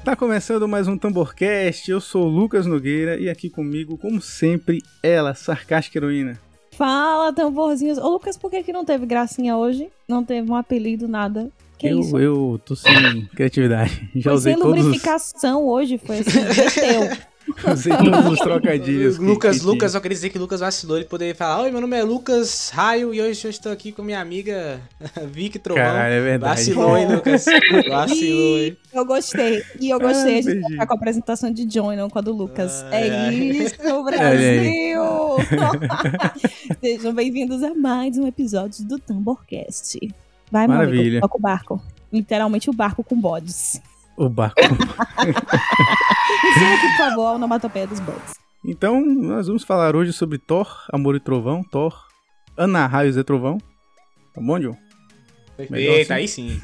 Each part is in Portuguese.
Tá começando mais um Tamborcast, eu sou o Lucas Nogueira e aqui comigo, como sempre, ela, sarcástica heroína. Fala, tamborzinhos. Ô, Lucas, por que não teve gracinha hoje? Não teve um apelido, nada? Isso? Eu tô sem criatividade. Já foi usei sem todos lubrificação hoje, foi assim, meteu. Usei todos os trocadilhos. Lucas, só queria dizer que o Lucas vacilou, ele poderia falar: oi, meu nome é Lucas Raio e hoje eu estou aqui com minha amiga Vicky Trovão. Caralho, é verdade. Vacilou, hein, Lucas? Vacilou, hein? Eu gostei. E eu gostei de ficar com a apresentação de John e não com a do Lucas. Isso, Brasil! Sejam bem-vindos a mais um episódio do Tamborcast. Vai, maravilha. Toca o barco. Literalmente o barco com bodes. O barco. Ensina aqui, por favor, a onomatopeia dos bodes. Então, nós vamos falar hoje sobre Thor, Amor e Trovão. Thor, Ana, Raios e Trovão. Tá bom, John? Perfeito, aí sim.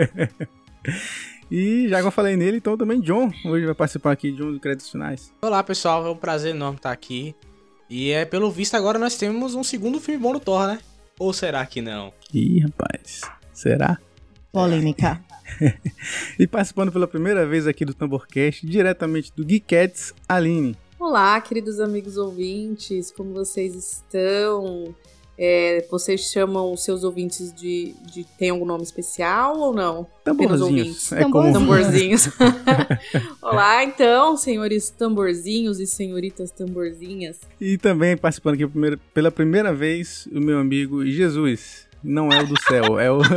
E já que eu falei nele, então também John hoje vai participar aqui de um dos créditos finais. Olá, pessoal, é um prazer enorme estar aqui. E pelo visto agora nós temos um segundo filme bom do Thor, né? Ou será que não? Ih, rapaz, será? Polêmica. E participando pela primeira vez aqui do Tamborcast, diretamente do Geekettes, Aline. Olá, queridos amigos ouvintes, como vocês estão? Vocês chamam os seus ouvintes de tem algum nome especial ou não? Tamborzinhos. Tamborzinhos. Olá, então, senhores tamborzinhos e senhoritas tamborzinhas. E também participando aqui pela primeira vez, o meu amigo Jesus. Não é o do céu, é o...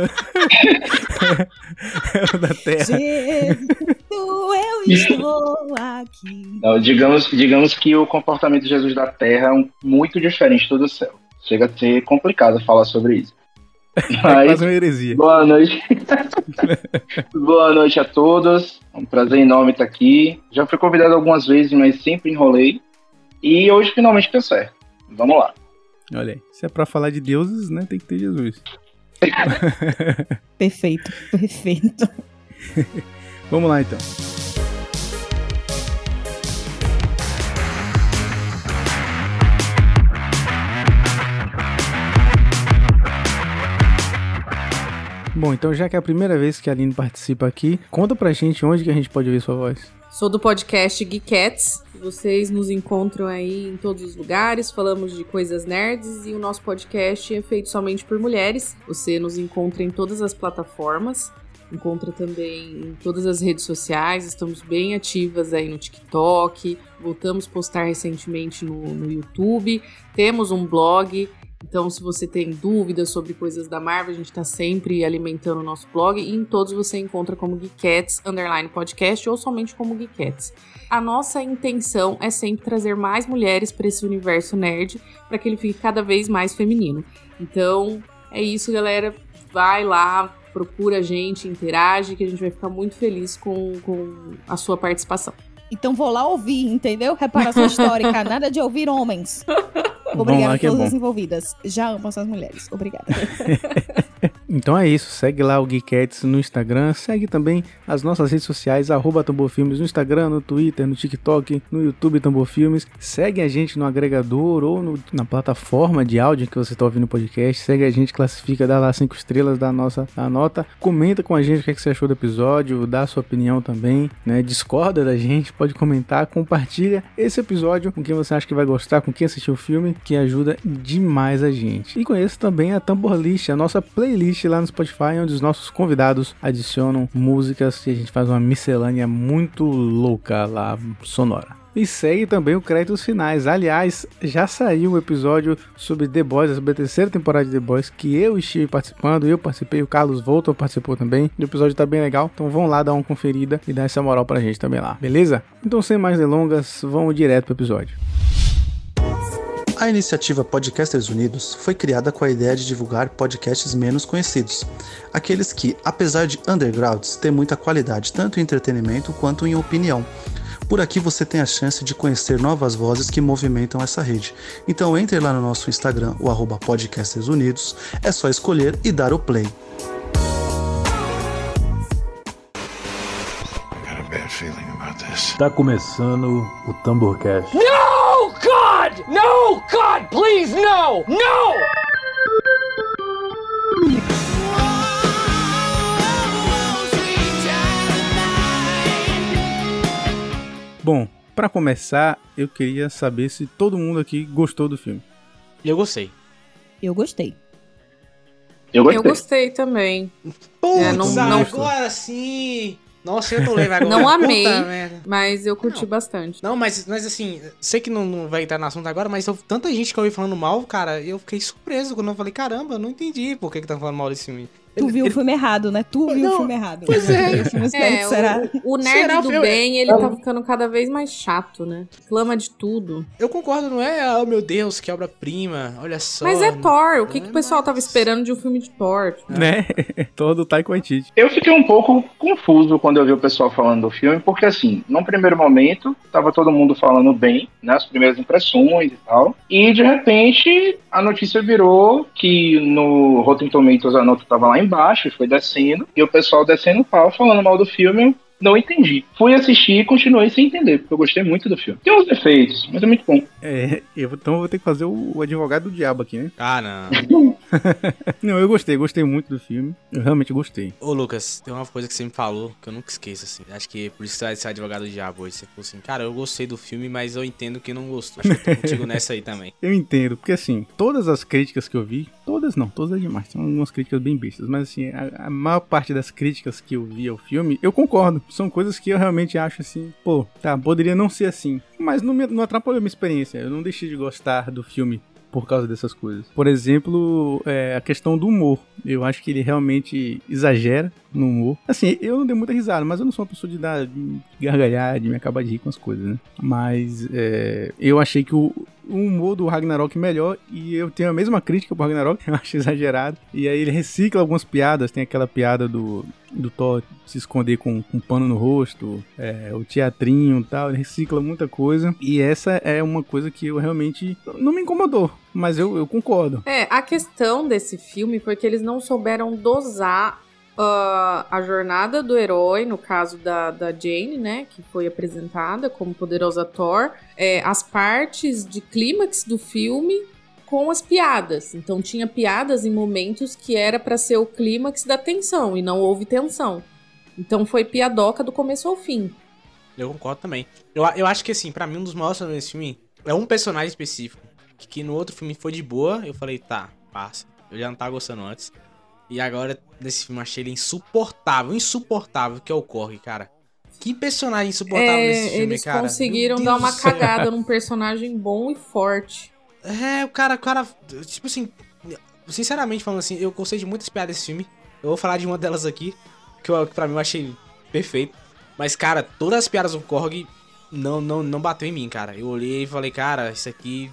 é o da terra. Jesus, eu estou aqui. Não, digamos que o comportamento de Jesus da terra é muito diferente do céu. Chega a ser complicado falar sobre isso. Mas, é quase uma heresia. Boa noite. Boa noite a todos. É um prazer enorme estar aqui. Já fui convidado algumas vezes, mas sempre enrolei. E hoje finalmente deu certo. Vamos lá. Olha aí, se é pra falar de deuses, né, tem que ter Jesus. Perfeito. Vamos lá, então. Bom, então já que é a primeira vez que a Aline participa aqui, conta pra gente onde que a gente pode ouvir sua voz. Sou do podcast Geekettes. Vocês nos encontram aí em todos os lugares, falamos de coisas nerds e o nosso podcast é feito somente por mulheres. Você nos encontra em todas as plataformas, encontra também em todas as redes sociais, estamos bem ativas aí no TikTok, voltamos a postar recentemente no YouTube, temos um blog. Então, se você tem dúvidas sobre coisas da Marvel, a gente está sempre alimentando o nosso blog e em todos você encontra como Geekettes_podcast ou somente como Geekettes. A nossa intenção é sempre trazer mais mulheres para esse universo nerd, para que ele fique cada vez mais feminino. Então, é isso, galera. Vai lá, procura a gente, interage, que a gente vai ficar muito feliz com a sua participação. Então vou lá ouvir, entendeu? Reparação histórica, nada de ouvir homens. Obrigada a todas as envolvidas. Já amo essas mulheres. Obrigada. Então é isso. Segue lá o Geekettes no Instagram. Segue também as nossas redes sociais, @Tamborfilmes no Instagram, no Twitter, no TikTok, no YouTube Tamborfilmes. Segue a gente no agregador ou na plataforma de áudio que você está ouvindo o podcast. Segue a gente, classifica, dá lá 5 estrelas, dá a nota. Comenta com a gente o que, é que você achou do episódio, dá a sua opinião também, né? Discorda da gente, pode comentar, compartilha esse episódio com quem você acha que vai gostar, com quem assistiu o filme, que ajuda demais a gente. E conheça também a Tamborlist, a nossa playlist lá no Spotify, onde os nossos convidados adicionam músicas e a gente faz uma miscelânea muito louca lá, sonora. E segue também o Créditos Finais. Aliás, já saiu o episódio sobre The Boys, sobre a terceira temporada de The Boys, que eu estive participando, eu participei, o Carlos Volta participou também. O episódio tá bem legal, então vão lá dar uma conferida e dar essa moral pra gente também lá, beleza? Então, sem mais delongas, vamos direto pro episódio. A iniciativa Podcasters Unidos foi criada com a ideia de divulgar podcasts menos conhecidos, aqueles que, apesar de undergrounds, têm muita qualidade tanto em entretenimento quanto em opinião. Por aqui você tem a chance de conhecer novas vozes que movimentam essa rede. Então entre lá no nosso Instagram, o @podcastersunidos, é só escolher e dar o play. Tá começando o Tamborcast. No, God! No, God, please, no! No! Bom, pra começar, eu queria saber se todo mundo aqui gostou do filme. Eu gostei. Eu gostei. Eu gostei também. Putz, agora sim! Nossa, eu tô lendo agora. Não amei, mas eu curti bastante. Não, mas assim, sei que não vai entrar no assunto agora, mas tanta gente que eu ouvi falando mal, cara, eu fiquei surpreso quando eu falei, caramba, eu não entendi por que estão falando mal desse filme. Tu viu o filme errado, né? Tu viu o filme errado. Pois é. O nerd do bem, ele tá ficando cada vez mais chato, né? Reclama de tudo. Eu concordo, não é? Oh, meu Deus, que obra-prima, olha só. Mas é Thor, o que o pessoal tava esperando de um filme de Thor? Né? Thor do Taika Waititi. Eu fiquei um pouco confuso quando eu vi o pessoal falando do filme, porque assim, num primeiro momento, tava todo mundo falando bem, né? As primeiras impressões e tal. E de repente, a notícia virou que no Rotten Tomatoes a nota tava lá embaixo e foi descendo, e o pessoal descendo o pau, falando mal do filme. Não entendi. Fui assistir e continuei sem entender, porque eu gostei muito do filme. Tem uns defeitos, mas é muito bom. Então eu vou ter que fazer o advogado do diabo aqui, né? Ah, não. Não, eu gostei muito do filme. Eu realmente gostei. Ô, Lucas, tem uma coisa que você me falou que eu nunca esqueço, assim. Acho que por isso que você vai ser advogado do diabo hoje. Você falou assim, cara, eu gostei do filme, mas eu entendo que não gostou. Acho que eu tô contigo nessa aí também. Eu entendo, porque assim, todas as críticas que eu vi, todas é demais, são algumas críticas bem bestas, mas assim, a maior parte das críticas que eu vi ao filme, eu concordo. São coisas que eu realmente acho assim, pô, tá, poderia não ser assim. Mas não atrapalhou minha experiência. Eu não deixei de gostar do filme por causa dessas coisas. Por exemplo, a questão do humor. Eu acho que ele realmente exagera no humor. Assim, eu não dei muita risada, mas eu não sou uma pessoa de gargalhar, de me acabar de rir com as coisas, né? Mas eu achei que o humor do Ragnarok melhor, e eu tenho a mesma crítica pro Ragnarok, eu acho exagerado. E aí ele recicla algumas piadas, tem aquela piada do Thor se esconder com um pano no rosto, o teatrinho e tal, ele recicla muita coisa, e essa é uma coisa que eu realmente não me incomodou, mas eu concordo. A questão desse filme foi que eles não souberam dosar a jornada do herói, no caso da Jane, né, que foi apresentada como poderosa Thor, as partes de clímax do filme com as piadas. Então tinha piadas em momentos que era pra ser o clímax da tensão, e não houve tensão. Então foi piadoca do começo ao fim. Eu concordo também. Eu acho que assim, pra mim um dos maiores problemas desse filme é um personagem específico, que no outro filme foi de boa, eu falei, tá, passa. Eu já não tava gostando antes. E agora, nesse filme, eu achei ele insuportável, que é o Korg, cara. Que personagem insuportável nesse filme, eles cara. Eles conseguiram dar uma cagada num personagem bom e forte. O cara, tipo assim, sinceramente falando assim, eu gostei de muitas piadas desse filme. Eu vou falar de uma delas aqui, que pra mim eu achei perfeito. Mas, cara, todas as piadas do Korg não bateu em mim, cara. Eu olhei e falei, cara, isso aqui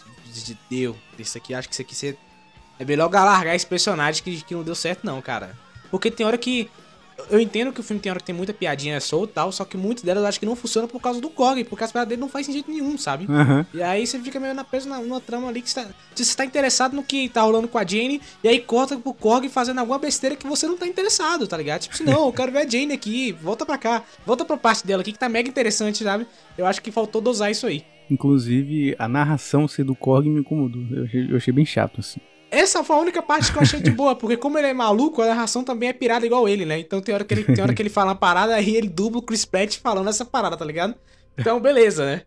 deu. Acho que isso aqui é melhor largar esse personagem que não deu certo não, cara. Porque tem hora que... Eu entendo que o filme tem hora que tem muita piadinha solta e tal, só que muitas delas eu acho que não funcionam por causa do Korg, porque as piadas dele não fazem sentido nenhum, sabe? Uhum. E aí você fica meio preso numa trama ali que você tá interessado no que tá rolando com a Jane, e aí corta pro Korg fazendo alguma besteira que você não tá interessado, tá ligado? Tipo assim, não, eu quero ver a Jane aqui, volta pra cá, volta pra parte dela aqui que tá mega interessante, sabe? Eu acho que faltou dosar isso aí. Inclusive, a narração ser do Korg me incomodou, eu achei bem chato, assim. Essa foi a única parte que eu achei de boa, porque como ele é maluco, a narração também é pirada igual ele, né? Então tem hora que ele fala uma parada, aí ele dubla o Chris Pratt falando essa parada, tá ligado? Então, beleza, né?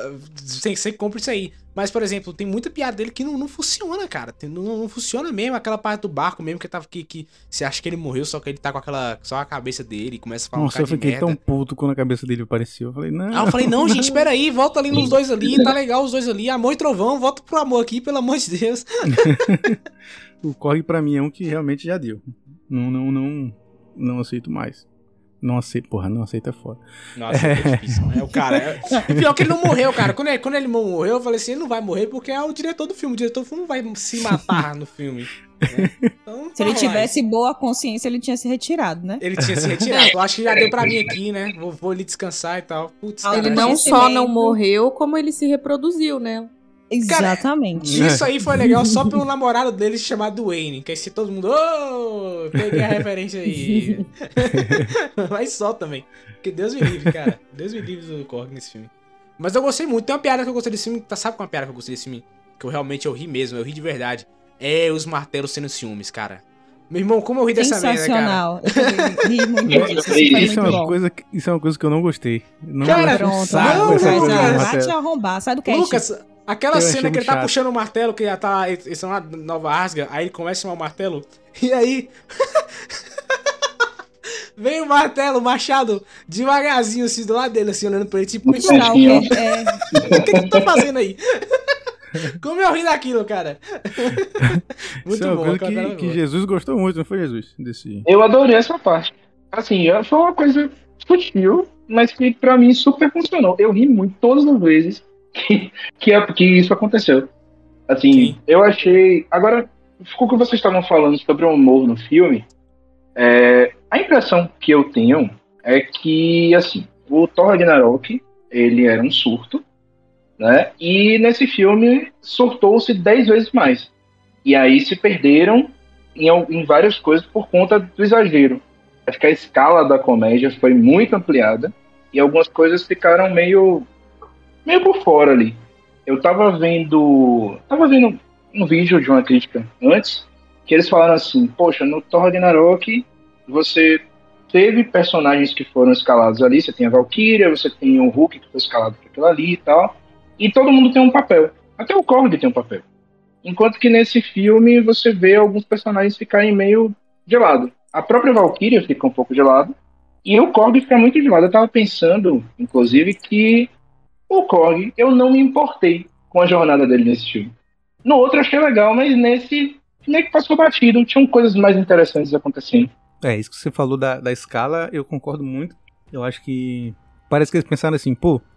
Você compra isso aí. Mas, por exemplo, tem muita piada dele que não funciona, cara. Não funciona mesmo. Aquela parte do barco mesmo que você acha que ele morreu, só que ele tá com só a cabeça dele e começa a falar um cara de merda. Nossa, eu fiquei tão puto quando a cabeça dele apareceu. Eu falei, não. Eu falei, não, gente, espera aí. Volta ali nos dois ali. Tá legal os dois ali. Amor e trovão. Volta pro amor aqui, pelo amor de Deus. O Korg pra mim é um que realmente já deu. Não aceito mais. Não aceita é foda. Nossa, é difícil, né? O cara... Pior que ele não morreu, cara. Quando ele morreu, eu falei assim, ele não vai morrer porque é o diretor do filme. O diretor do filme não vai se matar no filme. Né? Então, se ele tivesse boa consciência, ele tinha se retirado, né? Ele tinha se retirado. Eu acho que já deu pra mim aqui, né? Vou ali descansar e tal. Putz, ele não só não morreu, como ele se reproduziu, né? Exatamente. Cara, isso aí foi legal só pelo namorado dele chamado Wayne. Que aí se todo mundo... peguei a referência aí. Mas só também. Porque Deus me livre, cara. Deus me livre do Korg nesse filme. Mas eu gostei muito. Tem uma piada que eu gostei desse filme. Sabe qual é uma piada que eu gostei desse filme? Que eu realmente ri mesmo. Eu ri de verdade. É os martelos sendo ciúmes, cara. Meu irmão, como eu ri dessa merda, cara. Sensacional. Eu também ri muito disso. Isso é uma coisa que eu não gostei. Não Cara, pronto. Vai te arrombar. Sai do cast. Lucas, aquela cena que ele tá puxando o martelo, que já tá... Eles são lá Nova Asga, aí ele começa a chamar o martelo, e aí... Vem o martelo, o machado, devagarzinho, assim, do lado dele, assim, olhando pra ele, tipo... O que tu tá fazendo aí? Como eu ri daquilo, cara. Muito bom. Isso é uma coisa que Jesus gostou muito, não foi, Jesus? Eu adorei essa parte. Assim, foi uma coisa sutil, mas que pra mim super funcionou. Eu ri muito todas as vezes que isso aconteceu. Assim, sim. Eu achei... Agora, o que vocês estavam falando sobre o humor no filme, a impressão que eu tenho é que, assim, o Thor Ragnarok, ele era um surto, né? E nesse filme surtou-se 10 vezes mais. E aí se perderam em várias coisas por conta do exagero. Acho que a escala da comédia foi muito ampliada e algumas coisas ficaram meio por fora ali. Eu tava vendo um vídeo de uma crítica antes, que eles falaram assim, poxa, no Thor Ragnarok você teve personagens que foram escalados ali, você tem a Valkyria, você tem o Hulk que foi escalado por aquilo ali e tal, e todo mundo tem um papel. Até o Korg tem um papel. Enquanto que nesse filme você vê alguns personagens ficarem meio de lado. A própria Valkyria fica um pouco de lado, e o Korg fica muito de lado. Eu tava pensando, inclusive, que o Korg, eu não me importei com a jornada dele nesse filme. No outro eu achei legal, mas nesse meio que passou batido, tinham coisas mais interessantes acontecendo. Isso que você falou da escala, eu concordo muito. Eu acho que parece que eles pensaram assim,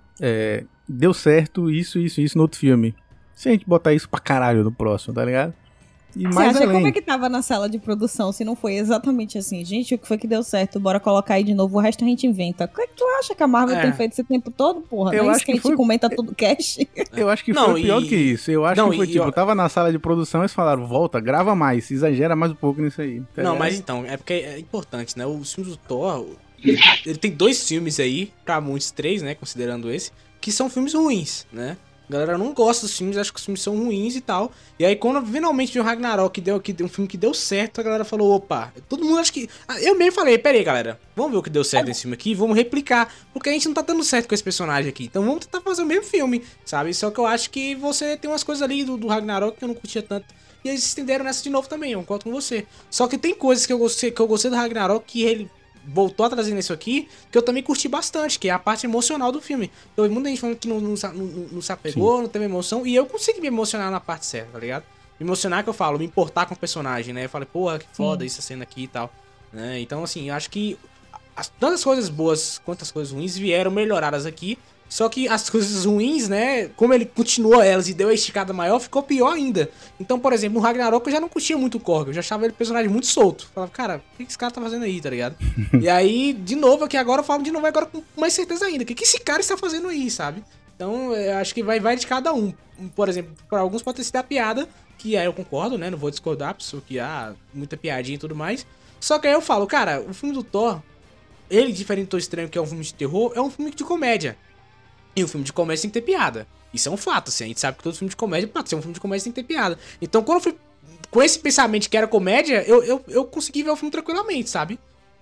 deu certo isso no outro filme. Se a gente botar isso pra caralho no próximo, tá ligado? E você mais acha além... como é que tava na sala de produção se não foi exatamente assim? Gente, o que foi que deu certo? Bora colocar aí de novo, o resto a gente inventa. O que é que tu acha que a Marvel tem feito esse tempo todo, porra? Eu não é acho isso que a gente comenta todo cast? Eu acho que foi pior que isso. Eu acho que foi tava na sala de produção e eles falaram, volta, grava mais, exagera mais um pouco nisso aí. Não, mas então, é porque é importante, né? Os filmes do Thor, ele tem 2 filmes aí, pra muitos 3, né, considerando esse, que são filmes ruins, né? A galera não gosta dos filmes, acha que os filmes são ruins e tal. E aí, quando finalmente veio o Ragnarok, que deu um filme que deu certo, a galera falou, opa, todo mundo acha que... Eu mesmo falei, pera aí, galera, vamos ver o que deu certo nesse filme aqui, vamos replicar, porque a gente não tá dando certo com esse personagem aqui. Então vamos tentar fazer o mesmo filme, sabe? Só que eu acho que você tem umas coisas ali do Ragnarok que eu não curtia tanto. E eles se estenderam nessa de novo também, eu concordo com você. Só que tem coisas que eu gostei do Ragnarok que ele voltou a trazer nisso aqui, que eu também curti bastante, que é a parte emocional do filme. Então, muita gente falando que não se apegou, não teve emoção, e eu consegui me emocionar na parte certa, tá ligado? Me emocionar que eu falo, me importar com o personagem, né? Eu falei, porra, que foda essa cena aqui e tal. Né? Então, assim, eu acho que tantas coisas boas quanto as coisas ruins vieram melhoradas aqui. Só que as coisas ruins, né, como ele continuou elas e deu a esticada maior, ficou pior ainda. Então, por exemplo, no Ragnarok eu já não curtia muito o Korg, eu já achava ele um personagem muito solto. Falava, cara, o que esse cara tá fazendo aí, tá ligado? E aí, de novo, aqui agora eu falo de novo agora com mais certeza ainda. O que esse cara está fazendo aí, sabe? Então, eu acho que vai de cada um. Por exemplo, para alguns pode ter sido a piada, que aí eu concordo, né, não vou discordar, porque muita piadinha e tudo mais. Só que aí eu falo, cara, o filme do Thor, ele, diferente do Thor Estranho, que é um filme de terror, é um filme de comédia. E o filme de comédia tem que ter piada. Isso é um fato, assim. A gente sabe que todo filme de comédia, pra ser um filme de comédia, tem que ter piada. Então, quando eu fui com esse pensamento que era comédia, eu consegui ver o filme tranquilamente, sabe?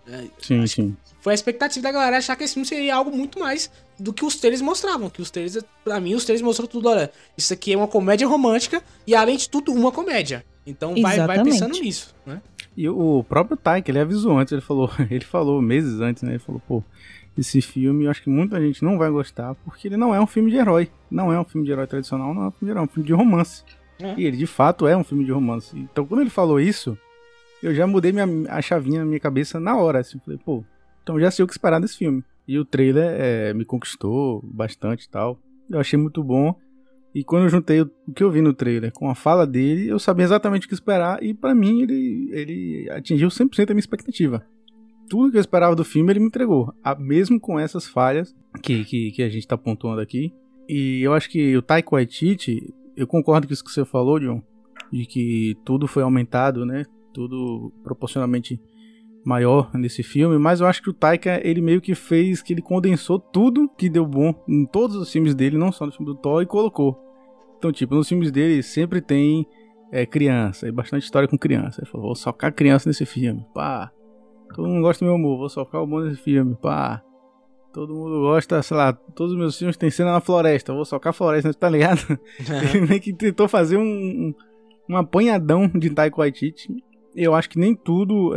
Sim. Foi a expectativa da galera achar que esse filme seria algo muito mais do que os trailers mostravam. Que os trailers, pra mim, os trailers mostraram tudo. Olha, isso aqui é uma comédia romântica e, além de tudo, uma comédia. Então, vai pensando nisso, né? E o próprio Taika, ele avisou antes, ele falou meses antes, né? Ele falou, esse filme, eu acho que muita gente não vai gostar, porque ele não é um filme de herói. Não é um filme de herói tradicional, não é um filme de herói, é um filme de romance. E ele, de fato, é um filme de romance. Então, quando ele falou isso, eu já mudei a chavinha na minha cabeça na hora, assim. Falei, então já sei o que esperar desse filme. E o trailer me conquistou bastante e tal. Eu achei muito bom. E quando eu juntei o que eu vi no trailer com a fala dele, eu sabia exatamente o que esperar. E pra mim, ele atingiu 100% a minha expectativa. Tudo que eu esperava do filme, ele me entregou. Mesmo com essas falhas que a gente tá pontuando aqui. E eu acho que o Taika Waititi, eu concordo com isso que você falou, John, de que tudo foi aumentado, né? Tudo proporcionalmente maior nesse filme. Mas eu acho que o Taika, ele meio que fez, que ele condensou tudo que deu bom em todos os filmes dele, não só no filme do Thor, e colocou. Então, tipo, nos filmes dele sempre tem criança, e bastante história com criança. Ele falou, vou socar criança nesse filme, pá. Todo mundo gosta do meu humor, vou socar o humor nesse filme, pá. Todo mundo gosta, sei lá, todos os meus filmes tem cena na floresta, vou socar a floresta, tá ligado? Ele meio que tentou fazer um apanhadão de Taika Waititi. Eu acho que nem tudo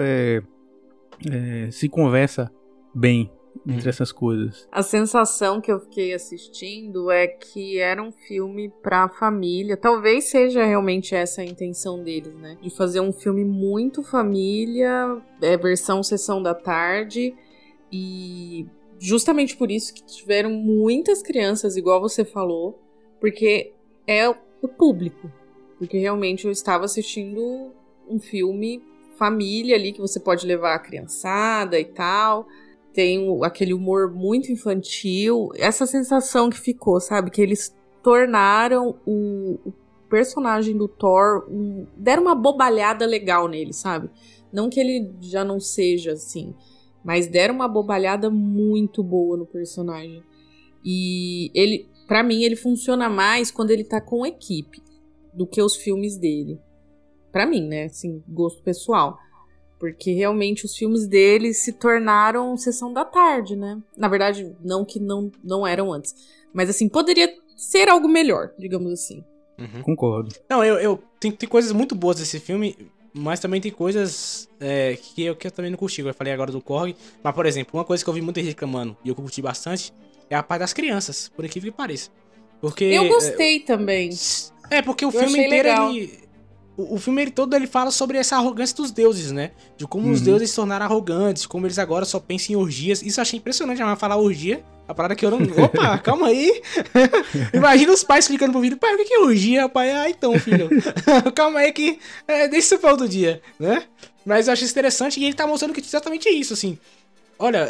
se conversa bem entre essas coisas. A sensação que eu fiquei assistindo é que era um filme pra família. Talvez seja realmente essa a intenção deles, né? De fazer um filme muito família, versão sessão da tarde. E justamente por isso que tiveram muitas crianças, igual você falou, porque é o público. Porque realmente eu estava assistindo um filme família ali, que você pode levar a criançada e tal. Tem aquele humor muito infantil. Essa sensação que ficou, sabe? Que eles tornaram o personagem do Thor... deram uma bobalhada legal nele, sabe? Não que ele já não seja assim, mas deram uma bobalhada muito boa no personagem. E ele, pra mim, ele funciona mais quando ele tá com equipe do que os filmes dele. Pra mim, né? Assim, gosto pessoal. Porque realmente os filmes dele se tornaram sessão da tarde, né? Na verdade, não que não eram antes. Mas assim, poderia ser algo melhor, digamos assim. Concordo. Não, tem coisas muito boas desse filme, mas também tem coisas que eu também não curti. Eu falei agora do Korg. Mas, por exemplo, uma coisa que eu vi muita gente reclamando e eu curti bastante é a parte das crianças, por incrível que pareça. Porque, eu gostei também. Porque o eu filme inteiro legal. O filme todo ele fala sobre essa arrogância dos deuses, né? De como os deuses se tornaram arrogantes, como eles agora só pensam em orgias. Isso eu achei impressionante, ela vai falar orgia. A parada que eu não... Opa, calma aí. Imagina os pais ficando pro vídeo. Pai, o que é orgia, pai? Ah, então, filho. Calma aí que... deixa isso pra outro dia, né? Mas eu achei interessante e ele tá mostrando que exatamente isso, assim. Olha,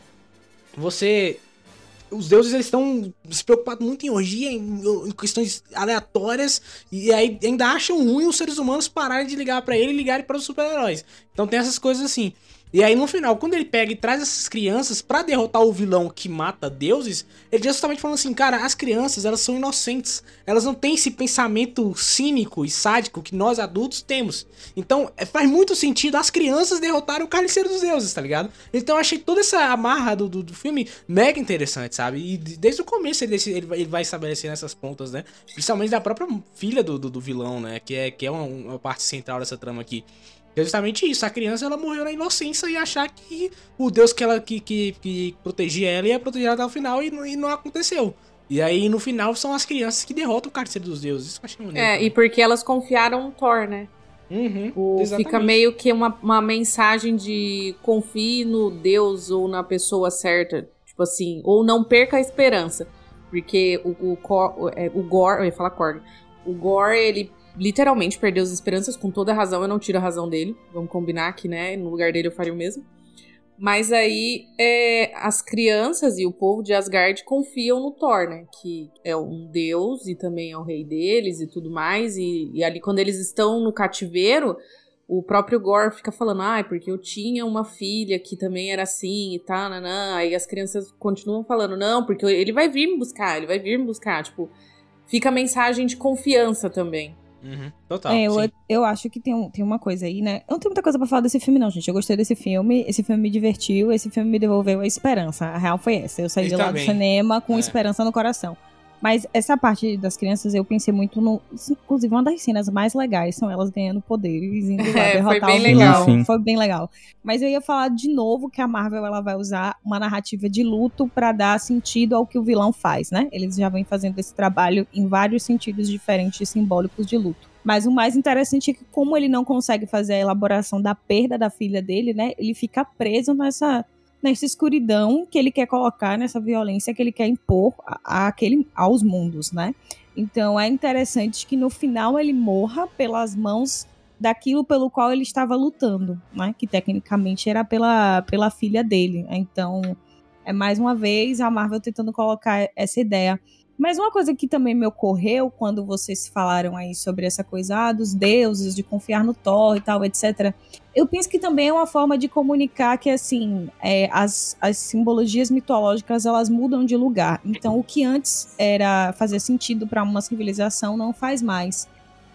você... Os deuses, eles estão se preocupados muito em orgia, em questões aleatórias, e aí ainda acham ruim os seres humanos pararem de ligar pra ele e ligarem para os super-heróis. Então tem essas coisas assim. E aí no final, quando ele pega e traz essas crianças pra derrotar o vilão que mata deuses, ele já justamente falando assim, cara, as crianças, elas são inocentes. Elas não têm esse pensamento cínico e sádico que nós adultos temos. Então faz muito sentido as crianças derrotarem o Carniceiro dos Deuses, tá ligado? Então eu achei toda essa amarra do filme mega interessante, sabe? E desde o começo ele vai estabelecendo essas pontas, né? Principalmente da própria filha do vilão, né? Que é uma parte central dessa trama aqui. É justamente isso, a criança ela morreu na inocência e achar que o Deus que protegia ela ia proteger ela até o final e não aconteceu. E aí no final são as crianças que derrotam o Carniceiro dos Deuses, isso que eu achei maneiro. E porque elas confiaram no Thor, né? Fica meio que uma mensagem de confie no Deus ou na pessoa certa, tipo assim, ou não perca a esperança. Porque o Gorr, eu ia falar Korg, o Gorr, ele literalmente perdeu as esperanças, com toda a razão, eu não tiro a razão dele, vamos combinar que, né, no lugar dele eu faria o mesmo. Mas aí, as crianças e o povo de Asgard confiam no Thor, né, que é um deus e também é o rei deles e tudo mais, e ali quando eles estão no cativeiro, o próprio Gorr fica falando, porque eu tinha uma filha que também era assim e tal, aí as crianças continuam falando, não, porque ele vai vir me buscar, tipo, fica a mensagem de confiança também. Total. Eu acho que tem uma coisa aí, né? Eu não tenho muita coisa pra falar desse filme, não, gente. Eu gostei desse filme me divertiu, esse filme me devolveu a esperança. A real foi essa. Eu saí de lá do cinema com esperança no coração. Mas essa parte das crianças, eu pensei muito no... Inclusive, uma das cenas mais legais são elas ganhando poderes, indo lá derrotar o vilão. Legal. Foi bem legal. Mas eu ia falar de novo que a Marvel ela vai usar uma narrativa de luto pra dar sentido ao que o vilão faz, né? Eles já vêm fazendo esse trabalho em vários sentidos diferentes e simbólicos de luto. Mas o mais interessante é que como ele não consegue fazer a elaboração da perda da filha dele, né? Ele fica preso nessa escuridão que ele quer colocar, nessa violência que ele quer impor aos mundos, né? Então é interessante que no final ele morra pelas mãos daquilo pelo qual ele estava lutando, né? Que tecnicamente era pela filha dele. Então é mais uma vez a Marvel tentando colocar essa ideia. Mas uma coisa que também me ocorreu quando vocês falaram aí sobre essa coisa dos deuses, de confiar no Thor e tal, etc. Eu penso que também é uma forma de comunicar que, assim, as simbologias mitológicas, elas mudam de lugar. Então, o que antes fazia sentido para uma civilização, não faz mais.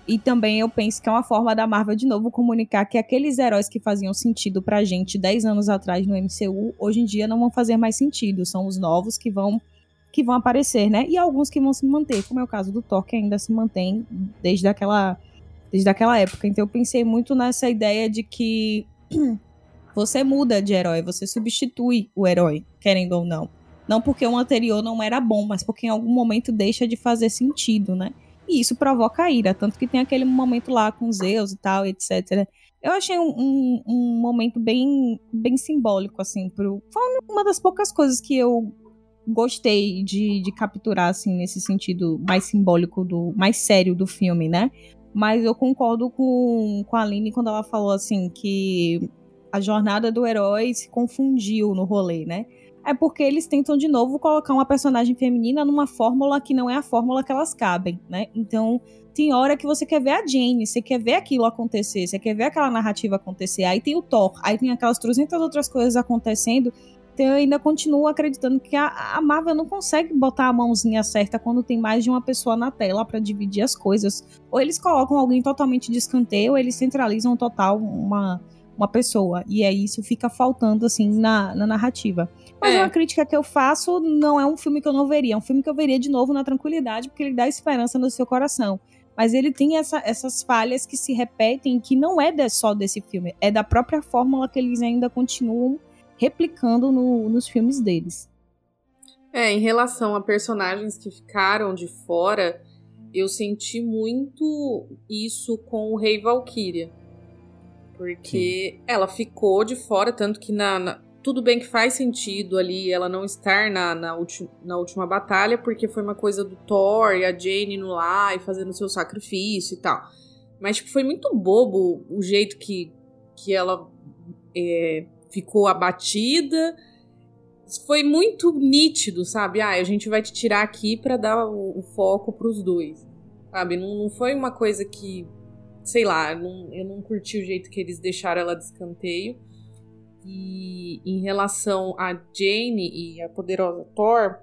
E também eu penso que é uma forma da Marvel de novo comunicar que aqueles heróis que faziam sentido pra gente 10 anos atrás no MCU, hoje em dia não vão fazer mais sentido. São os novos que vão aparecer, né? E alguns que vão se manter, como é o caso do Thor, que ainda se mantém desde aquela época. Então eu pensei muito nessa ideia de que você muda de herói, você substitui o herói, querendo ou não. Não porque o anterior não era bom, mas porque em algum momento deixa de fazer sentido, né? E isso provoca ira, tanto que tem aquele momento lá com Zeus e tal, etc. Eu achei um momento bem simbólico, assim, foi uma das poucas coisas que eu gostei de capturar, assim, nesse sentido mais simbólico, mais sério do filme, né? Mas eu concordo com a Aline quando ela falou, assim, que a jornada do herói se confundiu no rolê, né? É porque eles tentam de novo colocar uma personagem feminina numa fórmula que não é a fórmula que elas cabem, né? Então, tem hora que você quer ver a Jane, você quer ver aquilo acontecer, você quer ver aquela narrativa acontecer, aí tem o Thor, aí tem aquelas 300 outras coisas acontecendo. Então eu ainda continuo acreditando que a Marvel não consegue botar a mãozinha certa quando tem mais de uma pessoa na tela pra dividir as coisas. Ou eles colocam alguém totalmente de escanteio, ou eles centralizam total uma pessoa. E aí isso fica faltando, assim, na narrativa. Mas uma crítica que eu faço não é um filme que eu não veria. É um filme que eu veria de novo na tranquilidade, porque ele dá esperança no seu coração. Mas ele tem essas falhas que se repetem, que não é só desse filme. É da própria fórmula que eles ainda continuam replicando nos filmes deles. Em relação a personagens que ficaram de fora, eu senti muito isso com o Rei Valkyria. Porque ela ficou de fora, tanto que tudo bem que faz sentido ali ela não estar na última batalha, porque foi uma coisa do Thor e a Jane indo lá e fazendo seu sacrifício e tal. Mas tipo, foi muito bobo o jeito que ela ficou abatida. Foi muito nítido, sabe? A gente vai te tirar aqui pra dar o foco pros dois, sabe? Não foi uma coisa que, sei lá, eu não curti o jeito que eles deixaram ela de escanteio. E em relação a Jane e a poderosa Thor,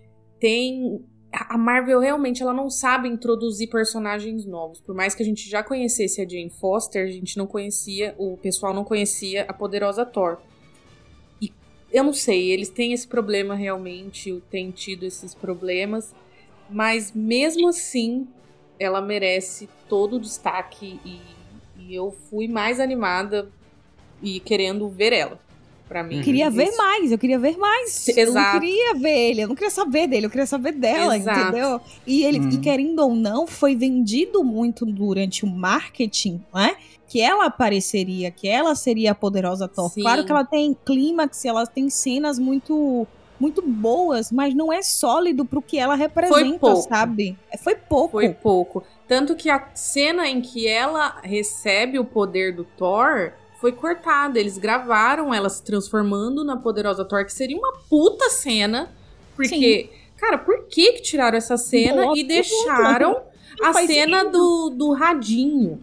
a Marvel realmente ela não sabe introduzir personagens novos. Por mais que a gente já conhecesse a Jane Foster, a gente não conhecia, o pessoal não conhecia a poderosa Thor. E eu não sei, eles têm esse problema realmente, têm tido esses problemas, mas mesmo assim ela merece todo o destaque e eu fui mais animada e querendo ver ela. Pra mim. Eu queria ver mais. Exato. Eu não queria ver ele, eu não queria saber dele, eu queria saber dela, Exato. Entendeu? E ele, querendo ou não, foi vendido muito durante o marketing, né? Que ela apareceria, que ela seria a poderosa Thor. Sim. Claro que ela tem clímax, ela tem cenas muito boas, mas não é sólido pro que ela representa, sabe? Foi pouco. Tanto que a cena em que ela recebe o poder do Thor foi cortada. Eles gravaram ela se transformando na poderosa Thor, que seria uma puta cena. Porque, cara, por que tiraram essa cena e deixaram a cena do radinho?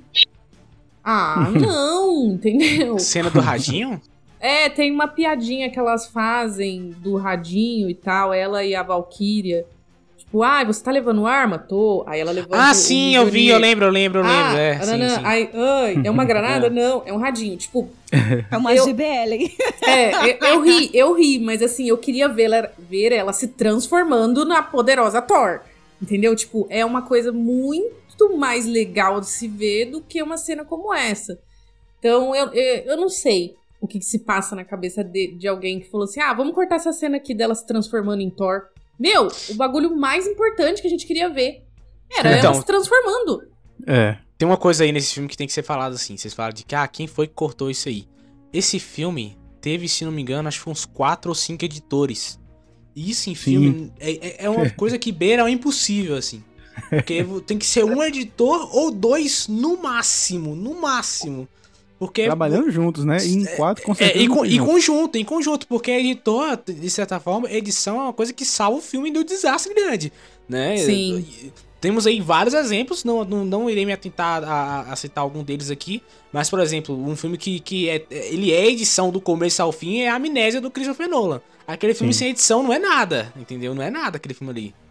Não, entendeu? Cena do radinho? Tem uma piadinha que elas fazem do radinho e tal, ela e a Valkyria. Tipo, você tá levando arma? Tô. Aí ela levanta sim, eu vi, eu lembro. Sim. Aí, é uma granada? Não, é um radinho. Tipo... É uma GBL. Eu ri, mas assim, eu queria ver ela se transformando na poderosa Thor. Entendeu? Tipo, é uma coisa muito mais legal de se ver do que uma cena como essa. Então, eu não sei o que se passa na cabeça de alguém que falou assim, vamos cortar essa cena aqui dela se transformando em Thor. Meu, o bagulho mais importante que a gente queria ver era ela se transformando. Tem uma coisa aí nesse filme que tem que ser falado assim. Vocês falaram de que, quem foi que cortou isso aí? Esse filme teve, se não me engano, acho que uns 4 ou 5 editores. E isso em filme é uma coisa que beira o impossível, assim. Porque tem que ser um editor ou 2 no máximo. Porque, trabalhando juntos, né? Em 4, com certeza. Em conjunto, porque editor, de certa forma, edição é uma coisa que salva o filme do desastre grande, né? Sim. Temos aí vários exemplos, não irei me atentar a citar algum deles aqui, mas, por exemplo, um filme que ele é edição do começo ao fim é a Amnésia do Christopher Nolan. Aquele filme sem edição não é nada, entendeu? Não é nada aquele filme ali.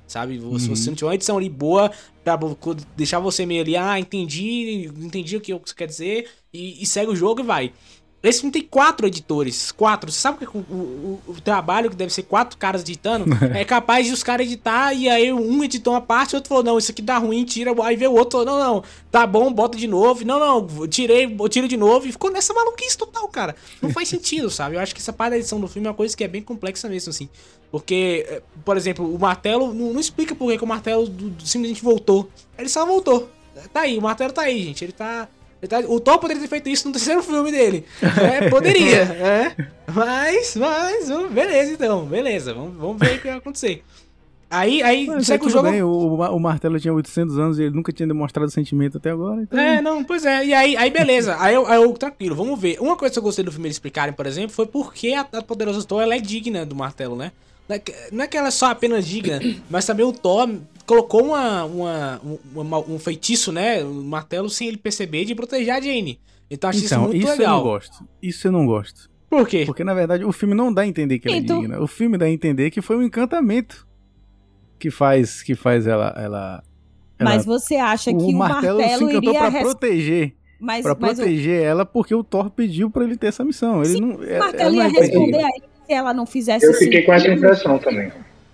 sabe? Se você não tiver uma edição ali boa pra deixar você meio ali, entendi o que você quer dizer, e segue o jogo e vai. Esse filme tem 4 editores. 4. Você sabe que o trabalho que deve ser 4 caras editando é capaz de os caras editar e aí um editou uma parte e o outro falou, não, isso aqui dá ruim, tira. Aí veio o outro falou, não, tá bom, bota de novo. Não, tiro de novo. E ficou nessa maluquice total, cara. Não faz sentido, sabe? Eu acho que essa parte da edição do filme é uma coisa que é bem complexa mesmo, assim. Porque, por exemplo, o martelo não explica por que o martelo simplesmente voltou. Ele só voltou. Tá aí, o martelo tá aí, gente. O Thor poderia ter feito isso no terceiro filme dele. Poderia. Mas, beleza então. Beleza, vamos ver o que vai acontecer. Aí segue o jogo. Bem, o martelo tinha 800 anos e ele nunca tinha demonstrado sentimento até agora. Então... pois é. E aí beleza. Aí eu tranquilo, vamos ver. Uma coisa que eu gostei do filme eles explicarem, por exemplo, foi porque a poderosa Thor ela é digna do martelo, né? Não é que ela é só apenas digna, mas também o Thor colocou um feitiço, né? Um martelo sem ele perceber de proteger a Jane. Então acho isso muito legal. Isso eu não gosto. Por quê? Porque na verdade o filme não dá a entender que ela é digna. O filme dá a entender que foi um encantamento que faz ela. Mas você acha que o martelo se encantou iria pra proteger? Pra proteger ela porque o Thor pediu pra ele ter essa missão. Ele não, o martelo ia responder a ele se ela não fizesse isso. Eu fiquei com essa impressão também.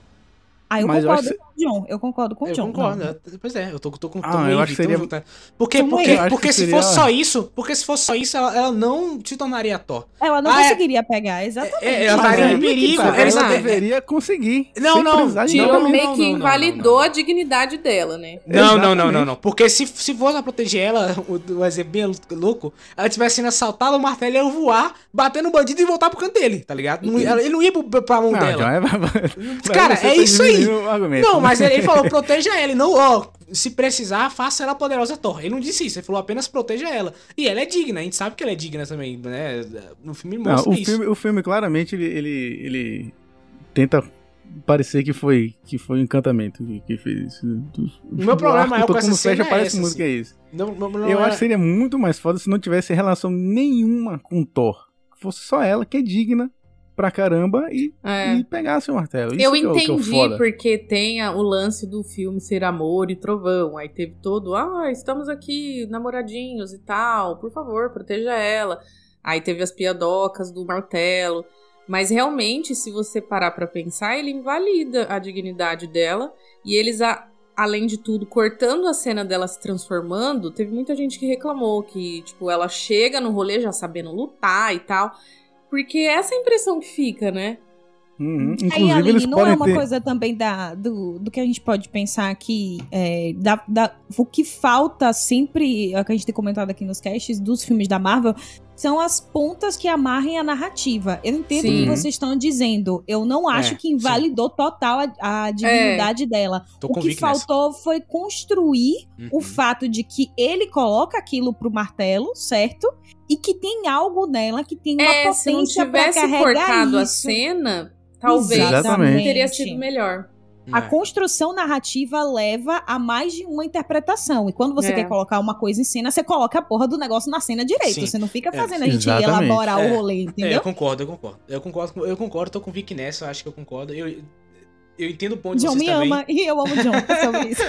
Eu concordo com o John. Eu concordo. Pois é, eu tô com o Tom. Eu acho que seria... Porque se fosse só isso, ela não se tornaria Thor. Ela não conseguiria pegar, exatamente. Ela estaria em perigo. Ela deveria conseguir. Não. Tirou meio que invalidou a dignidade dela, né? Não. Porque se fosse pra proteger ela, o exemplo bem louco, ela tivesse sendo assaltada, o martelo ia voar, bater no bandido e voltar pro canto dele, tá ligado? Ele não ia pra mão dela. Cara, é isso aí. Não, mas ele falou, proteja ela. E não, se precisar, faça ela poderosa Thor. Ele não disse isso, ele falou apenas proteja ela. E ela é digna, a gente sabe que ela é digna também, né? No filme mostra isso. O filme claramente, ele tenta parecer que foi um encantamento que fez isso. O meu problema é com essa cena parece muito que é isso. Eu acho que seria muito mais foda se não tivesse relação nenhuma com Thor. Fosse só ela que é digna pra caramba e pegasse o martelo. Isso eu entendi porque tem o lance do filme ser amor e trovão. Aí teve todo, estamos aqui namoradinhos e tal, por favor, proteja ela. Aí teve as piadocas do martelo. Mas realmente, se você parar pra pensar, ele invalida a dignidade dela. E eles, além de tudo, cortando a cena dela se transformando, teve muita gente que reclamou que, tipo, ela chega no rolê já sabendo lutar e tal. Porque essa é a impressão que fica, né? Inclusive, aí, Aline, eles não podem é uma ter... coisa também do que a gente pode pensar aqui, o que falta sempre, é o que a gente tem comentado aqui nos casts dos filmes da Marvel, são as pontas que amarrem a narrativa. Eu entendo o que vocês estão dizendo. Eu não acho que invalidou total a dignidade dela. O que faltou foi construir o fato de que ele coloca aquilo pro martelo, certo? E que tem algo nela que tem uma potência pra carregar isso. Se não tivesse cortado a cena, talvez teria sido melhor. A construção narrativa leva a mais de uma interpretação. E quando você quer colocar uma coisa em cena, você coloca a porra do negócio na cena direito. Sim. Você não fica fazendo a gente elaborar o rolê, entendeu? Eu concordo, tô com o Vic nessa, eu acho que eu concordo. Eu entendo o ponto de John vocês também. John me ama e eu amo o John sobre isso.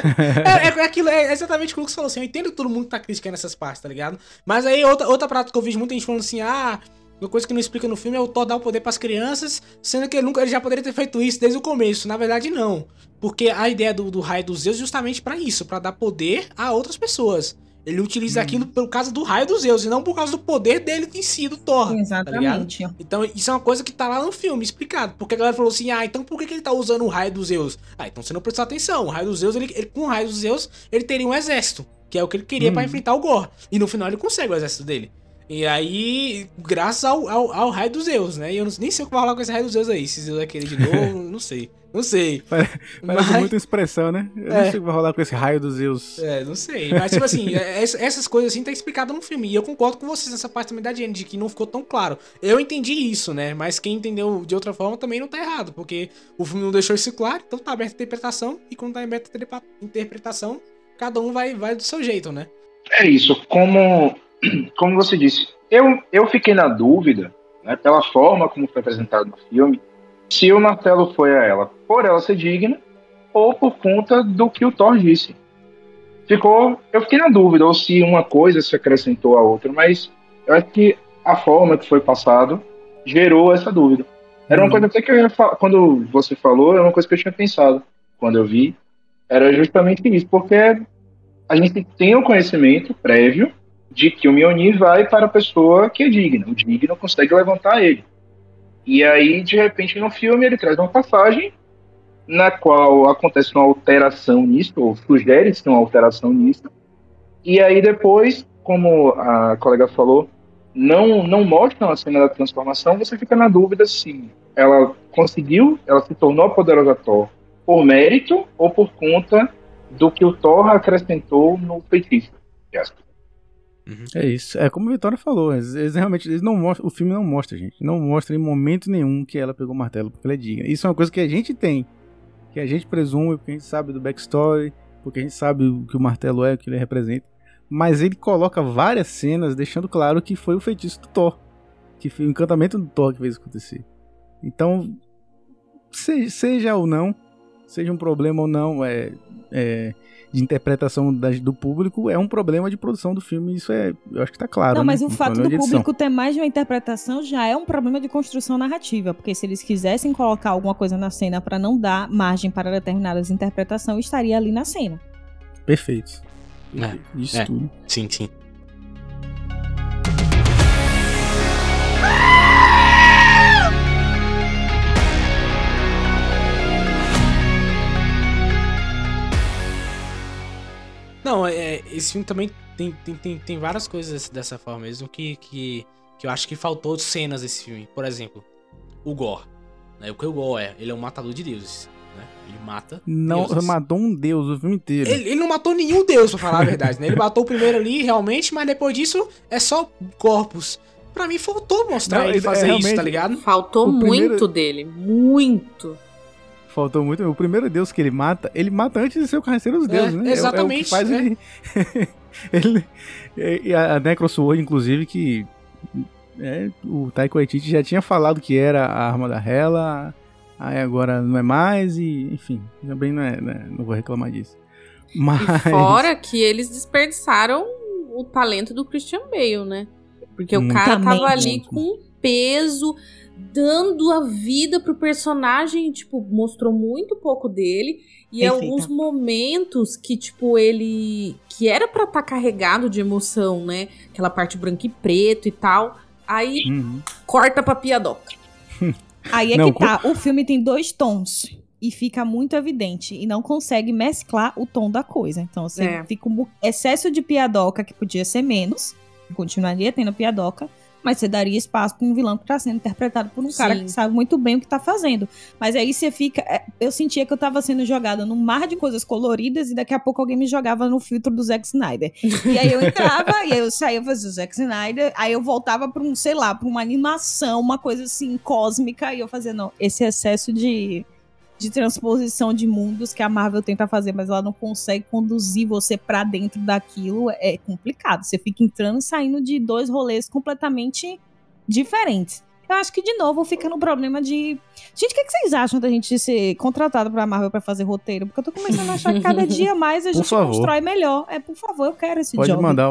É exatamente o que você falou assim. Eu entendo que todo mundo tá criticando essas partes, tá ligado? Mas aí outra prática que eu vejo muita gente falando assim, uma coisa que não explica no filme é o Thor dar o poder pras crianças, sendo que ele já poderia ter feito isso desde o começo. Na verdade, não. Porque a ideia do raio dos Zeus é justamente pra isso, pra dar poder a outras pessoas. Ele utiliza aquilo por causa do raio dos Zeus e não por causa do poder dele em si, do Thor. Exatamente. Tá, então isso é uma coisa que tá lá no filme, explicado. Porque a galera falou assim, então por que ele tá usando o raio dos Zeus? Então você não prestou atenção. O raio dos Zeus, com o raio dos Zeus, ele teria um exército, que é o que ele queria pra enfrentar o Gorr. E no final ele consegue o exército dele. E aí, graças ao raio dos Zeus, né? E eu nem sei o que vai rolar com esse raio dos Zeus aí. Se Zeus vai querer de novo, não sei. Parece muita expressão, né? Eu não sei o que vai rolar com esse raio dos Zeus. Não sei. Mas, tipo assim, essas coisas assim tá explicado no filme. E eu concordo com vocês nessa parte também da Jane, de que não ficou tão claro. Eu entendi isso, né? Mas quem entendeu de outra forma também não tá errado. Porque o filme não deixou isso claro, então tá aberta a interpretação. E quando tá aberta a interpretação, cada um vai do seu jeito, né? É isso. Como você disse, eu fiquei na dúvida, né, pela forma como foi apresentado no filme, se o martelo foi a ela por ela ser digna ou por conta do que o Thor disse. Eu fiquei na dúvida, ou se uma coisa se acrescentou à outra, mas eu acho que a forma que foi passado gerou essa dúvida. Era uma coisa até que eu ia falar, quando você falou, era uma coisa que eu tinha pensado quando eu vi, era justamente isso, porque a gente tem o conhecimento prévio de que o Mjolnir vai para a pessoa que é digna, o digno consegue levantar ele. E aí, de repente, no filme, ele traz uma passagem na qual acontece uma alteração nisso, ou sugere-se uma alteração nisso, e aí depois, como a colega falou, não mostram a cena da transformação, você fica na dúvida se ela se tornou a poderosa Thor por mérito ou por conta do que o Thor acrescentou no feitiço. É isso. É como a Vitória falou, eles realmente não mostram, o filme não mostra, gente. Não mostra em momento nenhum que ela pegou o martelo, porque ela é digna. Isso é uma coisa que a gente tem, que a gente presume, porque a gente sabe do backstory, porque a gente sabe o que o martelo é, o que ele representa. Mas ele coloca várias cenas deixando claro que foi o feitiço do Thor, que foi o encantamento do Thor que fez acontecer. Então, seja ou não, seja um problema ou não de interpretação do público, é um problema de produção do filme, isso eu acho que tá claro. Não, né? mas o fato do público ter mais de uma interpretação já é um problema de construção narrativa, porque se eles quisessem colocar alguma coisa na cena para não dar margem para determinadas interpretações, estaria ali na cena. Perfeito. Isso tudo. Sim. Não, esse filme também tem várias coisas dessa forma mesmo que eu acho que faltou cenas desse filme. Por exemplo, o Gorr. Né? O que o Gorr ele é um matador de deuses. Né? Ele mata deuses. Matou um deus o filme inteiro. Ele não matou nenhum deus, pra falar a verdade. Né? Ele matou o primeiro ali, realmente, mas depois disso é só corpos. Pra mim faltou mostrar ele fazer isso, tá ligado? Faltou muito dele. Muito. Faltou muito. O primeiro deus que ele mata antes de ser o carniceiro dos deuses, né? Exatamente. É o que faz ele... E a Necrosword, inclusive, que o Taika Waititi já tinha falado que era a arma da Hela, aí agora não é mais, e enfim, também não vou reclamar disso. Mas... E fora que eles desperdiçaram o talento do Christian Bale, né? Porque o cara tava ali com peso, dando a vida pro personagem, tipo, mostrou muito pouco dele. E alguns momentos que, tipo, ele... Que era pra estar carregado de emoção, né? Aquela parte branca e preto e tal. Aí, corta pra piadoca. Aí o filme tem 2 tons. E fica muito evidente. E não consegue mesclar o tom da coisa. Então, você fica um excesso de piadoca que podia ser menos. Continuaria tendo piadoca, mas você daria espaço para um vilão que está sendo interpretado por um cara que sabe muito bem o que está fazendo. Mas aí você fica... Eu sentia que eu estava sendo jogada num mar de coisas coloridas e daqui a pouco alguém me jogava no filtro do Zack Snyder. E aí eu entrava e aí eu saía, fazia o Zack Snyder, aí eu voltava para para uma animação, uma coisa assim, cósmica, e eu fazia, não, esse excesso de transposição de mundos que a Marvel tenta fazer, mas ela não consegue conduzir você pra dentro daquilo, é complicado. Você fica entrando e saindo de 2 rolês completamente diferentes. Eu acho que, de novo, fica no problema de... Gente, o que vocês acham da gente ser contratado pra Marvel pra fazer roteiro? Porque eu tô começando a achar que cada dia mais a gente constrói melhor. Por favor, eu quero esse job. Pode mandar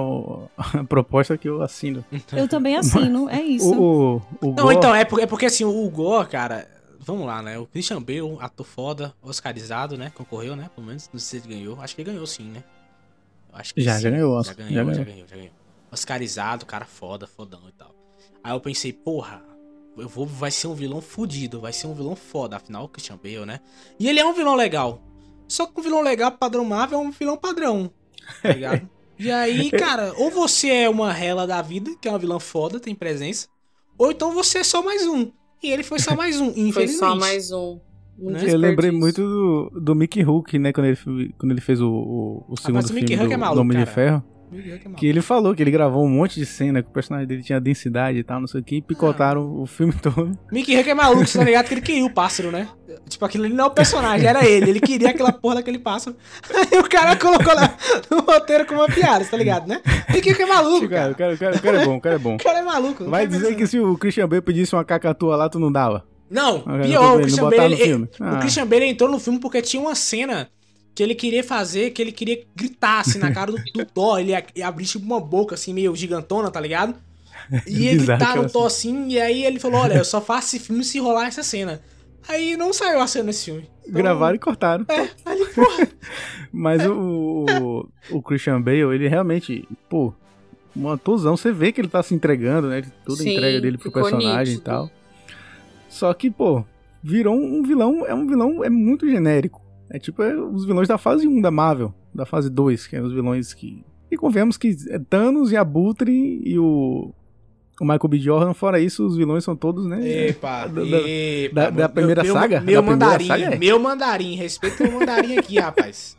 a proposta que eu assino. Eu também assino, é isso. Não, então, é porque assim, o Gorr, cara... Vamos lá, né? O Christian Bale, ator foda, oscarizado, né? Concorreu, né? Pelo menos, não sei se ele ganhou. Acho que ele ganhou sim, né? Acho que já ganhou. Já ganhou. Oscarizado, cara foda, fodão e tal. Aí eu pensei, porra, vai ser um vilão fudido, vai ser um vilão foda. Afinal, o Christian Bale, né? E ele é um vilão legal. Só que um vilão legal, padrão Marvel, é um vilão padrão. Tá ligado? E aí, cara, ou você é uma Hela da vida, que é uma vilã foda, tem presença. Ou então você é só mais um. E ele foi só mais um, infelizmente. Foi só mais um. Eu lembrei muito do Mickey Rourke, né? Quando ele fez o segundo filme do Homem de Ferro. Que ele falou que ele gravou um monte de cena, que o personagem dele tinha densidade e tal, não sei o que, e picotaram o filme todo. Mickey Rourke é maluco, você tá ligado? Que ele queria o pássaro, né? Tipo, aquilo ali não é o personagem, era ele. Ele queria aquela porra daquele pássaro. Aí o cara colocou lá no roteiro com uma piada, você tá ligado, né? Mickey Rourke é maluco, cara. O cara é bom, o cara é bom. O cara é maluco. Vai dizer que se o Christian Bale pedisse uma cacatua lá, tu não dava? Não, Ah, pior, não botaram no filme. O Christian Bale entrou no filme porque tinha uma cena que ele queria fazer, que ele queria gritar assim na cara do Thor, ele ia abrir tipo uma boca assim meio gigantona, tá ligado? E ia gritar no Thor assim, e aí ele falou, olha, eu só faço esse filme se rolar essa cena. Aí não saiu a cena nesse filme. Então, gravaram e cortaram. Ali, porra. Mas o Christian Bale, ele realmente, pô, uma atuação, você vê que ele tá se entregando, né? Toda a entrega dele pro personagem nítido. E tal. Só que, pô, virou um vilão, é muito genérico. É tipo os vilões da fase 1 da Marvel, da fase 2, que é os vilões que... E convenhamos que é Thanos e Abutre e o Michael B. Jordan, fora isso, os vilões são todos, né? Da primeira saga? Meu mandarim, respeita o mandarim aqui, rapaz.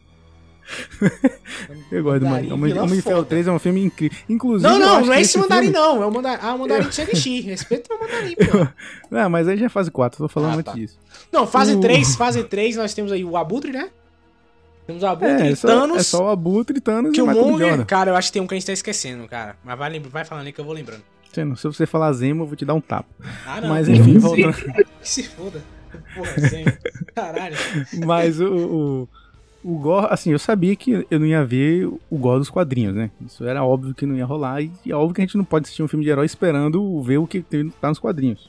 Eu gosto do mandarim. Homem de Ferro 3 é um filme incrível. Inclusive, não é esse mandarim, não. É o mandarim de Shang-Chi. Respeita o meu mandarim, pô. Não, mas aí já é fase 4, tô falando muito disso. Não, fase 3, nós temos aí o Abutre, né? Temos o Abutre e Thanos. É só o Abutre, Thanos e o Michael B. Jordan. Cara, eu acho que tem um que a gente tá esquecendo, cara. Mas vai falando aí que eu vou lembrando. Se você falar Zemo, eu vou te dar um tapa. Ah, não. Mas enfim, voltando. Que se foda. Porra, Zemo. Caralho. Mas o Gore, assim, eu sabia que eu não ia ver o Gore dos quadrinhos, né? Isso era óbvio que não ia rolar. E é óbvio que a gente não pode assistir um filme de herói esperando ver o que tá nos quadrinhos.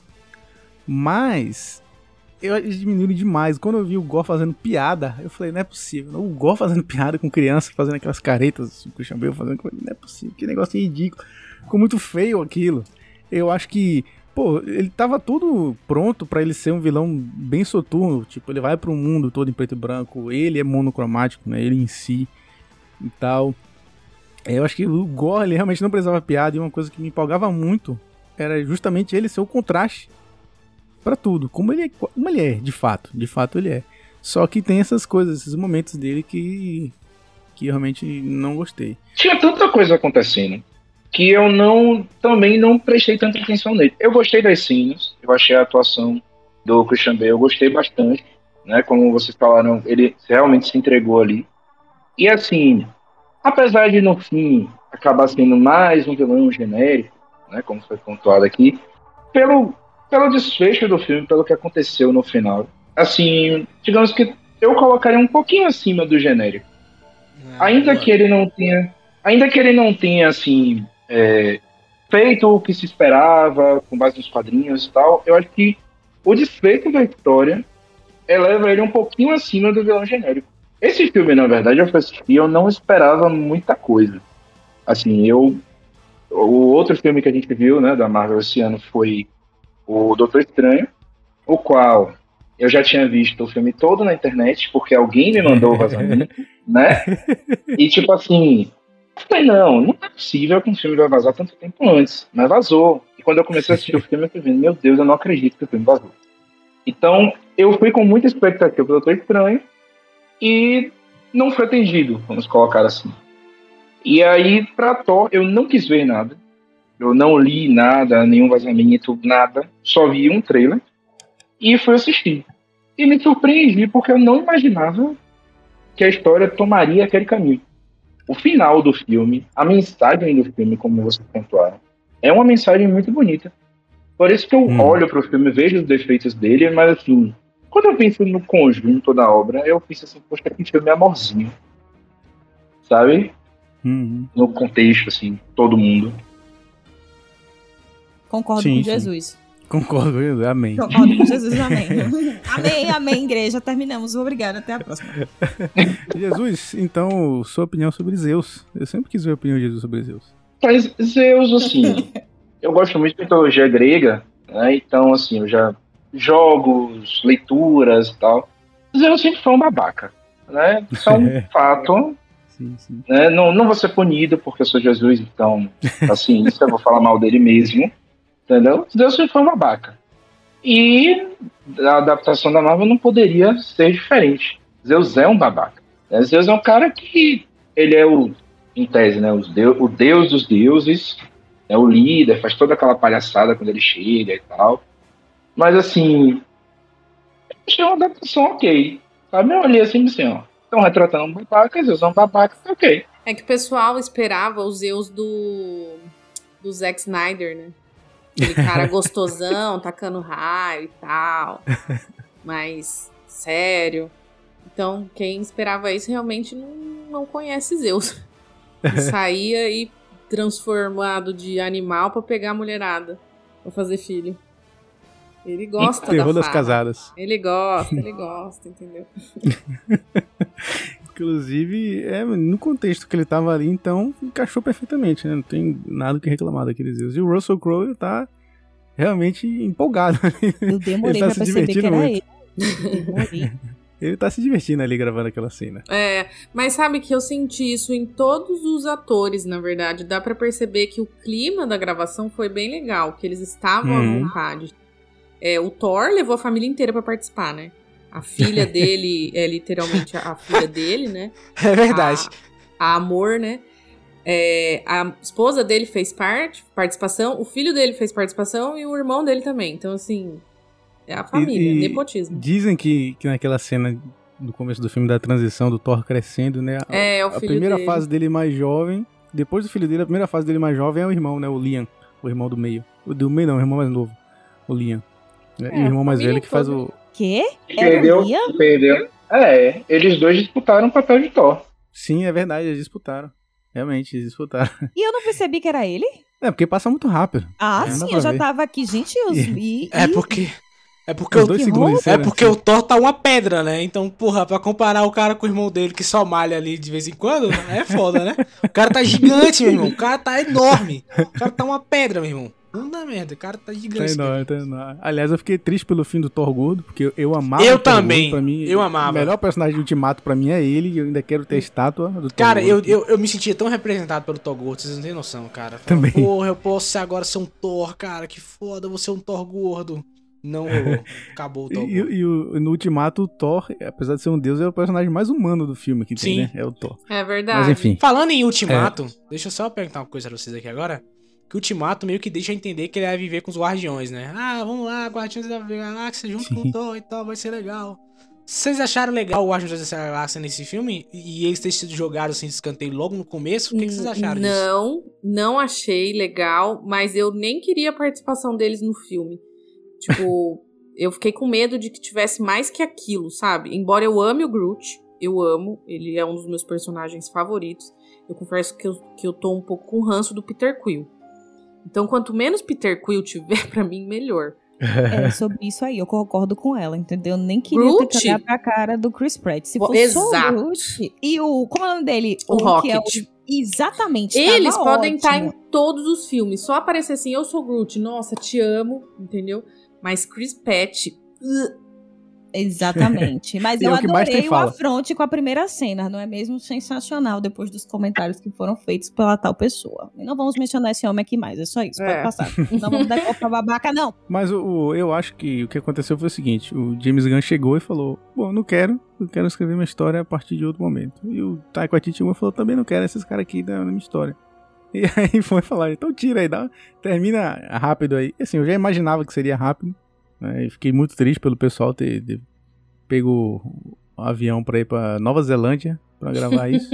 Mas eles diminuíram demais. Quando eu vi o Gore fazendo piada, eu falei, não é possível. O Gore fazendo piada com criança, fazendo aquelas caretas, o Christian Bale fazendo, não é possível, que negócio ridículo. Ficou muito feio aquilo. Eu acho que, pô, ele tava tudo pronto pra ele ser um vilão bem soturno. Tipo, ele vai pro mundo todo em preto e branco, ele é monocromático, né? Ele em si e tal. Eu acho que o Gore, ele realmente não precisava piada. E uma coisa que me empolgava muito era justamente ele ser o contraste pra tudo, como ele é, de fato ele é. Só que tem essas coisas, esses momentos dele que eu realmente não gostei. Tinha tanta coisa acontecendo que eu também não prestei tanta atenção nele. Eu gostei das cenas, eu achei a atuação do Christian Bale, eu gostei bastante, né? Como vocês falaram, ele realmente se entregou ali. E assim, apesar de no fim acabar sendo mais um vilão genérico, né? Como foi pontuado aqui, pelo desfecho do filme, pelo que aconteceu no final, assim, digamos que eu colocaria um pouquinho acima do genérico. Ainda que ele não tenha, assim, feito o que se esperava, com base nos quadrinhos e tal, eu acho que o desfecho da história eleva ele um pouquinho acima do vilão genérico. Esse filme, na verdade, eu não esperava muita coisa. Assim, o outro filme que a gente viu, né, da Marvel esse ano foi o Doutor Estranho, o qual eu já tinha visto o filme todo na internet, porque alguém me mandou o vazamento, né? E tipo assim, eu falei, não é possível que um filme vai vazar tanto tempo antes, mas vazou. E quando eu comecei a assistir o filme, eu falei, meu Deus, eu não acredito que o filme vazou. Então, eu fui com muita expectativa pro Doutor Estranho e não foi atendido, vamos colocar assim. E aí, pra Thor, eu não quis ver nada. Eu não li nada, nenhum vazamento, nada. Só vi um trailer e fui assistir. E me surpreendi porque eu não imaginava que a história tomaria aquele caminho. O final do filme, a mensagem do filme, como vocês pontuaram, é uma mensagem muito bonita. Por isso que eu olho pro filme, vejo os defeitos dele, mas assim, quando eu penso no conjunto da obra, eu penso assim, poxa, que filme é amorzinho. Sabe? No contexto, assim, todo mundo. Concordo com Jesus. Concordo, amém. Concordo com Jesus, amém. Amém, igreja. Terminamos. Obrigada, até a próxima. Jesus, então, sua opinião sobre Zeus. Eu sempre quis ver a opinião de Jesus sobre Zeus. Mas Zeus, assim, eu gosto muito de mitologia grega, né? Então, assim, eu já jogos, leituras e tal. Zeus sempre foi um babaca, né? Isso é um fato. Sim. Né? Não vou ser punido porque eu sou Jesus, então, assim, isso eu vou falar mal dele mesmo. Entendeu? Zeus sempre foi um babaca. E a adaptação da Marvel não poderia ser diferente. Zeus é um babaca. Zeus é um cara que ele é em tese, né, o deus dos deuses, é o líder, faz toda aquela palhaçada quando ele chega e tal. Mas assim, eu achei uma adaptação ok. Sabe? Eu olhei assim, ó, estão retratando um babaca, Zeus é um babaca, ok. É que o pessoal esperava o Zeus do Zack Snyder, né? Aquele cara gostosão, tacando raio e tal. Mas, sério. Então, quem esperava isso realmente não conhece Zeus. Ele saía aí transformado de animal pra pegar a mulherada. Pra fazer filho. Ele gosta da Terror das farra. casadas. Ele gosta, entendeu? Inclusive, no contexto que ele tava ali, então, encaixou perfeitamente, né? Não tem nada que reclamar daqueles Zeus. E o Russell Crowe, ele tá realmente empolgado. Eu demorei Ele tá pra se perceber que divertindo era muito. ele. Demorei. Ele tá se divertindo ali gravando aquela cena. Mas sabe que eu senti isso em todos os atores, na verdade. Dá pra perceber que o clima da gravação foi bem legal, que eles estavam à vontade. O Thor levou a família inteira pra participar, né? A filha dele é literalmente a filha dele, né? É verdade. A Amor, né? A esposa dele fez participação, o filho dele fez participação e o irmão dele também. Então, assim, é a família, nepotismo. Dizem que naquela cena do começo do filme da transição do Thor crescendo, né? O a filho primeira dele. fase dele mais jovem, depois do filho dele, a primeira fase dele mais jovem é o irmão, né? O Liam, o irmão do meio. O do meio não, o irmão mais novo, o Liam. E o irmão mais velho que faz o... Quê? Perdeu. Eles dois disputaram o papel de Thor. Sim, é verdade, eles disputaram. Realmente, eles disputaram. E eu não percebi que era ele? Porque passa muito rápido. Ah, Não dá sim, pra eu já ver. tava aqui, gente. É porque Os 2 segundos de cena. o Thor tá uma pedra, né? Então, porra, pra comparar o cara com o irmão dele que só malha ali de vez em quando, é foda, né? O cara tá gigante, meu irmão. O cara tá enorme. O cara tá uma pedra, meu irmão. Não dá merda, o cara tá gigante. Tá enorme. Aliás, eu fiquei triste pelo fim do Thor gordo, porque eu amava Eu o Thor também, gordo. Pra mim, eu amava. O melhor personagem de Ultimato pra mim é ele, e eu ainda quero ter a estátua do Thor Cara, gordo. eu me sentia tão representado pelo Thor gordo, vocês não têm noção, cara. Também. Porra, eu posso agora ser um Thor, cara, que foda, vou ser um Thor gordo. Não rolou, acabou o Thor gordo. E no Ultimato, o Thor, apesar de ser um deus, é o personagem mais humano do filme que tem, Sim. né? É o Thor. É verdade. Mas enfim. Falando em Ultimato, deixa eu só perguntar uma coisa pra vocês aqui agora. Que o Ultimato meio que deixa entender que ele vai viver com os Guardiões, né? Ah, vamos lá, Guardiões da Galáxia junto com o Thor e tal, vai ser legal. Vocês acharam legal o Guardiões da Galáxia nesse filme? E eles terem sido jogados assim de escanteio logo no começo? O que vocês acharam disso? Não achei legal, mas eu nem queria a participação deles no filme. Tipo, eu fiquei com medo de que tivesse mais que aquilo, sabe? Embora eu ame o Groot, ele é um dos meus personagens favoritos. Eu confesso que eu tô um pouco com ranço do Peter Quill. Então, quanto menos Peter Quill tiver, pra mim, melhor. É sobre isso aí, eu concordo com ela, entendeu? Nem queria ter que olhar pra cara do Chris Pratt. Se fosse só o Groot e o... Como é o nome dele? O Rocket. Que é exatamente. Eles tava podem ótimo. estar em todos os filmes. Só aparecer assim, eu sou Groot, nossa, te amo, entendeu? Mas Chris Pratt... Exatamente. Mas E eu é o que mais tem adorei o fala. afronte com a primeira cena, não é mesmo? Sensacional, depois dos comentários que foram feitos pela tal pessoa. E não vamos mencionar esse homem aqui mais, é só isso, pode passar. Não vamos dar copa pra babaca, não. Mas eu acho que o que aconteceu foi o seguinte: o James Gunn chegou e falou: bom, eu quero escrever uma história a partir de outro momento. E o Taika Waititi falou: também não quero esses caras aqui na minha história. E aí foi falar: então tira aí, termina rápido aí. E assim, eu já imaginava que seria rápido, né? E fiquei muito triste pelo pessoal ter pego o avião pra ir pra Nova Zelândia pra gravar isso.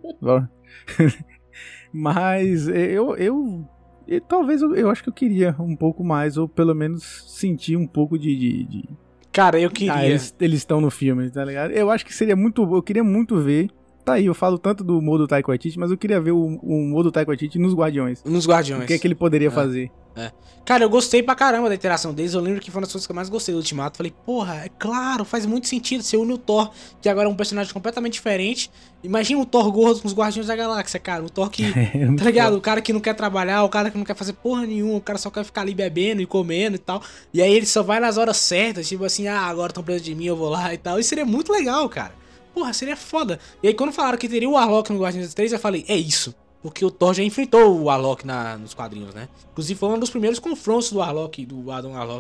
Mas talvez eu acho que eu queria um pouco mais, ou pelo menos sentir um pouco de... Cara, eu queria. Eles estão no filme, tá ligado? Eu acho que seria muito... Eu queria muito ver... Tá aí, eu falo tanto do humor do Taika Waititi, mas eu queria ver o humor do Taika Waititi nos Guardiões. Nos Guardiões. O que é que ele poderia fazer. Cara, eu gostei pra caramba da interação deles. Eu lembro que foi uma das coisas que eu mais gostei do Ultimato. Falei, porra, é claro, faz muito sentido. Você une o Thor, que agora é um personagem completamente diferente. Imagina o Thor gordo com os Guardiões da Galáxia, cara. O Thor que, tá ligado? O cara que não quer trabalhar, o cara que não quer fazer porra nenhuma, o cara só quer ficar ali bebendo e comendo e tal. E aí ele só vai nas horas certas, tipo assim, agora estão presos de mim, eu vou lá e tal. Isso seria muito legal, cara. Porra, seria foda. E aí quando falaram que teria o Warlock no Guardiões 3, eu falei, é isso. Porque o Thor já enfrentou o Warlock nos quadrinhos, né? Inclusive foi um dos primeiros confrontos do Warlock, do Adam Warlock,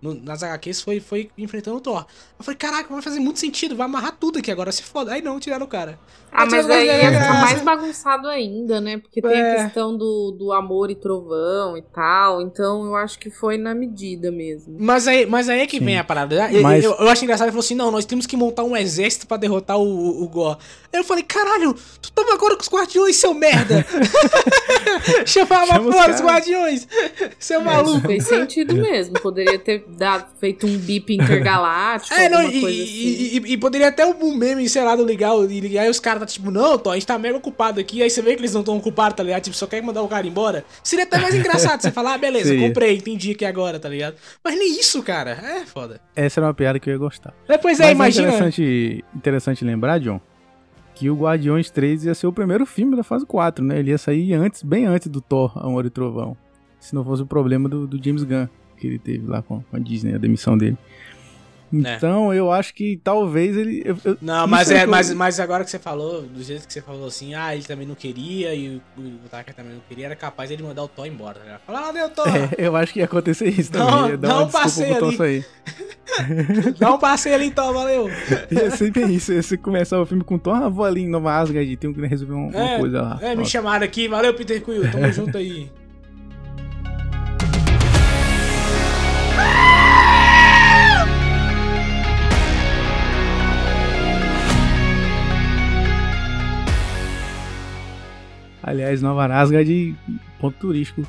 nas HQs foi enfrentando o Thor. Eu falei, caraca, vai fazer muito sentido, vai amarrar tudo aqui agora, se foda. Aí não, tiraram o cara. Mas aí ia ficar mais bagunçado ainda, né? Porque tem a questão do amor e trovão e tal. Então eu acho que foi na medida mesmo. Mas aí é que vem a parada. Eu acho engraçado, ele falou assim, não, nós temos que montar um exército pra derrotar o Gore. Aí eu falei, caralho, tu tava agora com os Guardiões, seu merda. Chamava fora os Guardiões, seu maluco. Isso fez sentido mesmo. Poderia ter feito um bip intergaláctico, alguma coisa assim. E poderia até um meme, sei lá, ligar e os caras tá tipo, não, Thor, a gente tá mega ocupado aqui. Aí você vê que eles não estão ocupados, tá ligado? Tipo, só quer mandar o cara embora. Seria até mais engraçado você falar, beleza, comprei, entendi aqui agora, tá ligado? Mas nem isso, cara. É foda. Essa era uma piada que eu ia gostar. Depois imagina. É interessante lembrar, John, que o Guardiões 3 ia ser o primeiro filme da fase 4, né? Ele ia sair bem antes do Thor, Amor e Trovão. Se não fosse o problema do James Gunn, que ele teve lá com a Disney, a demissão dele. Então, eu acho que talvez ele... Não, mas agora que você falou, do jeito que você falou assim, ele também não queria, e o Tucker também não queria, era capaz de ele mandar o Thor embora, tá ligado? Falar, meu Thor! Eu acho que ia acontecer isso também. Não passei ali. Dá um passeio ali, então, valeu. Ia ser bem isso. Ia começar o filme com Thor, vou ali em Nova Asgard, tenho que resolver uma coisa lá. Me chamaram aqui, valeu, Peter Quill, tamo junto aí. Aliás, Nova Asgard, ponto turístico.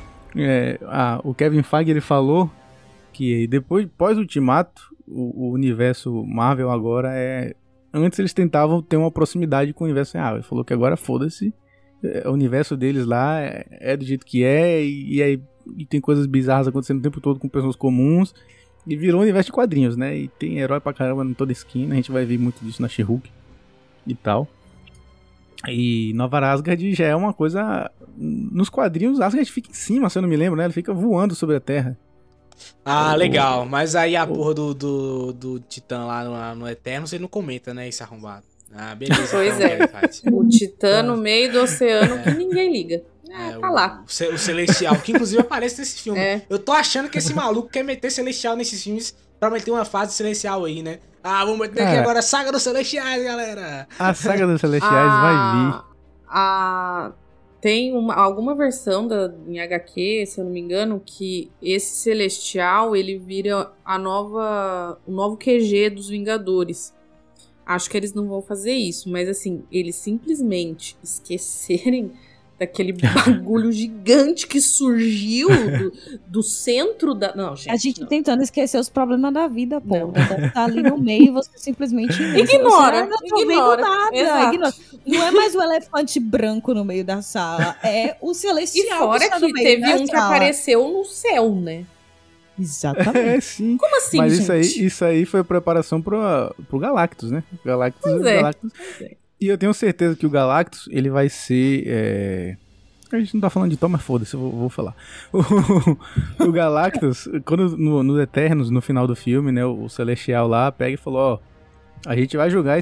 O Kevin Feige, ele falou que depois, pós-Ultimato, o universo Marvel agora Antes eles tentavam ter uma proximidade com o universo real. Ele falou que agora foda-se. O universo deles lá é do jeito que é, e tem coisas bizarras acontecendo o tempo todo com pessoas comuns. E virou um universo de quadrinhos, né? E tem herói pra caramba em toda esquina. A gente vai ver muito disso na She-Hulk e tal. E Nova Asgard já é uma coisa... Nos quadrinhos, Asgard fica em cima, se eu não me lembro, né? Ele fica voando sobre a Terra. Legal. Mas aí a porra do Titã lá no Eterno, você não comenta, né? Esse arrombado. Beleza. Pois então, o Titã no meio do oceano que ninguém liga. Tá lá. O Celestial, que inclusive aparece nesse filme. Eu tô achando que esse maluco quer meter Celestial nesses filmes pra meter uma fase Celestial aí, né? Vamos meter aqui agora a Saga dos Celestiais, galera. A Saga dos Celestiais vai vir. Tem alguma versão em HQ, se eu não me engano, que esse Celestial, ele vira o novo QG dos Vingadores. Acho que eles não vão fazer isso, mas assim, eles simplesmente esquecerem daquele bagulho gigante que surgiu do centro da... Não, gente, a gente tentando esquecer os problemas da vida, pô. Deve estar ali no meio e você simplesmente... Ignora. Não tô vendo nada. Ignora. Não é mais o elefante branco no meio da sala, é o Celestial. E fora que teve um que apareceu no céu, né? Exatamente. Sim. Como assim, mas gente? isso aí foi preparação pro Galactus, né? Galactus. E eu tenho certeza que o Galactus, ele vai ser... A gente não tá falando de Thor, mas foda-se, eu vou falar. O Galactus, quando no Eternos, no final do filme, né, o Celestial lá pega e falou, a gente vai julgar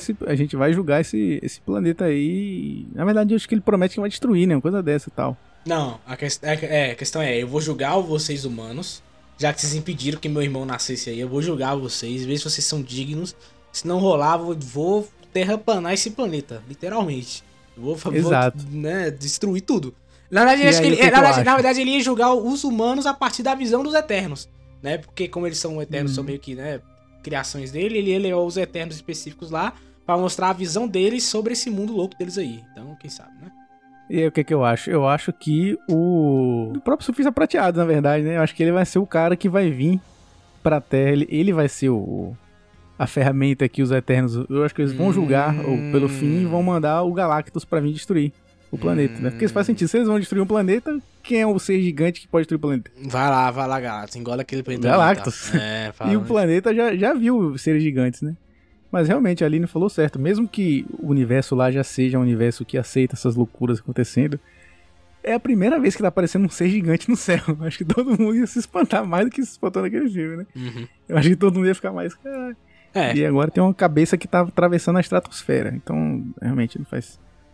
esse planeta aí. Na verdade, eu acho que ele promete que vai destruir, né, uma coisa dessa e tal. Não, a questão é, eu vou julgar vocês humanos, já que vocês impediram que meu irmão nascesse aí, eu vou julgar vocês, ver se vocês são dignos. Se não rolar, vou terraplanar esse planeta, literalmente. Eu vou né, destruir tudo. Na verdade, ele ia julgar os humanos a partir da visão dos Eternos, né? Porque como eles são Eternos, são meio que, né, criações dele, ele levou os Eternos específicos lá pra mostrar a visão deles sobre esse mundo louco deles aí. Então, quem sabe, né? E aí, o que eu acho? Eu acho que o próprio Surfista Prateado, na verdade, né? Eu acho que ele vai ser o cara que vai vir pra Terra. Ele vai ser a ferramenta que os Eternos... Eu acho que eles vão julgar pelo fim e vão mandar o Galactus pra vir destruir o planeta, né? Porque isso faz sentido. Se eles vão destruir um planeta, quem é o ser gigante que pode destruir o planeta? Vai lá, Galactus. Engole aquele planeta. Galactus. E o planeta já viu seres gigantes, né? Mas realmente, a Aline falou certo. Mesmo que o universo lá já seja um universo que aceita essas loucuras acontecendo, é a primeira vez que tá aparecendo um ser gigante no céu. Acho que todo mundo ia se espantar mais do que se espantou naquele filme, né? Uhum. Eu acho que todo mundo ia ficar mais... E agora tem uma cabeça que tá atravessando a estratosfera. Então, realmente, não faz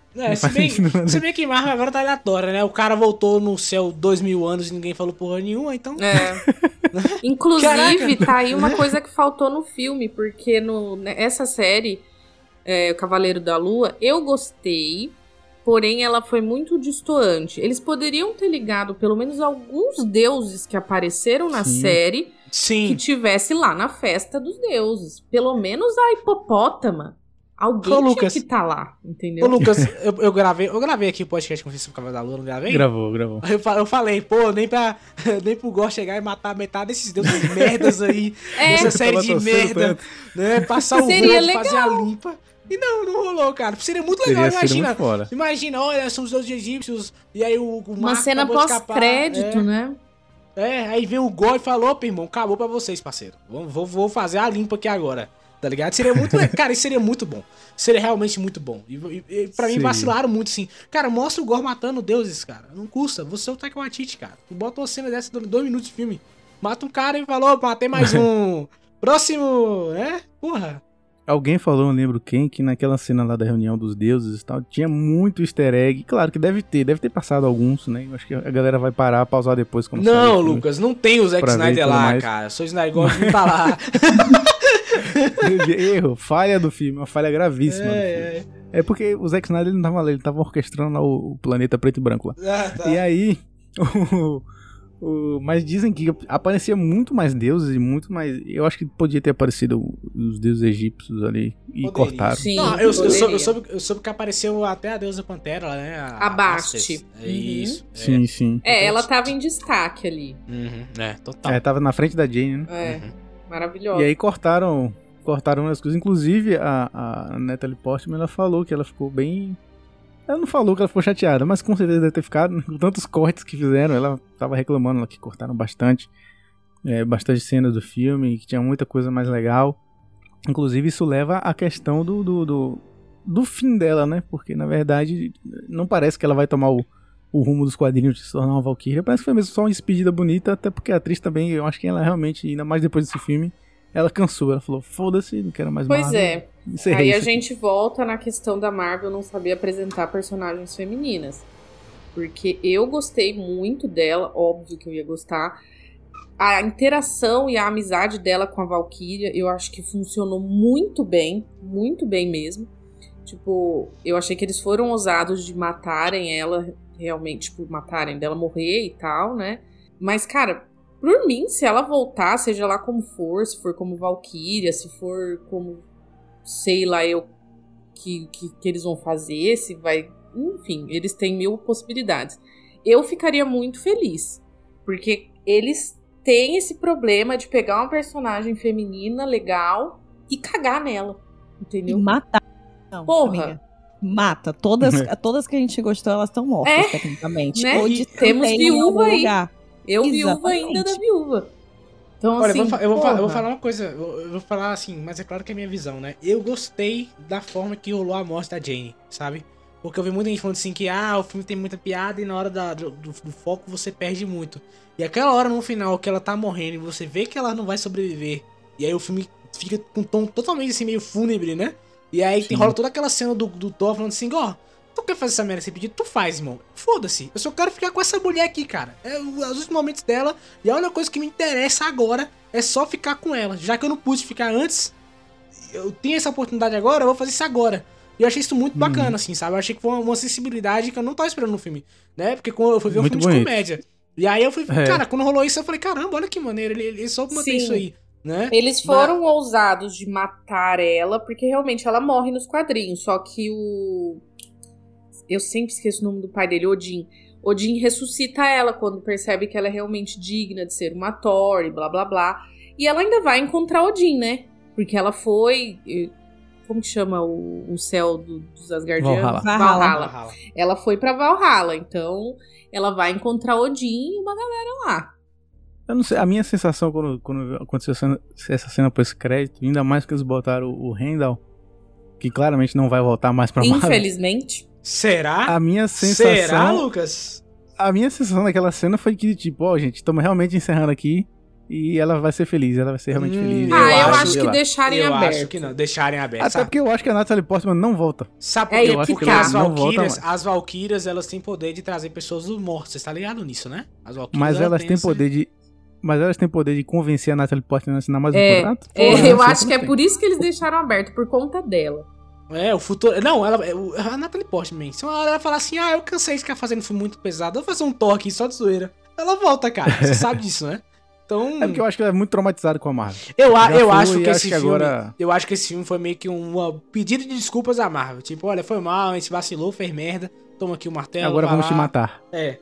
Se bem que Marvel agora tá aleatória, né? O cara voltou no céu 2000 anos e ninguém falou porra nenhuma, então... Inclusive, tá aí uma coisa que faltou no filme, porque essa série, O Cavaleiro da Lua, eu gostei, porém ela foi muito destoante. Eles poderiam ter ligado pelo menos alguns deuses que apareceram na série que tivesse lá na festa dos deuses. Pelo menos a hipopótama. Alguém tinha que tá lá, entendeu? Ô, Lucas, eu gravei aqui o podcast com o Cavaleiro da Lua, não gravei? Gravou. Eu falei, pô, nem pro Gore chegar e matar metade desses deuses merdas aí, dessa série de merda, né? Passar o rodo, fazer a limpa. E não rolou, cara. Seria muito legal, imagina, olha, são os deuses egípcios, e aí o uma cena pós-crédito, né? Aí vem o Gore e falou, opa, irmão, acabou pra vocês, parceiro. Vou fazer a limpa aqui agora. Tá ligado? Seria muito... Cara, isso seria muito bom. Seria realmente muito bom. E pra mim vacilaram muito, assim. Cara, mostra o Gore matando deuses, cara. Não custa. Você é o Taika Waititi, cara. Tu bota uma cena dessa em 2 minutos de filme. Mata um cara e falou, matei mais um. Próximo, né? Porra. Alguém falou, não lembro quem, que naquela cena lá da reunião dos deuses e tal, tinha muito easter egg. Claro que deve ter passado alguns, né? Eu acho que a galera vai parar, pausar depois. Não, Lucas, não tem o Zack Snyder lá, cara. Sou Snyder God, não tá lá. Erro, falha do filme, uma falha gravíssima. É porque o Zack Snyder ele não tava lá, ele tava orquestrando lá o planeta preto e branco lá. Tá. E aí, mas dizem que aparecia muito mais deuses e muito mais. Eu acho que podia ter aparecido os deuses egípcios ali e cortaram. Sim, não, eu soube que apareceu até a deusa Pantera, né? A Basti. Isso. Sim. Ela tava em destaque ali. Total. Tava na frente da Jane, né? Maravilhosa. E aí cortaram as coisas. Inclusive, a Natalie Portman, ela falou que ela ficou bem... Ela não falou que ela ficou chateada, mas com certeza deve ter ficado. Com tantos cortes que fizeram, ela tava reclamando que cortaram bastante cenas do filme, que tinha muita coisa mais legal. Inclusive, isso leva à questão do fim dela, né? Porque, na verdade, não parece que ela vai tomar o rumo dos quadrinhos de se tornar uma Valkyria. Parece que foi mesmo só uma despedida bonita, até porque a atriz também, eu acho que ela realmente, ainda mais depois desse filme, ela cansou. Ela falou, foda-se, não quero mais Pois Marvel. Aí a gente volta na questão da Marvel não saber apresentar personagens femininas. Porque eu gostei muito dela, óbvio que eu ia gostar. A interação e a amizade dela com a Valkyria, eu acho que funcionou muito bem mesmo. Tipo, eu achei que eles foram ousados de matarem ela, realmente, tipo, matarem dela morrer e tal, né? Mas, cara, por mim, se ela voltar, seja lá como for, se for como Valkyria, se for como, sei lá, que eles vão fazer, se vai... Enfim, eles têm 1000 possibilidades. Eu ficaria muito feliz, porque eles têm esse problema de pegar uma personagem feminina legal e cagar nela, entendeu? E matar. Não, porra! Amiga. Mata. Todas que a gente gostou, elas estão mortas, tecnicamente. Né? Ou temos viúva aí. Lugar. Eu Exatamente. Viúva ainda da viúva. Então, olha, assim, eu vou falar uma coisa. Eu vou falar assim, mas é claro que é a minha visão, né? Eu gostei da forma que rolou a morte da Jane, sabe? Porque eu vi muita gente falando assim que o filme tem muita piada e na hora do foco você perde muito. E aquela hora no final que ela tá morrendo e você vê que ela não vai sobreviver. E aí o filme fica com um tom totalmente assim, meio fúnebre, né? E aí rola toda aquela cena do Thor falando assim, tu quer fazer essa merda sem pedir? Tu faz, irmão. Foda-se. Eu só quero ficar com essa mulher aqui, cara. É os últimos momentos dela. E a única coisa que me interessa agora é só ficar com ela. Já que eu não pude ficar antes, eu tenho essa oportunidade agora, eu vou fazer isso agora. E eu achei isso muito bacana, assim, sabe? Eu achei que foi uma sensibilidade que eu não tava esperando no filme, né? Porque quando eu fui ver um filme de comédia. E aí eu fui, cara, quando rolou isso, eu falei, caramba, olha que maneiro. Ele soube manter isso aí. Né? Eles foram ousados de matar ela, porque realmente ela morre nos quadrinhos. Só que eu sempre esqueço o nome do pai dele, Odin. Odin ressuscita ela quando percebe que ela é realmente digna de ser uma Thor e blá blá blá. E ela ainda vai encontrar Odin, né? Porque ela foi... Como que chama o céu dos Asgardianos? Valhalla. Ela foi pra Valhalla, então ela vai encontrar Odin e uma galera lá. Eu não sei, a minha sensação quando aconteceu essa cena pós-crédito, ainda mais que eles botaram o Heimdall, que claramente não vai voltar mais pra Marvel. Infelizmente. Será? A minha sensação... Será, Lucas? A minha sensação naquela cena foi que, tipo, gente, estamos realmente encerrando aqui e ela vai ser feliz, ela vai ser realmente feliz. Eu acho que deixarem eu aberto. acho que não, deixarem aberto. Até porque eu acho que a Natalie Portman não volta. Sabe É, por quê? que Porque tá. as Valkyrias, elas têm poder de trazer pessoas dos mortos. Você tá ligado nisso, né? As Valkyrias, Mas elas têm poder de... Mas elas têm poder de convencer a Natalie Portman a assinar mais um contrato? Eu acho que é por isso que eles deixaram aberto, por conta dela. O futuro... Não, a Natalie Portman, se uma hora ela falar assim, eu cansei de ficar fazendo filme muito pesado, eu vou fazer um Thor aqui só de zoeira. Ela volta, cara. Você sabe disso, né? Então... É porque eu acho que ela é muito traumatizada com a Marvel. Eu acho que esse filme... Agora... Eu acho que esse filme foi meio que um pedido de desculpas à Marvel. Tipo, olha, foi mal, a gente vacilou, fez merda. Toma aqui o martelo. Agora vamos te matar.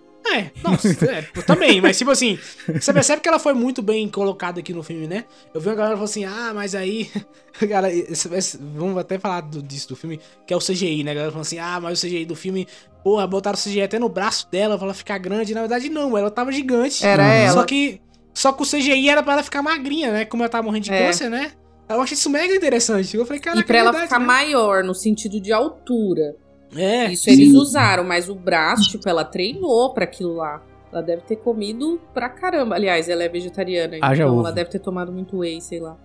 Também, mas tipo assim, você percebe que ela foi muito bem colocada aqui no filme, né? Eu vi uma galera falando assim, mas aí, cara, vamos até falar disso do filme, que é o CGI, né? A galera falando assim, mas o CGI do filme, porra, botaram o CGI até no braço dela pra ela ficar grande. Na verdade, não, ela tava gigante. Era ela. Só que o CGI era pra ela ficar magrinha, né? Como ela tava morrendo de câncer, né? Eu achei isso mega interessante. Eu falei, cara, e pra ela ficar maior, no sentido de altura. Isso sim. Eles usaram, mas o braço, tipo, ela treinou pra aquilo lá. Ela deve ter comido pra caramba. Aliás, ela é vegetariana, então ela deve ter tomado muito whey, sei lá.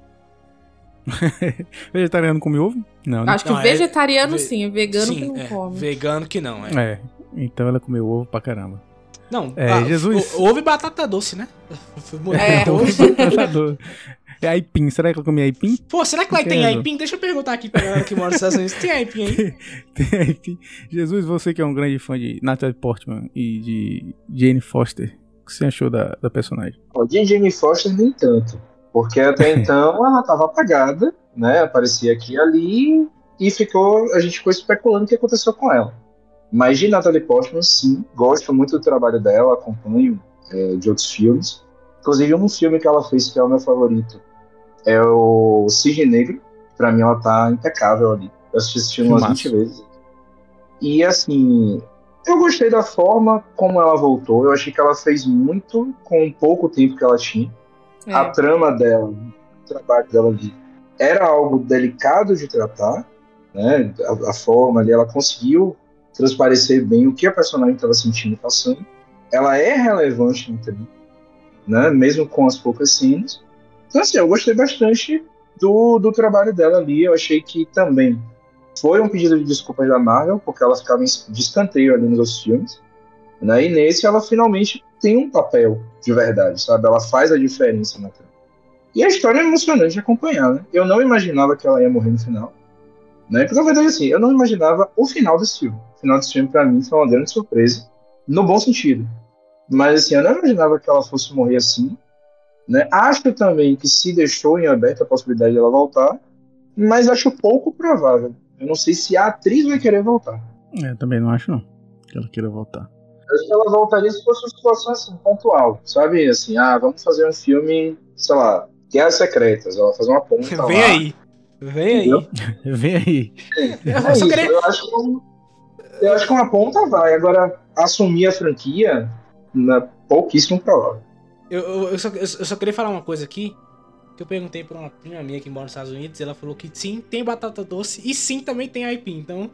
Vegetariano come ovo? Não, né? Acho que vegetariano sim, é vegano que não come. Vegano que não, então ela comeu ovo pra caramba. Não, Jesus... ovo e batata doce, né? Ovo e batata doce. É aipim, será que eu comi aipim? Pô, será que lá tem aipim? Deixa eu perguntar aqui pra galera que mora nos Estados Unidos. Tem aipim aí? Tem aipim. Jesus, você que é um grande fã de Natalie Portman e de Jane Foster, o que você achou da personagem? De Jane Foster nem tanto, porque até então ela tava apagada, né, aparecia aqui e ali, e a gente ficou especulando o que aconteceu com ela. Mas de Natalie Portman, sim, gosto muito do trabalho dela, acompanho de outros filmes. Inclusive um filme que ela fez que é o meu favorito é o Cisne Negro. Pra mim ela tá impecável ali. Eu assisti esse filme umas 20 vezes. E assim, eu gostei da forma como ela voltou. Eu achei que ela fez muito com o pouco tempo que ela tinha. A trama dela, o trabalho dela ali, era algo delicado de tratar, né? A forma ali, ela conseguiu transparecer bem o que a personagem estava sentindo e passando. Ela é relevante no tema, né? Mesmo com as poucas cenas. Então assim, eu gostei bastante do trabalho dela ali. Eu achei que também foi um pedido de desculpas da Marvel, porque ela ficava de escanteio ali nos outros filmes, né? E nesse ela finalmente tem um papel de verdade, sabe? Ela faz a diferença na trama. E a história é emocionante de acompanhar, né? Eu não imaginava que ela ia morrer no final, né? Porque na verdade assim, eu não imaginava o final desse filme. O final desse filme pra mim foi uma grande surpresa, no bom sentido. Mas assim, eu não imaginava que ela fosse morrer assim, né? Acho também que se deixou em aberto a possibilidade de ela voltar, mas acho pouco provável. Eu não sei se a atriz vai querer voltar. Também não acho não que ela queira voltar. Acho que ela voltaria se fosse uma situação assim, pontual, sabe? Assim, vamos fazer um filme, sei lá, Guerras Secretas, ela fazer uma ponta lá. Vem aí. Vem aí. Eu acho que uma ponta vai. Agora, assumir a franquia, pouquíssimo provável. Eu só queria falar uma coisa aqui, que eu perguntei pra uma prima minha que mora nos Estados Unidos, e ela falou que sim, tem batata doce, e sim, também tem aipim, então...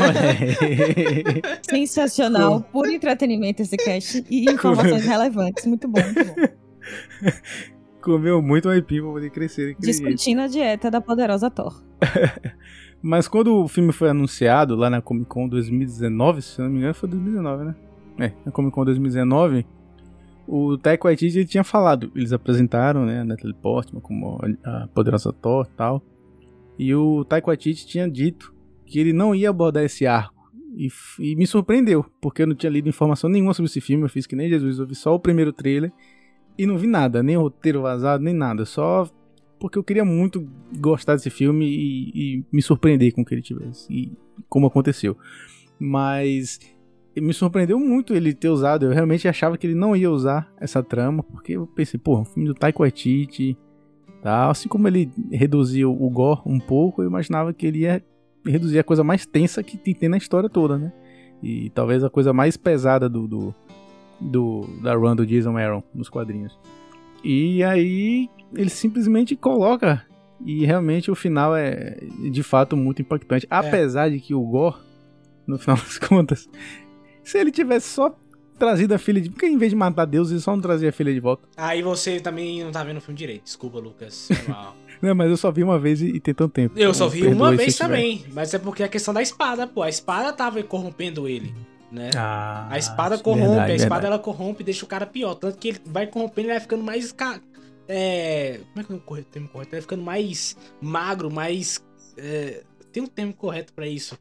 Sensacional, puro entretenimento esse cast, e informações relevantes, muito bom, muito bom. Comeu muito aipim pra poder crescer. Discutindo a dieta da poderosa Thor. Mas quando o filme foi anunciado lá na Comic Con 2019, se não me engano foi 2019, né? Na Comic Con 2019, o Taika Waititi ele tinha falado, eles apresentaram, né, a Natalie Portman como a poderosa Thor e tal, e o Taika Waititi tinha dito que ele não ia abordar esse arco, e me surpreendeu, porque eu não tinha lido informação nenhuma sobre esse filme, eu fiz que nem Jesus, eu vi só o primeiro trailer, e não vi nada, nem o roteiro vazado, nem nada, só porque eu queria muito gostar desse filme e me surpreender com o que ele tivesse, e como aconteceu. Mas me surpreendeu muito ele ter usado, eu realmente achava que ele não ia usar essa trama, porque eu pensei, um filme do Taika Waititi, tal, assim como ele reduziu o gore um pouco, eu imaginava que ele ia reduzir a coisa mais tensa que tem na história toda, né? E talvez a coisa mais pesada da run do Jason Aaron nos quadrinhos. E aí ele simplesmente coloca, e realmente o final é de fato muito impactante, apesar de que o gore, no final das contas, se ele tivesse só trazido a filha de... Por que em vez de matar Deus, ele só não trazia a filha de volta? Aí você também não tá vendo o filme direito. Desculpa, Lucas. Foi mal. Não, mas eu só vi uma vez e tem tanto tempo. Eu só vi uma vez se tiver. também. Mas é porque é a questão da espada, pô. A espada tava corrompendo ele, né? Ah, A espada corrompe, verdade, a espada verdade. ela corrompe e deixa o cara pior. Tanto que ele vai corrompendo e vai ficando mais... Como é que é o termo correto? Ele vai ficando mais magro, mais... tem um termo correto pra isso.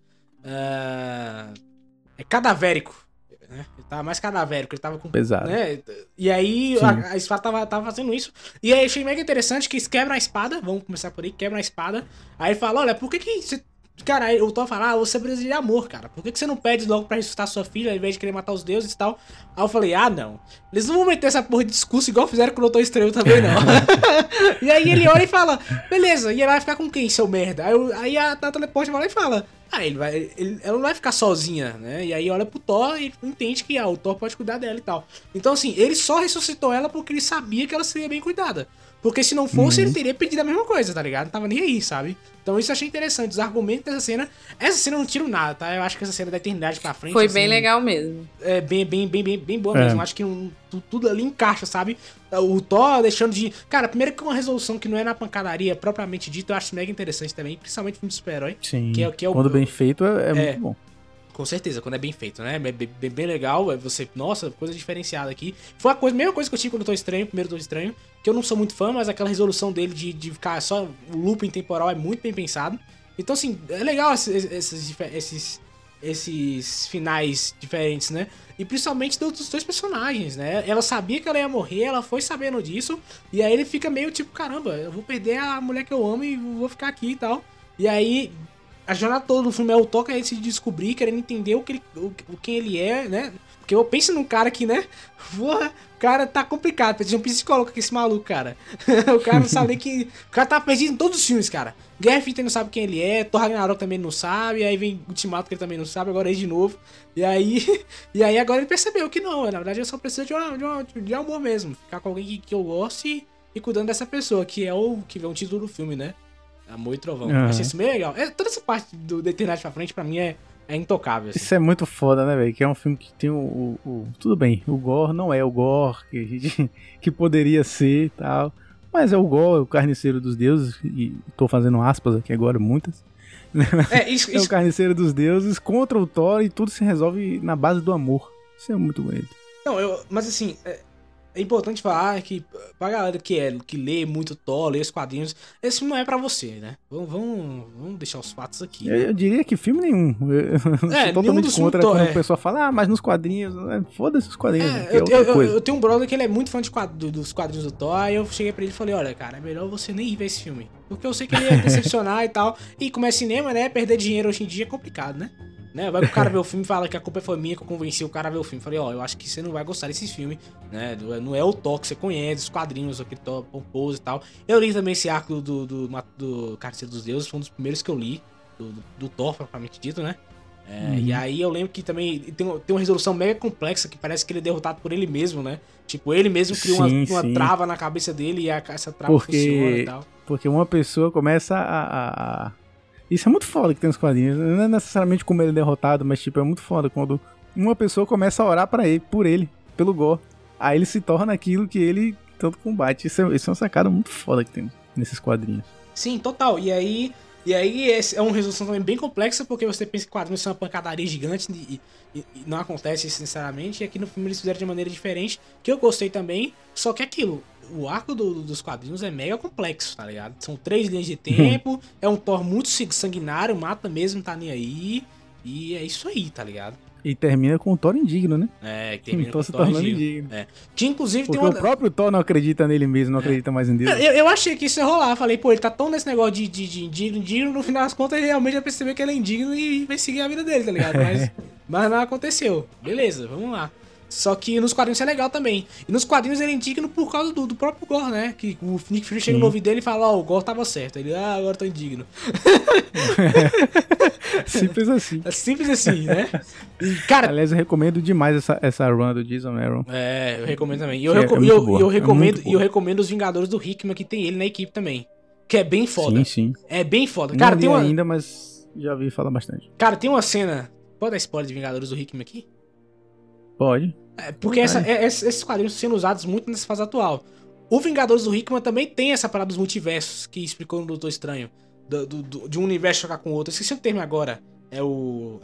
É cadavérico. Né? Ele tava mais cadavérico, ele tava com... Pesado. Né? E aí a espada tava fazendo isso. E aí achei mega interessante que eles quebram a espada. Vamos começar por aí, quebram a espada. Aí ele fala, olha, por que você... Cara, aí o Thor fala, você precisa de amor, cara. Por que você não pede logo pra ressuscitar sua filha ao invés de querer matar os deuses e tal? Aí eu falei, não. Eles não vão meter essa porra de discurso igual fizeram com o Doutor Estranho também, não. E aí ele olha e fala, beleza, e ele vai ficar com quem, seu merda? Aí a Natalie Portman vai lá e fala, ela não vai ficar sozinha, né? E aí olha pro Thor e entende que o Thor pode cuidar dela e tal. Então assim, ele só ressuscitou ela porque ele sabia que ela seria bem cuidada. Porque se não fosse, ele teria pedido a mesma coisa, tá ligado? Não tava nem aí, sabe? Então isso eu achei interessante, os argumentos dessa cena. Essa cena eu não tiro nada, tá? Eu acho que essa cena da eternidade pra frente... Foi assim, bem legal mesmo. É bem boa mesmo. Acho que tudo ali encaixa, sabe? O Thor deixando de... Cara, primeiro que uma resolução que não é na pancadaria propriamente dita, eu acho mega interessante também. Principalmente filme de super-herói. Sim, que é quando bem feito é muito bom. Com certeza, quando é bem feito, né? Bem legal, você... Nossa, coisa diferenciada aqui. Foi a mesma coisa que eu tive quando eu tô estranho, primeiro Doutor Estranho, que eu não sou muito fã, mas aquela resolução dele de ficar só o looping temporal é muito bem pensado. Então, assim, é legal esses finais diferentes, né? E principalmente dos dois personagens, né? Ela sabia que ela ia morrer, ela foi sabendo disso, e aí ele fica meio tipo, caramba, eu vou perder a mulher que eu amo e vou ficar aqui e tal. E aí... A jornada toda do filme é o Thor querendo se descobrir, querendo entender quem ele é, né? Porque eu penso num cara que, né? Porra, o cara tá complicado. Precisa de um psicólogo com esse maluco, cara. O cara não sabe nem que... O cara tá perdido em todos os filmes, cara. Guerra Infinita não sabe quem ele é, Thor Ragnarok também não sabe, aí vem Ultimato que ele também não sabe, agora é de novo. E aí agora ele percebeu que não, na verdade eu só preciso de amor mesmo. Ficar com alguém que eu goste e cuidando dessa pessoa, que é o título do filme, né? Amor e Trovão. Achei isso meio legal. Toda essa parte do Eternidade pra frente, pra mim, é intocável. Assim. Isso é muito foda, né, velho? Que é um filme que tem tudo bem, o Gore não é o Gore que poderia ser e tal. Mas é o Gore, o carniceiro dos deuses. E tô fazendo aspas aqui agora, muitas. Isso. É o carniceiro dos deuses contra o Thor e tudo se resolve na base do amor. Isso é muito bonito. Não, mas assim... É importante falar que pra galera que lê muito Thor, lê os quadrinhos, esse filme não é pra você, né? Vamos deixar os fatos aqui. Eu diria que filme nenhum. Eu sou totalmente contra quando a pessoa fala, mas nos quadrinhos, foda-se os quadrinhos. Eu tenho um brother que ele é muito fã dos quadrinhos do Thor, aí eu cheguei pra ele e falei, olha, cara, é melhor você nem ir ver esse filme. Porque eu sei que ele ia decepcionar e tal. E como é cinema, né? Perder dinheiro hoje em dia é complicado, né? Vai que o cara vê o filme e fala que a culpa foi minha, que eu convenci o cara a ver o filme. Falei, eu acho que você não vai gostar desse filme, né? Não é o Thor que você conhece, os quadrinhos, aquele Thor pomposo e tal. Eu li também esse arco do Carniceiro dos Deuses, foi um dos primeiros que eu li, do Thor, propriamente dito, né? E aí eu lembro que também tem uma resolução mega complexa, que parece que ele é derrotado por ele mesmo, né? Tipo, ele mesmo criou uma trava na cabeça dele e essa trava funciona e tal. Porque uma pessoa começa a... Isso é muito foda que tem nos quadrinhos. Não é necessariamente como ele é derrotado, mas tipo, é muito foda quando uma pessoa começa a orar por ele, pelo Gore. Aí ele se torna aquilo que ele tanto combate. Isso é uma sacada muito foda que tem nesses quadrinhos. Sim, total. E aí é uma resolução também bem complexa, porque você pensa que quadrinhos são uma pancadaria gigante e não acontece isso necessariamente. E aqui no filme eles fizeram de maneira diferente, que eu gostei também. Só que aquilo... O arco dos quadrinhos é mega complexo, tá ligado? São 3 linhas de tempo, é um Thor muito sanguinário, mata mesmo, tá nem aí. E é isso aí, tá ligado? E termina com o Thor indigno, né? Que termina com o se Thor tornando indigno. Que inclusive porque tem uma... o próprio Thor não acredita nele mesmo, não acredita mais em Deus. Eu achei que isso ia rolar. Falei, pô, ele tá tão nesse negócio de indigno, no final das contas ele realmente vai perceber que ele é indigno e vai seguir a vida dele, tá ligado? Mas não aconteceu. Beleza, vamos lá. Só que nos quadrinhos é legal também. E nos quadrinhos ele é indigno por causa do próprio Gore, né? Que o Nick Fury chega no ouvido dele e fala, o Gore tava certo. Ele, agora tô indigno. Simples assim. É simples assim, né? E, cara... Aliás, eu recomendo demais essa run do Jason Aaron. Eu recomendo também. E eu recomendo os Vingadores do Hickman, que tem ele na equipe também. Que é bem foda. Sim. É bem foda. Cara, não li ainda, mas já vi falar bastante. Cara, tem uma cena... Pode dar spoiler de Vingadores do Hickman aqui? Pode. Porque esses quadrinhos estão sendo usados muito nessa fase atual. O Vingadores do Hickman também tem essa parada dos multiversos que explicou no Doutor Estranho. De um universo chocar com o outro. Eu esqueci o termo agora. É o...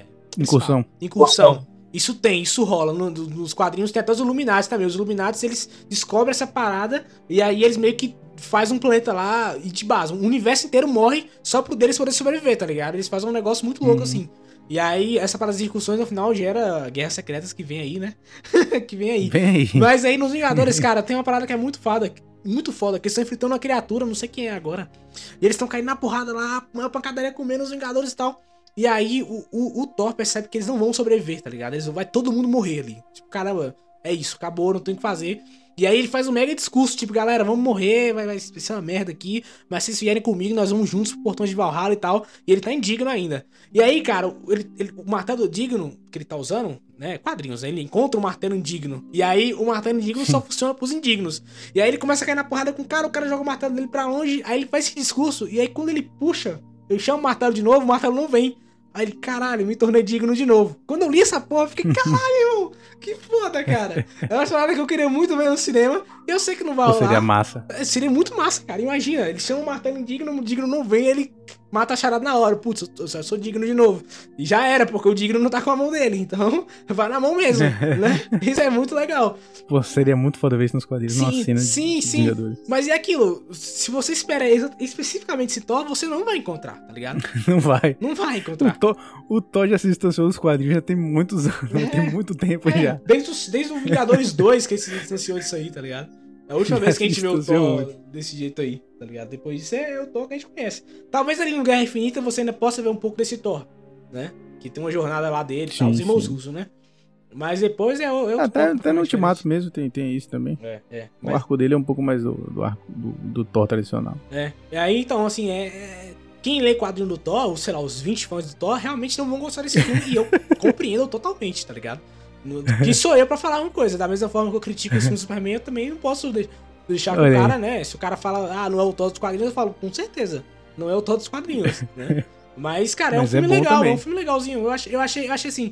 Incursão. Isso rola. Nos quadrinhos tem até os Illuminati também. Os Illuminati, eles descobrem essa parada e aí eles meio que fazem um planeta lá e de base. O universo inteiro morre só pro deles poder sobreviver, tá ligado? Eles fazem um negócio muito louco assim. E aí, essa parada de incursões, no final, gera guerras secretas que vem aí, né? que vem aí. Mas aí, nos Vingadores, cara, tem uma parada que é muito foda, que eles estão enfrentando uma criatura, não sei quem é agora. E eles estão caindo na porrada lá, uma pancadaria comendo os Vingadores e tal. E aí, o Thor percebe que eles não vão sobreviver, tá ligado? Vai todo mundo morrer ali. Tipo, caramba, é isso, acabou, não tem o que fazer. E aí ele faz um mega discurso, tipo, galera, vamos morrer, vai ser uma merda aqui, mas se vocês vierem comigo, nós vamos juntos pro portão de Valhalla e tal. E ele tá indigno ainda. E aí, cara, o martelo digno que ele tá usando, né, quadrinhos, né, ele encontra um martelo indigno. E aí o martelo indigno só funciona pros indignos. E aí ele começa a cair na porrada com o cara joga o martelo dele pra longe, aí ele faz esse discurso, e aí quando ele puxa, ele chama o martelo de novo, o martelo não vem. Aí ele, caralho, me tornei digno de novo. Quando eu li essa porra, eu fiquei, caralho, irmão, que foda, cara. É uma parada que eu queria muito ver no cinema. Eu sei que não vai rolar. Seria massa. Seria muito massa, cara. Imagina, ele chama o martelo indigno, o digno não vem, ele mata a charada na hora. Putz, eu sou digno de novo. E já era, porque o digno não tá com a mão dele. Então, vai na mão mesmo, né? Isso é muito legal. Pô, seria muito foda ver isso nos quadrinhos. Numa cena sim. Mas e aquilo? Se você espera especificamente esse Thor, você não vai encontrar, tá ligado? Não vai. Não vai encontrar. O Thor já se distanciou dos quadrinhos já tem muitos anos, tem muito tempo já. Desde o Vingadores 2 que ele se distanciou disso aí, tá ligado? É a última vez que a gente vê o Thor desse jeito aí, tá ligado? Depois disso é o Thor que a gente conhece. Talvez ali no Guerra Infinita você ainda possa ver um pouco desse Thor, né? Que tem uma jornada lá dele, sim, tal, os irmãos russos, né? Mas depois até no Ultimato mesmo tem isso também. O arco dele é um pouco mais do arco do Thor tradicional. E aí, então, assim, quem lê quadrinho do Thor, ou sei lá, os 20 fãs do Thor, realmente não vão gostar desse filme. E eu compreendo totalmente, tá ligado? Que sou eu pra falar uma coisa. Da mesma forma que eu critico esse filme do Superman, eu também não posso deixar com o cara, né? Se o cara fala, não é o Thor dos quadrinhos, eu falo, com certeza, não é o Thor dos quadrinhos, né? Mas, cara, é um filme legal, também. É um filme legalzinho. Eu achei assim,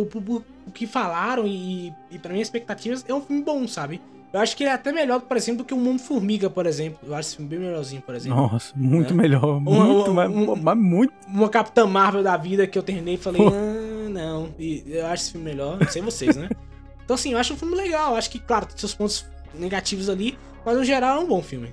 o que falaram e pra minhas expectativas, é um filme bom, sabe? Eu acho que ele é até melhor, por exemplo, do que o Mundo-Formiga, por exemplo. Eu acho esse filme bem melhorzinho, por exemplo. Nossa, muito melhor. Muito. Uma Capitã Marvel da vida que eu terminei e falei, não. E eu acho esse filme melhor, não sei vocês, né? Então, assim, eu acho um filme legal. Eu acho que, claro, tem seus pontos negativos ali, mas no geral é um bom filme.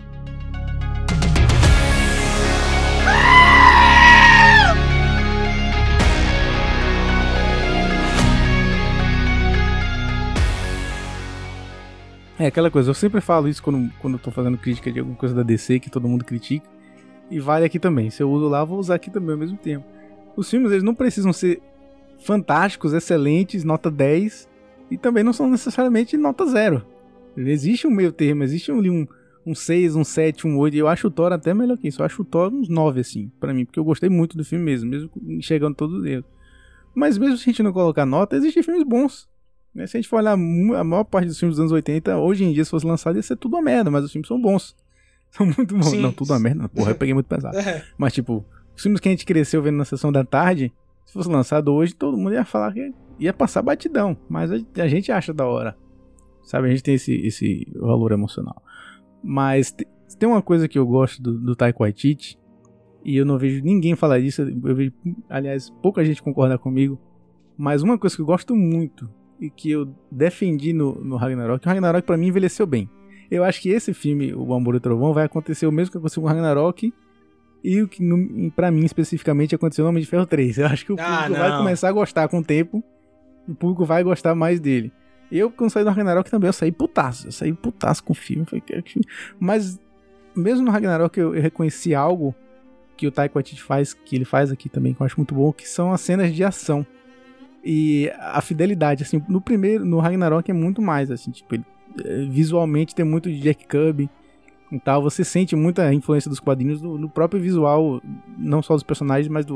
É aquela coisa, eu sempre falo isso quando eu tô fazendo crítica de alguma coisa da DC que todo mundo critica. E vale aqui também. Se eu uso lá, eu vou usar aqui também ao mesmo tempo. Os filmes, eles não precisam ser fantásticos, excelentes, nota 10. E também não são necessariamente nota 0. Existe um meio termo, existe um 6, um 7, um 8. E eu acho o Thor até melhor que isso. Eu acho o Thor uns 9, assim, pra mim. Porque eu gostei muito do filme mesmo enxergando todos eles. Mas mesmo se a gente não colocar nota, existem filmes bons. Se a gente for olhar a maior parte dos filmes dos anos 80, hoje em dia, se fosse lançado, ia ser tudo uma merda, mas os filmes são bons. São muito bons. Sim. Não, tudo uma merda. Porra, eu peguei muito pesado. Mas, tipo, os filmes que a gente cresceu vendo na sessão da tarde, se fosse lançado hoje, todo mundo ia falar que ia passar batidão. Mas a gente acha da hora. Sabe, a gente tem esse valor emocional. Mas tem uma coisa que eu gosto do Taika Waititi, e eu não vejo ninguém falar disso. Eu vejo, aliás, pouca gente concorda comigo. Mas uma coisa que eu gosto muito e que eu defendi no Ragnarok, o Ragnarok pra mim envelheceu bem. Eu acho que esse filme, O Amor e o Trovão, vai acontecer o mesmo que aconteceu com o Ragnarok e o que pra mim especificamente aconteceu no Homem de Ferro 3. Eu acho que o público vai começar a gostar com o tempo, o público vai gostar mais dele. Eu, quando saí do Ragnarok também, eu saí putaço com o filme. Mas mesmo no Ragnarok eu reconheci algo que o Taika Waititi faz, que ele faz aqui também, que eu acho muito bom, que são as cenas de ação. E a fidelidade, assim, no Ragnarok é muito mais, assim, tipo, ele, visualmente tem muito de Jack Kirby e tal, você sente muita influência dos quadrinhos no próprio visual, não só dos personagens, mas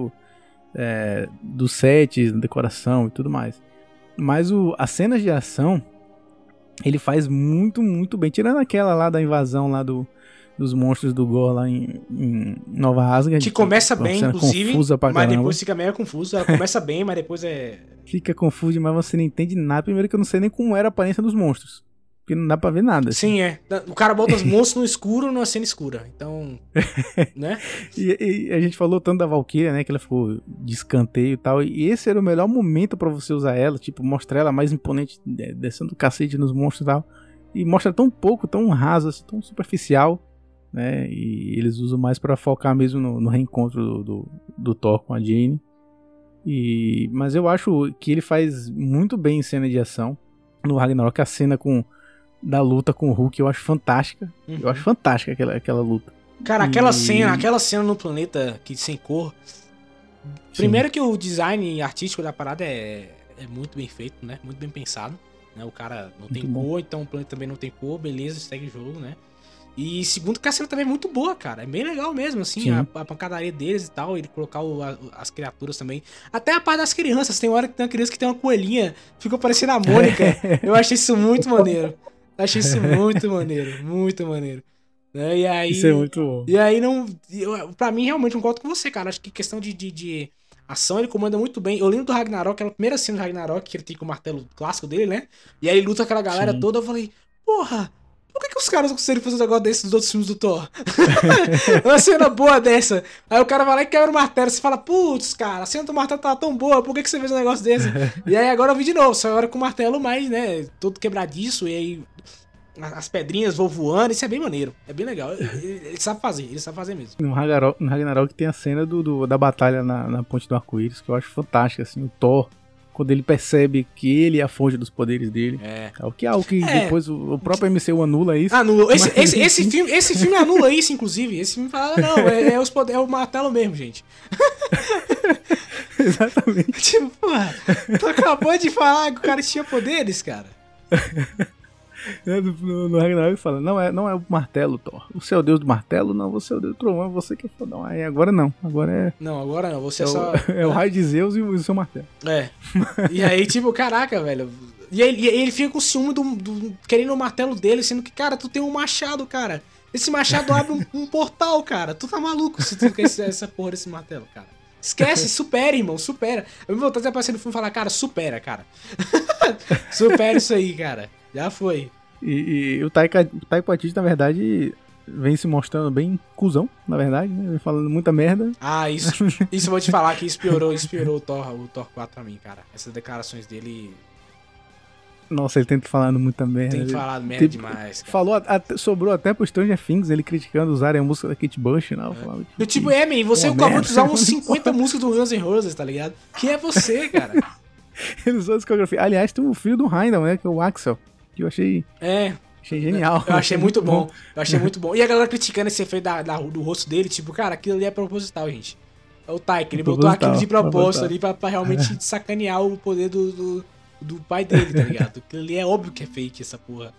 dos sets, da decoração e tudo mais. Mas as cenas de ação, ele faz muito, muito bem, tirando aquela lá da invasão lá dos monstros do Gore lá em Nova Asgard. Que começa bem, inclusive, confusa pra mas depois fica meio confuso. Ela começa bem, mas depois Fica confuso demais, você não entende nada. Primeiro que eu não sei nem como era a aparência dos monstros. Porque não dá pra ver nada. Sim, é. O cara bota os monstros no escuro, numa cena escura. Então, né? E a gente falou tanto da Valkyria, né? Que ela ficou de escanteio e tal. E esse era o melhor momento pra você usar ela. Tipo, mostrar ela mais imponente, descendo o cacete nos monstros e tal. E mostra tão pouco, tão raso, assim, tão superficial, né? E eles usam mais pra focar mesmo no reencontro do Thor com a Jane. Mas eu acho que ele faz muito bem em cena de ação. No Ragnarok, a cena da luta com o Hulk eu acho fantástica. Eu acho fantástica aquela luta. Cara, aquela cena no planeta sem cor. Primeiro que o design artístico da parada é muito bem feito, né? Muito bem pensado. Né? O cara não tem cor, então o planeta também não tem cor, beleza, segue o jogo, né? E segundo que a cena também é muito boa, cara. É bem legal mesmo, assim, a pancadaria deles e tal. Ele colocar as criaturas também. Até a parte das crianças. Tem hora que tem uma criança que tem uma coelhinha. Fica parecendo a Mônica. Eu achei isso muito maneiro. Muito maneiro. Né? E aí, isso é muito bom. E aí, pra mim, realmente, concordo com você, cara. Acho que questão de ação, ele comanda muito bem. Eu lembro do Ragnarok, aquela primeira cena do Ragnarok, que ele tem com o martelo clássico dele, né? E aí ele luta com aquela galera toda. Eu falei, porra... Por que os caras não conseguem fazer um negócio desse nos outros filmes do Thor? Uma cena boa dessa. Aí o cara vai lá e quebra o martelo. Você fala, putz, cara, a cena do martelo tá tão boa. Por que você fez um negócio desse? E aí agora eu vi de novo. Só agora com o martelo mais, né? Todo quebradiço. E aí as pedrinhas vão voando. Isso é bem maneiro. É bem legal. Ele sabe fazer mesmo. No Ragnarok tem a cena da batalha na ponte do arco-íris, que eu acho fantástica, assim. O Thor, quando ele percebe que ele é a fonte dos poderes dele. O que é algo que depois o próprio MCU anula isso. Anula. Esse filme anula isso, inclusive. Esse filme fala, não, é o martelo mesmo, gente. Exatamente. Tipo, porra, tu acabou de falar que o cara tinha poderes, cara. No Ragnarok fala, não é o martelo, Thor. Você é o deus do martelo? Não, você é o deus do trovão, você que é fodão. Aí agora não, agora não, você só... É o raio de Zeus e o seu martelo. E aí, tipo, caraca, velho. E ele fica com ciúme querendo o martelo dele, sendo que, cara, tu tem um machado, cara. Esse machado abre um portal, cara. Tu tá maluco se tu quer essa porra desse martelo, cara. Esquece, supera, irmão, supera. Eu me voltei a aparecer no filme e falar, cara, supera, cara. Supera isso aí, cara. Já foi. E o Taika Waititi, na verdade, vem se mostrando bem cuzão, na verdade, né? Vem falando muita merda. Isso eu vou te falar que inspirou o Thor 4 pra mim, cara. Essas declarações dele... Nossa, ele tenta falando muita merda. Tem falado merda demais, cara. Falou, sobrou até pro Stranger Things, ele criticando usarem a música da Kate Bush, não? Falando, tipo, man, você acabou de usar uns 50 músicas do Guns N' Roses, tá ligado? Quem é você, cara? Ele usou a discografia. Aliás, tem o filho do Heindel, né? Que é o Axel. Que eu achei... Achei genial. Eu achei muito bom. E a galera criticando esse efeito do rosto dele, tipo, cara, aquilo ali é proposital, gente. É o Taika, ele botou aquilo de propósito ali pra realmente sacanear o poder do pai dele, tá ligado? Aquilo ali é óbvio que é fake, essa porra.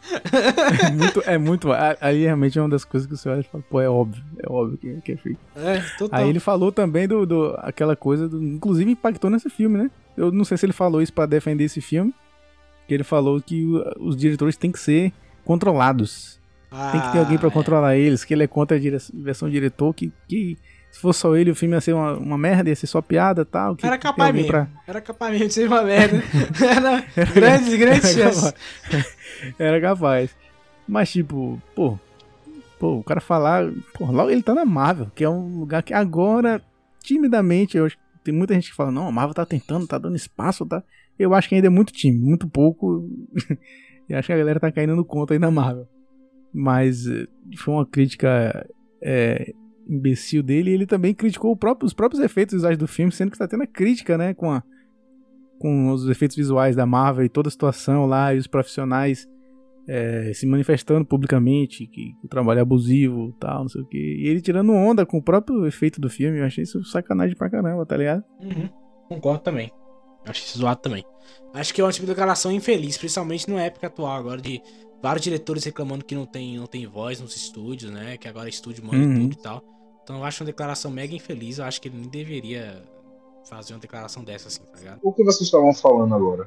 É muito. Aí realmente é uma das coisas que você olha e fala, pô, é óbvio que é fake. Total. Aí ele falou também aquela coisa, inclusive impactou nesse filme, né? Eu não sei se ele falou isso pra defender esse filme, que ele falou que os diretores têm que ser controlados. Tem que ter alguém pra controlar eles, que ele é contra a direção diretor, que se fosse só ele, o filme ia ser uma merda, ia ser só piada e tal. Era capaz mesmo. Era capaz mesmo de ser uma merda. Era grandes chances. Era capaz. Mas tipo, pô, o cara falar... Pô, logo ele tá na Marvel, que é um lugar que agora, timidamente, eu acho que tem muita gente que fala, não, a Marvel tá tentando, tá dando espaço, tá... Eu acho que ainda é muito tímido, muito pouco. E acho que a galera tá caindo no conto aí da Marvel. Mas foi uma crítica imbecil dele. E ele também criticou os próprios efeitos visuais do filme, sendo que tá tendo a crítica, né, com os efeitos visuais da Marvel e toda a situação lá, e os profissionais se manifestando publicamente que o trabalho é abusivo e tal, não sei o que. E ele tirando onda com o próprio efeito do filme. Eu achei isso sacanagem pra caramba, tá ligado? Concordo também. Acho isso zoado também. Acho que é uma tipo de declaração infeliz, principalmente na época atual agora, de vários diretores reclamando que não tem voz nos estúdios, né? Que agora estúdio manda tudo e tal. Então eu acho uma declaração mega infeliz. Eu acho que ele nem deveria fazer uma declaração dessa, assim, tá ligado? O que vocês estavam falando agora?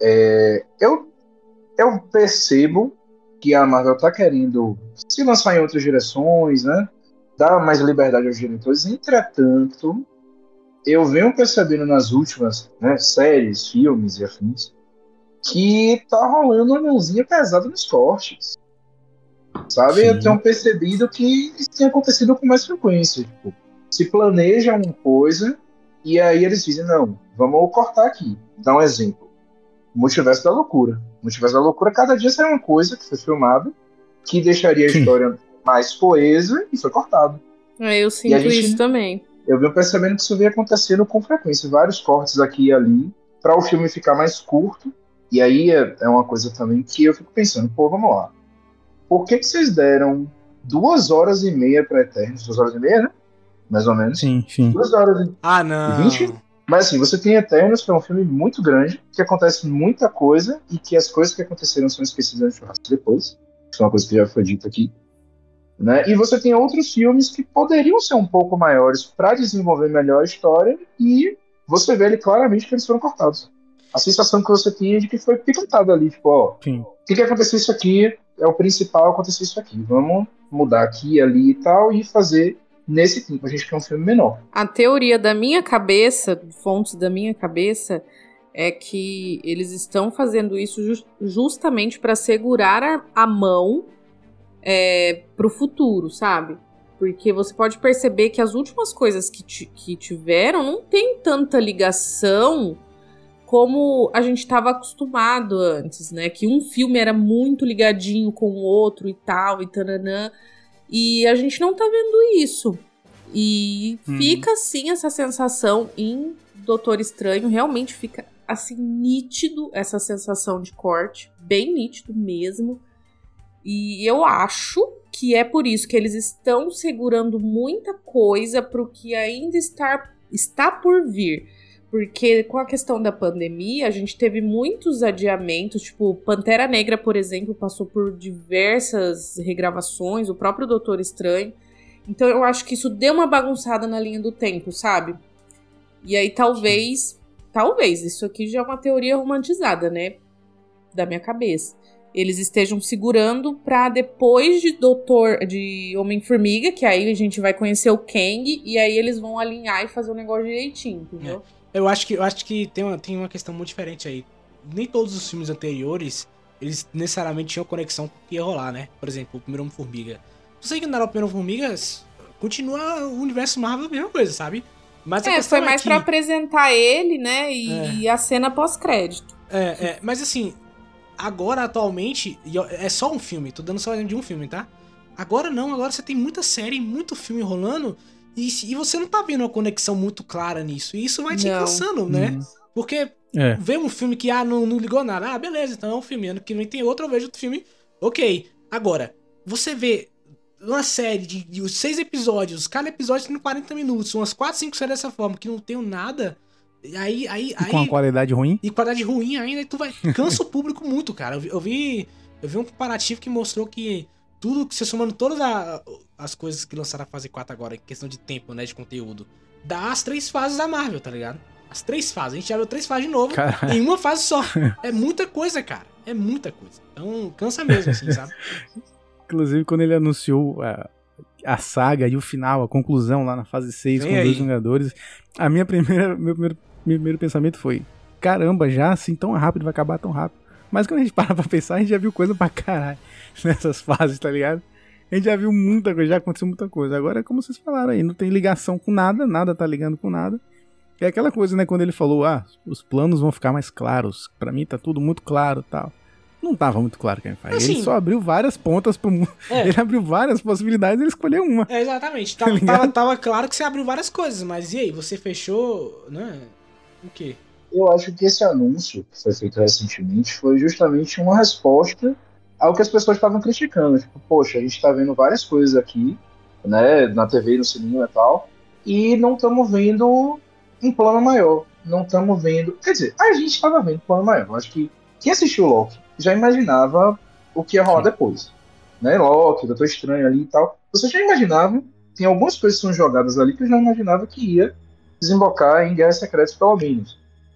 Eu percebo que a Marvel tá querendo se lançar em outras direções, né? Dar mais liberdade aos diretores. Entretanto, eu venho percebendo nas últimas, né, séries, filmes e afins, que tá rolando uma mãozinha pesada nos cortes. Sabe? Sim. Eu tenho percebido que isso tem acontecido com mais frequência. Tipo, se planeja uma coisa e aí eles dizem, não, vamos cortar aqui. Dá um exemplo. Multiverso da Loucura. Multiverso da Loucura, cada dia sai uma coisa que foi filmada que deixaria a história mais coesa e foi cortado. Eu sinto isso também. Eu venho percebendo que isso vem acontecendo com frequência. Vários cortes aqui e ali para o filme ficar mais curto. E aí é uma coisa também que eu fico pensando, pô, vamos lá. Por que vocês deram 2h30 para Eternos? 2h30, né? Mais ou menos. Sim. 2h20. Ah, não. Mas assim, você tem Eternos, que é um filme muito grande, que acontece muita coisa, e que as coisas que aconteceram são esquecidas no churrasco depois. Isso é uma coisa que já foi dita aqui. Né? E você tem outros filmes que poderiam ser um pouco maiores para desenvolver melhor a história, e você vê ali claramente que eles foram cortados. A sensação que você tinha é de que foi picotado ali, tipo, ó, o que aconteceu isso aqui? É o principal, aconteceu isso aqui. Vamos mudar aqui, ali e tal, e fazer nesse tempo. A gente quer um filme menor. A teoria da minha cabeça, fontes da minha cabeça, é que eles estão fazendo isso justamente para segurar a mão pro futuro, sabe? Porque você pode perceber que as últimas coisas que tiveram não tem tanta ligação como a gente estava acostumado antes, né? Que um filme era muito ligadinho com o outro e tal, e tananã. E a gente não tá vendo isso. E fica, assim, essa sensação em Doutor Estranho. Realmente fica, assim, nítido essa sensação de corte. Bem nítido mesmo. E eu acho que é por isso que eles estão segurando muita coisa pro que ainda está por vir. Porque com a questão da pandemia, a gente teve muitos adiamentos, tipo, Pantera Negra, por exemplo, passou por diversas regravações, o próprio Doutor Estranho. Então eu acho que isso deu uma bagunçada na linha do tempo, sabe? E aí talvez, isso aqui já é uma teoria romantizada, né? Da minha cabeça. Eles estejam segurando pra depois de Homem-Formiga, que aí a gente vai conhecer o Kang, e aí eles vão alinhar e fazer o negócio direitinho, entendeu? Eu acho que tem uma questão muito diferente aí. Nem todos os filmes anteriores, eles necessariamente tinham conexão com o que ia rolar, né? Por exemplo, o primeiro Homem-Formiga. Se você ignorar o primeiro Homem-Formiga, continua o universo Marvel a mesma coisa, sabe? Mas a questão foi mais pra apresentar ele, né? E a cena pós-crédito. Mas assim, agora atualmente, é só um filme, tô dando só exemplo de um filme, tá? Agora não, agora você tem muita série, muito filme rolando. E você não tá vendo uma conexão muito clara nisso. E isso vai te cansando, né? Porque ver um filme que não ligou nada. Ah, beleza, então é um filme. Ano que vem tem outro, eu vejo outro filme. Ok. Agora, você vê uma série de 6 episódios, cada episódio tem 40 minutos, umas 4, 5 séries dessa forma, que não tem nada. Aí com uma qualidade ruim? E qualidade ruim ainda, e tu vai. Cansa o público muito, cara. Eu vi um comparativo que mostrou que tudo que você somando todas as coisas que lançaram a fase 4 agora, em questão de tempo, né, de conteúdo, dá as 3 fases da Marvel, tá ligado? As 3 fases. A gente já viu 3 fases de novo, em uma fase só. É muita coisa, cara. É muita coisa. Então, cansa mesmo, assim, sabe? Inclusive, quando ele anunciou a saga e o final, a conclusão lá na fase 6 com os dois Vingadores, meu primeiro pensamento foi, caramba, já assim tão rápido, vai acabar tão rápido. Mas quando a gente para pra pensar, a gente já viu coisa pra caralho nessas fases, tá ligado? A gente já viu muita coisa, já aconteceu muita coisa. Agora é como vocês falaram aí, não tem ligação com nada, nada tá ligando com nada. É aquela coisa, né, quando ele falou, os planos vão ficar mais claros, pra mim tá tudo muito claro e tal. Não tava muito claro quem faz. Assim, ele só abriu várias pontas pro mundo. Ele abriu várias possibilidades e ele escolheu uma. Exatamente. Tava claro que você abriu várias coisas, mas e aí? Você fechou, né? O quê? Eu acho que esse anúncio que foi feito recentemente foi justamente uma resposta ao que as pessoas estavam criticando. Tipo, poxa, a gente tá vendo várias coisas aqui, né, na TV, no cinema e tal, e não estamos vendo um plano maior. Não estamos vendo... Quer dizer, a gente estava vendo um plano maior. Eu acho que quem assistiu Loki já imaginava o que ia rolar depois. Né? Loki, Doutor Estranho ali e tal. Você já imaginava, tem algumas coisas que são jogadas ali que eu já imaginava que ia desembocar em Guerras Secretas, pelo menos.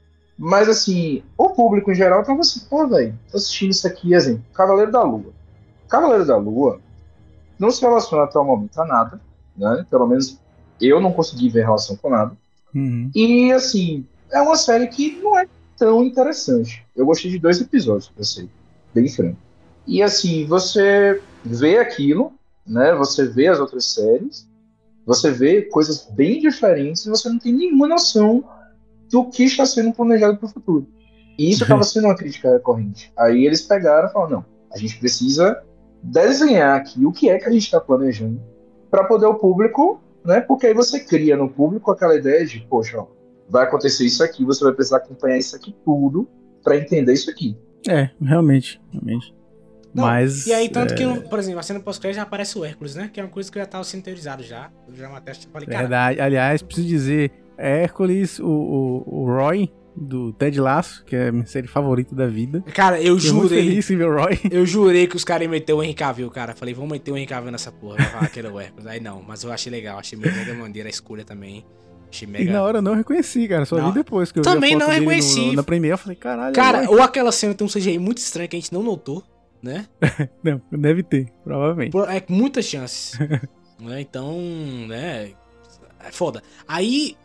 Mas assim, o público em geral tava assim, pô, velho, tô assistindo isso aqui, assim, Cavaleiro da Lua. Cavaleiro da Lua não se relaciona até o momento a nada, né? Pelo menos eu não consegui ver relação com nada. E, assim, é uma série que não é tão interessante. Eu gostei de 2 episódios, pra ser bem franco. E, assim, você vê aquilo, né? Você vê as outras séries, você vê coisas bem diferentes e você não tem nenhuma noção do que está sendo planejado para o futuro. E isso estava sendo uma crítica recorrente. Aí eles pegaram e falaram, não, a gente precisa desenhar aqui o que é que a gente está planejando para poder o público, né? Porque aí você cria no público aquela ideia de, poxa, ó, vai acontecer isso aqui, você vai precisar acompanhar isso aqui tudo para entender isso aqui. Realmente. Não, Mas, e aí, tanto que, por exemplo, a cena pós-crédito já aparece o Hércules, né? Que é uma coisa que já estava sendo teorizado já. Eu já matei, falei, cara... Verdade. Aliás, preciso dizer, Hércules, o Roy, do Ted Lasso, que é a minha série favorita da vida. Cara, eu jurei... Feliz em ver o Roy. Eu jurei que os caras iam meter o Henry Cavill, cara. Falei, vamos meter o Henry Cavill nessa porra. Vai falar que era o Hércules. Aí não, mas eu achei legal. Achei mega maneira a escolha também. Achei mega... E na hora eu não reconheci, cara. Só vi depois que eu também vi a foto não dele reconheci. na Premiere, eu falei, caralho. Cara, ou aquela cena tem um CGI muito estranho que a gente não notou, né? Não, deve ter, provavelmente. É muitas chances. Né? Então, né? É foda. Aí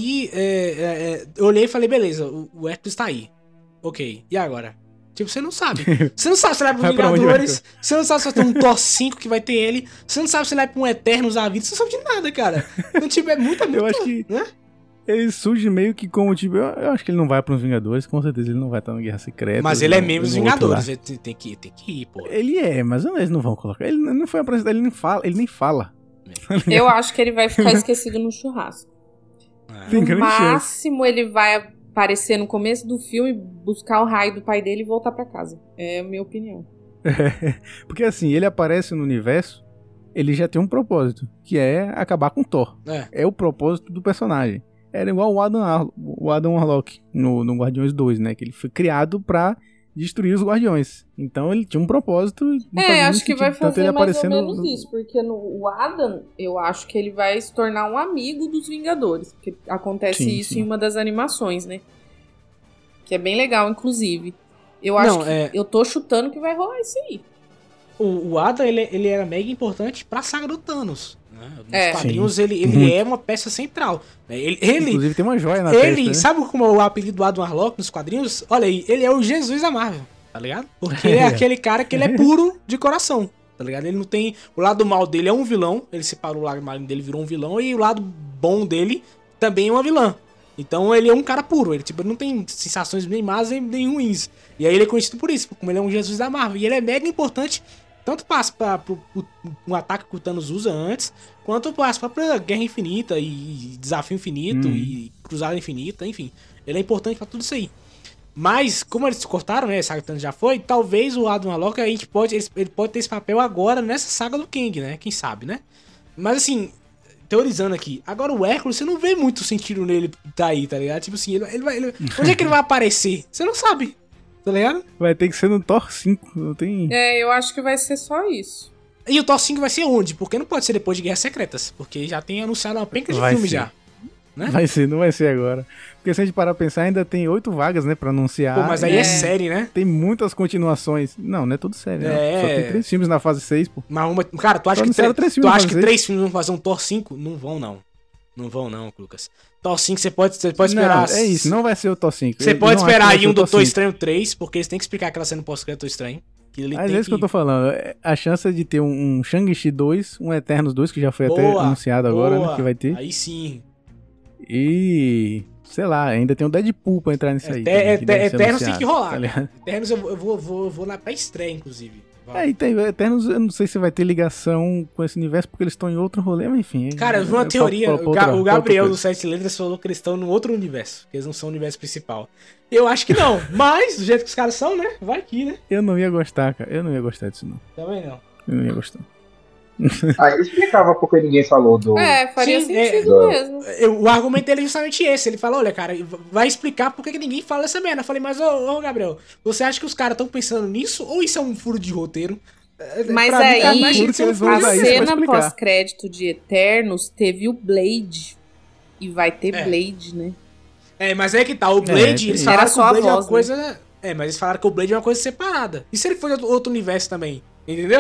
eu olhei e falei, beleza, o Hércules tá aí. Ok, e agora? Tipo, você não sabe. Você não sabe se ele vai pro Vingadores. Você não sabe se vai ter um Thor 5 que vai ter ele. Você não sabe se ele vai pra um Eternos da vida. Você não sabe de nada, cara. Então, tipo, é muito... Eu acho que... Né? Ele surge meio que como, tipo, eu acho que ele não vai pros Vingadores, com certeza ele não vai estar na Guerra Secreta. Mas ele é membro dos Vingadores, ele tem que ir, pô. Ele é, mas eles não vão colocar. Ele não foi apresentado, ele nem fala. Eu acho que ele vai ficar esquecido no churrasco. No máximo, ele vai aparecer no começo do filme, buscar o raio do pai dele e voltar pra casa. É a minha opinião. Porque assim, ele aparece no universo, ele já tem um propósito, que é acabar com Thor. É o propósito do personagem. Era igual o Adam Warlock no Guardiões 2, né? Que ele foi criado pra destruir os Guardiões. Então ele tinha um propósito. Acho que vai fazer mais ou menos isso. Porque o Adam, eu acho que ele vai se tornar um amigo dos Vingadores. Porque acontece isso em uma das animações, né? Que é bem legal, inclusive. Eu acho eu tô chutando que vai rolar isso aí. O Adam, ele era mega importante pra saga do Thanos. Nos quadrinhos, ele é uma peça central. Ele, inclusive tem uma joia na testa, né? Sabe como é o apelido do Adam Warlock nos quadrinhos? Olha aí, ele é o Jesus da Marvel, tá ligado? Porque ele é aquele cara que ele é puro de coração, tá ligado? Ele não tem... O lado mal dele é um vilão, ele separou o lado maligno dele, virou um vilão, e o lado bom dele também é uma vilã. Então ele é um cara puro, ele tipo, não tem sensações nem más nem ruins. E aí ele é conhecido por isso, como ele é um Jesus da Marvel. E ele é mega importante, tanto passa para um ataque que o Thanos usa antes, quanto passa pra Guerra Infinita e Desafio Infinito e Cruzada Infinita, enfim. Ele é importante pra tudo isso aí. Mas, como eles cortaram, né, a saga do Thanos já foi, talvez o Adam Warlock ele pode ter esse papel agora nessa saga do Kang, né? Quem sabe, né? Mas assim, teorizando aqui, agora o Hércules, você não vê muito sentido nele tá aí, tá ligado? Tipo assim, onde é que ele vai aparecer? Você não sabe. Tá ligado? Vai ter que ser no Thor 5, não tem... eu acho que vai ser só isso. E o Thor 5 vai ser onde? Porque não pode ser depois de Guerras Secretas, porque já tem anunciado uma penca de filme já. Né? Vai ser, não vai ser agora. Porque se a gente parar pra pensar, ainda tem 8 vagas, né, pra anunciar. Pô, mas aí é série, né? Tem muitas continuações. Não é tudo série, né? Só tem 3 filmes na fase 6, pô. Mas cara, tu acha que 3 filmes vão fazer um Thor 5? Não vão, não. Não vão, não, Lucas. Thor 5 você pode esperar... Não, é isso, não vai ser o Thor 5. Você pode esperar aí um Doutor Estranho 3, porque eles têm que explicar aquela cena pós-crédito Estranho. Mas é isso que eu tô falando. A chance de ter um Shang-Chi 2, um Eternos 2, que já foi até anunciado agora, né, que vai ter. Aí sim. E... sei lá, ainda tem o Deadpool pra entrar nisso aí. Eternos tem que rolar. Tá, Eternos eu vou lá pra estreia, inclusive. E tem Eternos, eu não sei se vai ter ligação com esse universo, porque eles estão em outro rolê, mas enfim. Cara, eu vi uma teoria, o Gabriel do 7 Letras falou que eles estão num outro universo, que eles não são o universo principal. Eu acho que não, mas do jeito que os caras são, né, vai aqui, né. Eu não ia gostar, cara, eu não ia gostar disso, não. Também não. Eu não ia gostar. Aí explicava porque ninguém falou do... faria sentido mesmo. O argumento dele é justamente esse. Ele fala, olha, cara, vai explicar por que ninguém fala essa merda. Eu falei, mas, ô Gabriel, você acha que os caras estão pensando nisso? Ou isso é um furo de roteiro? Mas aí, a cena pós-crédito de Eternos teve o Blade. E vai ter Blade, né? Mas é que tá, o Blade, eles falaram que o Blade é uma coisa... né? mas eles falaram que o Blade é uma coisa separada. E se ele for de outro universo também? Entendeu?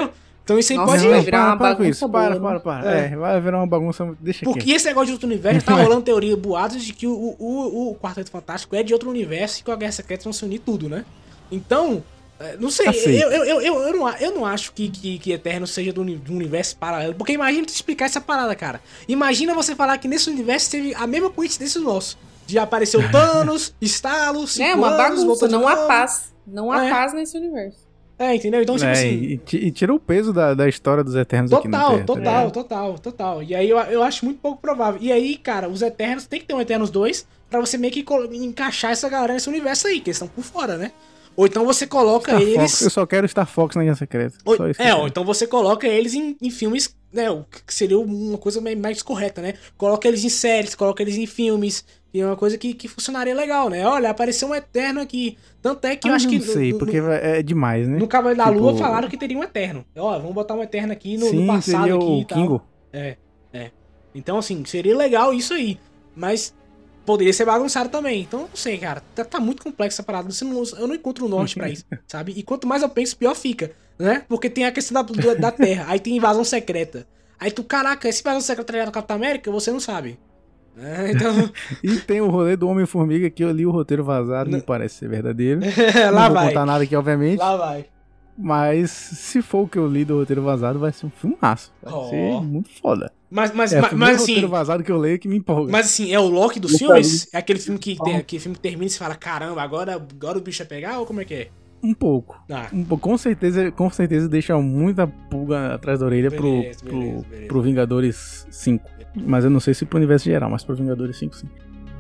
Então isso aí Nossa, pode... vai virar uma para com bagunça isso, boa, para. né? Vai virar uma bagunça, deixa Porque quieto. esse negócio de outro universo tá rolando teoria, boatos de que o Quarteto Fantástico é de outro universo e que a Guerra Secreta vão se unir tudo, né? Então, não sei, eu não acho que Eterno seja de um universo paralelo. Porque imagina tu explicar essa parada, cara. Imagina você falar que nesse universo teve a mesma coincidência do nosso. De aparecer o Thanos, estalo, 5 anos... É uma bagunça, não há novo. paz. Não há paz nesse universo. Entendeu? Então, tipo assim... E tira o peso da história dos Eternos aqui na Terra. Total. E aí eu acho muito pouco provável. E aí, cara, os Eternos, tem que ter um Eternos 2 pra você meio que encaixar essa galera nesse universo aí, que eles estão por fora, né? Ou então você coloca Star eles... Fox, eu só quero Star Fox na Guerra Secreta. Ou então você coloca eles em filmes, né? O que seria uma coisa mais correta, né? Coloca eles em séries, coloca eles em filmes. E é uma coisa que funcionaria legal, né? Olha, apareceu um Eterno aqui. Tanto é que eu acho que... Não sei, porque é demais, né? No Cavaleiro da Lua falaram que teria um Eterno. Ó, vamos botar um Eterno aqui no passado seria aqui o e tal. Kingo. Então, assim, seria legal isso aí. Mas poderia ser bagunçado também. Então, não sei, cara. Tá muito complexa essa parada. Eu não encontro o norte pra isso, sabe? E quanto mais eu penso, pior fica, né? Porque tem a questão da Terra. Aí tem invasão secreta. Aí tu, caraca, esse invasão secreta do Capitão América, você não sabe. Então... E tem o rolê do Homem-Formiga, que eu li o roteiro vazado, me parece ser verdadeiro. Lá não vou vai. contar nada aqui, obviamente. Lá vai. Mas se for o que eu li do roteiro vazado, vai ser um filmaço. Vai ser muito foda. Mas o assim... roteiro vazado que eu leio que me empolga. Mas assim, é o Loki dos filmes? É aquele filme que termina e você fala, caramba, agora o bicho vai pegar ou como é que é? Um pouco. Com certeza deixa muita pulga atrás da orelha pro Vingadores 5. Mas eu não sei se pro universo geral, mas pro Vingadores 5 sim.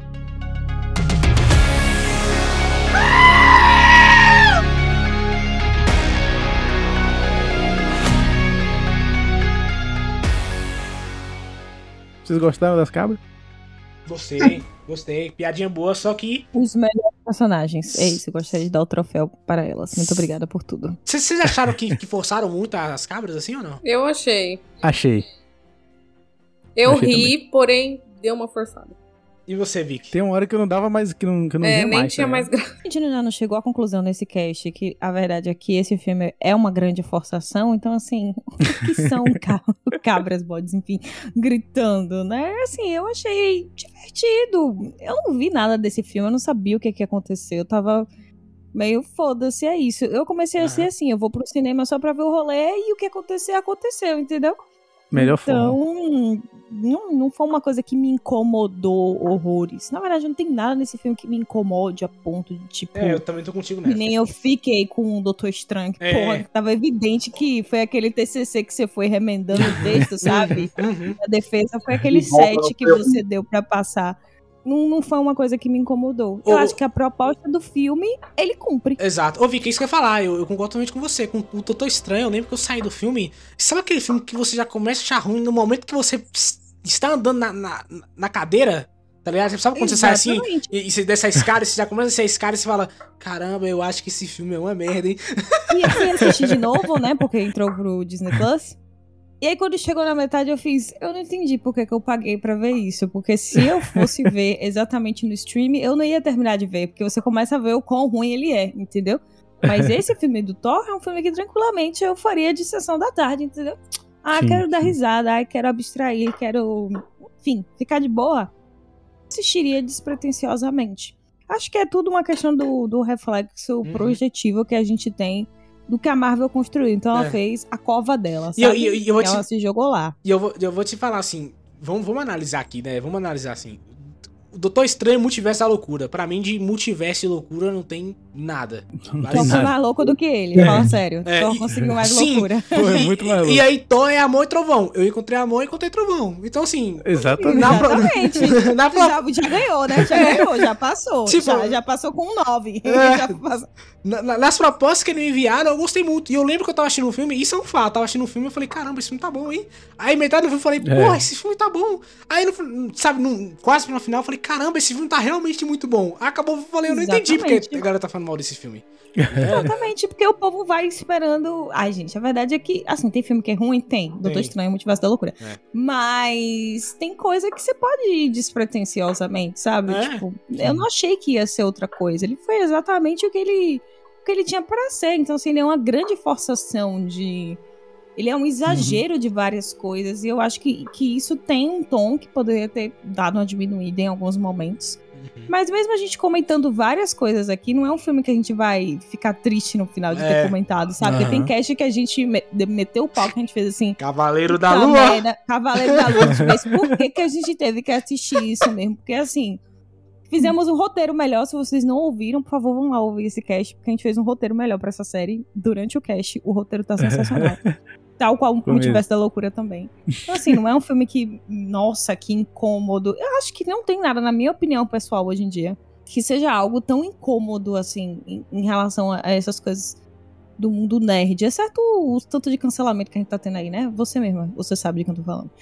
Vocês gostaram das cabras? Gostei. Piadinha boa, só que... Os melhores personagens. É isso, eu gostaria de dar o troféu para elas. Muito obrigada por tudo. Vocês acharam que forçaram muito as cabras assim ou não? Eu achei. Eu ri, também. porém deu uma forçada. E você, Vicky? Tem uma hora que eu não dava mais, que eu não via nem mais. tinha mais graça. A gente ainda não chegou à conclusão nesse cast que a verdade é que esse filme é uma grande forçação, então assim, o que são cabras, bodes, enfim, gritando, né? Assim, eu achei divertido. Eu não vi nada desse filme, eu não sabia o que ia acontecer, eu tava meio foda-se, é isso. Eu comecei a ser assim, eu vou pro cinema só pra ver o rolê e o que acontecer, aconteceu, entendeu? Melhor forma. Então, não foi uma coisa que me incomodou horrores. Na verdade, não tem nada nesse filme que me incomode a ponto de, tipo... eu também tô contigo nessa. Nem eu fiquei com o Doutor Estranho. Porra, tava evidente que foi aquele TCC que você foi remendando o texto, sabe? A defesa foi aquele 7 que você deu pra passar. Não foi uma coisa que me incomodou. Eu acho que a proposta do filme, ele cumpre. Exato. Ô, Vicky, é isso que eu ia falar. Eu concordo totalmente com você. Com o Doutor Estranho, eu lembro que eu saí do filme. Sabe aquele filme que você já começa a achar ruim no momento que você está andando na cadeira? Tá ligado? Você sabe quando você sai assim e você desce a escada, você já começa a descer a escada e você fala: caramba, eu acho que esse filme é uma merda, hein? E eu fui assistir de novo, né? Porque entrou pro Disney Plus. E aí, quando chegou na metade, eu não entendi por que eu paguei pra ver isso. Porque se eu fosse ver exatamente no stream, eu não ia terminar de ver. Porque você começa a ver o quão ruim ele é, entendeu? Mas esse filme do Thor é um filme que tranquilamente eu faria de sessão da tarde, entendeu? Quero dar risada, quero abstrair, quero... Enfim, ficar de boa. Assistiria despretensiosamente. Acho que é tudo uma questão do reflexo projetivo que a gente tem do que a Marvel construiu. Então ela fez a cova dela, sabe? E eu vou ela se jogou lá. E eu vou te falar assim, vamos analisar aqui, né? Vamos analisar assim. O Doutor Estranho, Multiverso da Loucura. Pra mim, de multiverso e loucura não tem nada. Thor foi mais louco do que ele, fala sério. Thor conseguiu mais loucura. Foi muito mais louco. E aí, Thor é amor e trovão. Eu encontrei amor e encontrei trovão. Então, assim... Exatamente. Já ganhou, né? Já passou. Tipo, já passou com um 9. Nas propostas que eles me enviaram, eu gostei muito. E eu lembro que eu tava assistindo um filme, isso é um fato. Eu tava assistindo um filme e eu falei, caramba, esse filme tá bom, hein? Aí metade do filme eu falei, porra, esse filme tá bom. Aí, quase no final, eu falei, caramba, esse filme tá realmente muito bom. Acabou, eu falei, eu não entendi porque a galera tá falando mal desse filme. Exatamente, porque o povo vai esperando... Ai, gente, a verdade é que, assim, tem filme que é ruim? Tem. Doutor Estranho, Multiverso da Loucura. Mas tem coisa que você pode ir despretensiosamente, sabe? Tipo, eu não achei que ia ser outra coisa. Ele foi exatamente o que ele tinha pra ser. Então, assim, ele é uma grande forçação de Ele é um exagero de várias coisas, e eu acho que isso tem um tom que poderia ter dado uma diminuída em alguns momentos. Mas mesmo a gente comentando várias coisas aqui, não é um filme que a gente vai ficar triste no final de ter comentado, sabe? Porque tem cast que a gente meteu o pau, que a gente fez assim... Cavaleiro da Lua! Merda, Cavaleiro da Lua. A gente fez, por que a gente teve que assistir isso mesmo? Porque assim... Fizemos um roteiro melhor. Se vocês não ouviram, por favor, vão lá ouvir esse cast, porque a gente fez um roteiro melhor pra essa série durante o cast. O roteiro tá sensacional. Tal qual o Multiverso da Loucura também. Então, assim, não é um filme que, nossa, que incômodo. Eu acho que não tem nada, na minha opinião pessoal, hoje em dia, que seja algo tão incômodo, assim, em relação a essas coisas do mundo nerd. Exceto o tanto de cancelamento que a gente tá tendo aí, né? Você mesma, você sabe de quem eu tô falando.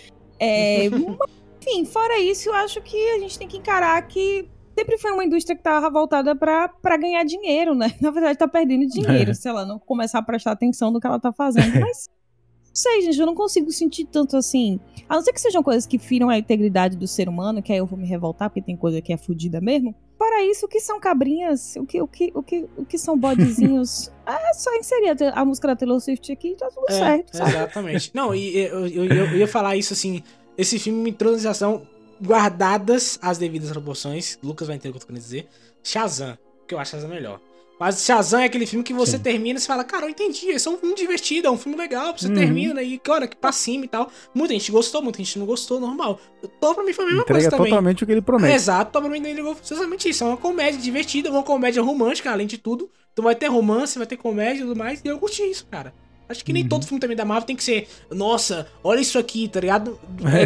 Enfim, fora isso, eu acho que a gente tem que encarar que sempre foi uma indústria que tava voltada pra ganhar dinheiro, né? Na verdade, tá perdendo dinheiro, se ela não começar a prestar atenção no que ela tá fazendo. Mas, não sei, gente, eu não consigo sentir tanto assim. A não ser que sejam coisas que firam a integridade do ser humano, que aí eu vou me revoltar, porque tem coisa que é fodida mesmo. Para isso, o que são cabrinhas? O que são bodezinhos? É só inserir a música da Taylor Swift aqui e tá tudo certo, sabe? Exatamente. Não, e eu ia falar isso assim, esse filme me trouxe a sensação, guardadas as devidas proporções, Lucas vai entender o que eu tô querendo dizer, Shazam, que eu acho Shazam melhor. Mas Shazam é aquele filme que você termina e você fala, cara, eu entendi, esse é um filme divertido, é um filme legal, você termina e, cara, pra cima e tal. Muita gente gostou, muita gente não gostou, normal. Thor pra mim foi a mesma coisa também. Totalmente o que ele promete. Exato, Thor pra mim ele exatamente isso, é uma comédia divertida, uma comédia romântica, além de tudo. Então vai ter romance, vai ter comédia e tudo mais, e eu curti isso, cara. Acho que nem todo filme também da Marvel tem que ser, nossa, olha isso aqui, tá ligado?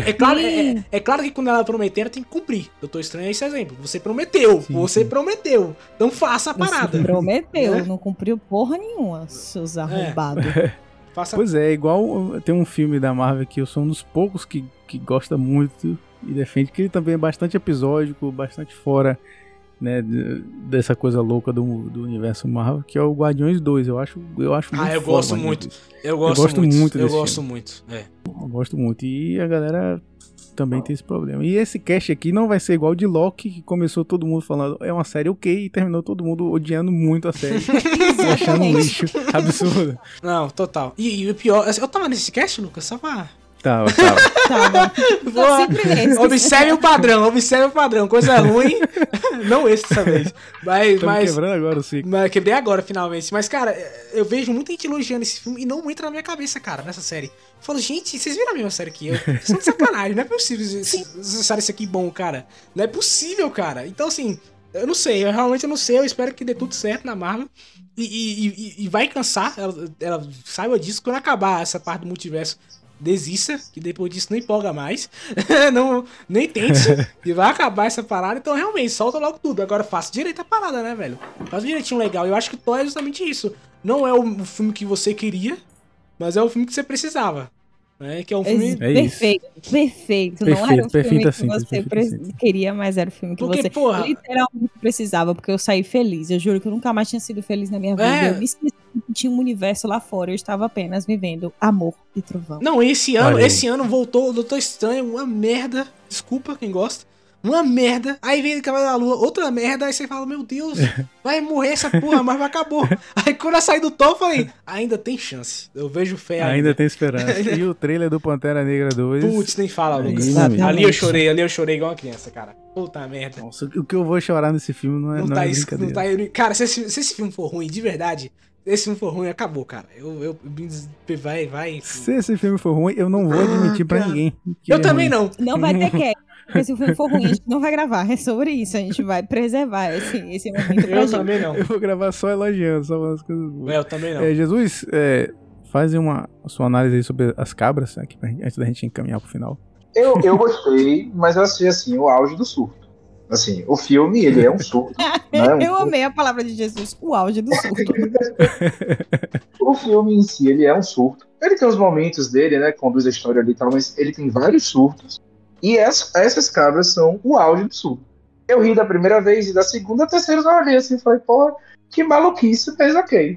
É claro que quando ela prometer, ela tem que cumprir. Doutor Estranho é esse exemplo. Você prometeu, prometeu. Então faça a parada. Você prometeu, não cumpriu porra nenhuma, seus arrombados. Pois é, igual tem um filme da Marvel que eu sou um dos poucos que gosta muito e defende, que ele também é bastante episódico, bastante fora, né, dessa coisa louca do universo Marvel, que é o Guardiões 2. Eu acho muito eu gosto muito. Eu gosto muito. Eu gosto muito. Eu gosto muito. E a galera também tem esse problema. E esse cast aqui não vai ser igual de Loki, que começou todo mundo falando é uma série ok, e terminou todo mundo odiando muito a série. Achando um lixo absurdo. Não, total. E o pior, eu tava nesse cast, Lucas, só pra... Tava. Observe o padrão, coisa ruim, não esse dessa vez. Mas quebrando agora o ciclo. Mas quebrei agora, finalmente. Mas, cara, eu vejo muita gente elogiando esse filme e não entra na minha cabeça, cara, nessa série. Eu falo, gente, vocês viram a mesma série que eu? Vocês são de sacanagem, não é possível vocês acharem isso aqui bom, cara. Não é possível, cara. Então, assim, eu não sei, eu realmente não sei, eu espero que dê tudo certo na Marvel. E vai cansar, ela saiba disso, quando acabar essa parte do multiverso, desista, que depois disso não empolga mais. Não, nem tente. E vai acabar essa parada. Então, realmente, solta logo tudo. Agora, faça direito a parada, né, velho? Faz um direitinho legal. Eu acho que Thor é justamente isso. Não é o filme que você queria, mas é o filme que você precisava. Né? Que é um filme... Perfeito. Não era o filme que você queria, mas era o filme que você literalmente precisava, porque eu saí feliz. Eu juro que eu nunca mais tinha sido feliz na minha vida. Eu me esqueci que tinha um universo lá fora. Eu estava apenas vivendo amor e trovão. Não, esse ano voltou o Doutor Estranho, uma merda. Desculpa quem gosta. Uma merda, aí vem o Cavaleiro da Lua, outra merda, aí você fala, meu Deus, vai morrer essa porra, mas acabou. Aí quando eu saí do Thor, eu falei, ainda tem chance, eu vejo fé ainda tem esperança. E o trailer do Pantera Negra 2... Putz, nem fala, Lucas. Ali eu chorei igual uma criança, cara. Puta merda. Nossa, o que eu vou chorar nesse filme não é brincadeira. Cara, se esse filme for ruim, de verdade... Se não for ruim, acabou, cara. Vai. Se esse filme for ruim, eu não vou admitir pra ninguém. Eu também não. Não vai ter que. Porque se o filme for ruim, a gente não vai gravar. É sobre isso. A gente vai preservar esse momento pra gente. Também não. Eu vou gravar só elogiando, só umas coisas boas. Eu também não. Jesus, faz a sua análise aí sobre as cabras, aqui, antes da gente encaminhar pro final. Eu gostei, mas eu achei assim, o auge do surto. Assim, o filme, ele é um surto. Né? Eu amei a palavra de Jesus, o auge do surto. O filme em si, ele é um surto. Ele tem os momentos dele, né, conduz a história ali e tal, mas ele tem vários surtos. E essas cabras são o auge do surto. Eu ri da primeira vez e da segunda, a terceira eu olhei assim e falei, porra, que maluquice, mas ok.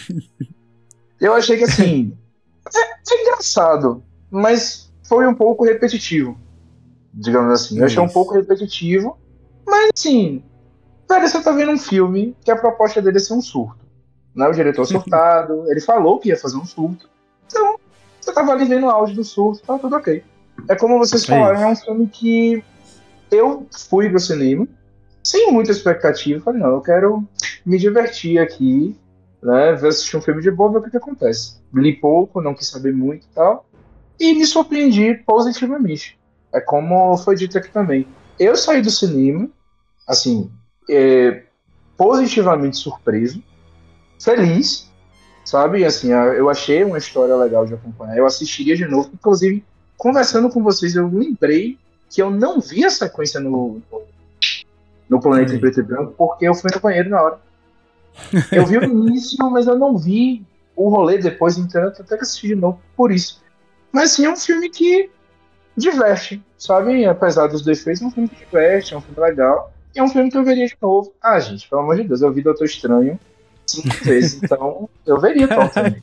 Eu achei que assim, é engraçado, mas foi um pouco repetitivo, digamos assim. Eu achei um pouco repetitivo. Mas assim, velho, você tá vendo um filme que a proposta dele é ser um surto. Né? O diretor surtado, ele falou que ia fazer um surto. Então, tava ali vendo o auge do surto, tá tudo ok. É como vocês falaram, é um filme que eu fui pro cinema sem muita expectativa. Falei, não, eu quero me divertir aqui, né? Ver assistir um filme de boa, ver o que acontece. Li pouco, não quis saber muito e tal. E me surpreendi positivamente. É como foi dito aqui também. Eu saí do cinema, assim, positivamente surpreso, feliz, sabe? Assim, eu achei uma história legal de acompanhar. Eu assistiria de novo. Inclusive, conversando com vocês, eu lembrei que eu não vi a sequência no Planeta em Preto e Branco, porque eu fui no banheiro na hora. Eu vi o início, mas eu não vi o rolê depois, então eu até que assisti de novo por isso. Mas sim, é um filme que diverte, sabe? Apesar dos defeitos, é um filme que diverte, é um filme legal. E é um filme que eu veria de novo. Ah, gente, pelo amor de Deus, eu vi Doutor Estranho 5 vezes, então eu veria Thor também.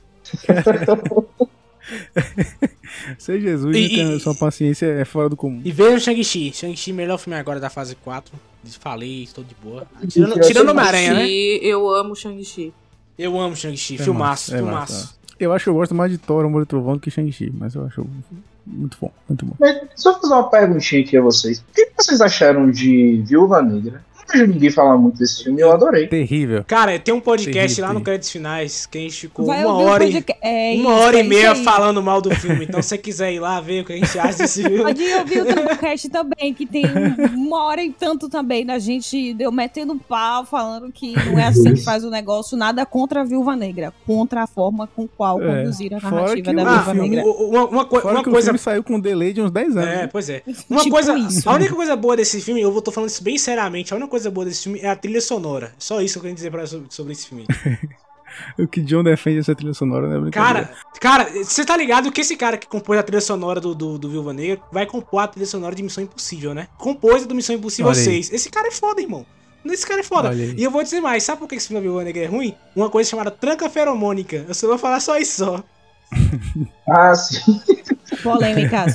Ser Jesus e sua paciência é fora do comum. E veja o Shang-Chi. Shang-Chi, melhor filme agora da fase 4. Falei, estou de boa. Tirando o Homem-Aranha, né? Eu amo Shang-Chi. Eu amo Shang-Chi. Filmaço, filmaço. Eu acho que eu gosto mais de Thor, Amor e Trovão do que Shang-Chi, mas eu acho muito bom, muito bom. Mas, só fazer uma perguntinha aqui a vocês. O que vocês acharam de Viúva Negra? Não vejo ninguém falar muito desse filme, eu adorei. Terrível. Cara, tem um podcast lá no Créditos Finais que a gente ficou uma hora e meia falando mal do filme. Então, se você quiser ir lá ver o que a gente acha desse filme. Pode ouvir o podcast também, que tem 1h e tanto também da gente deu metendo pau, falando que não é assim que faz o negócio, nada contra a Viúva Negra, contra a forma com qual conduziram a narrativa da Viúva Negra. Uma coisa, o filme saiu com um delay de uns 10 anos. Pois é. A única coisa boa desse filme, eu tô falando isso bem seriamente, a única coisa boa desse filme é a trilha sonora. Só isso que eu quero dizer sobre esse filme. O que John defende essa trilha sonora, né? Cara, você tá ligado que esse cara que compôs a trilha sonora do Viúva Negra vai compor a trilha sonora de Missão Impossível, né? Compôs a do Missão Impossível 6. Esse cara é foda, irmão. Esse cara é foda. E eu vou dizer mais, sabe por que esse filme da Viúva Negra é ruim? Uma coisa chamada tranca feromônica. Eu só vou falar só isso só. Ah, sim. Polêmicas.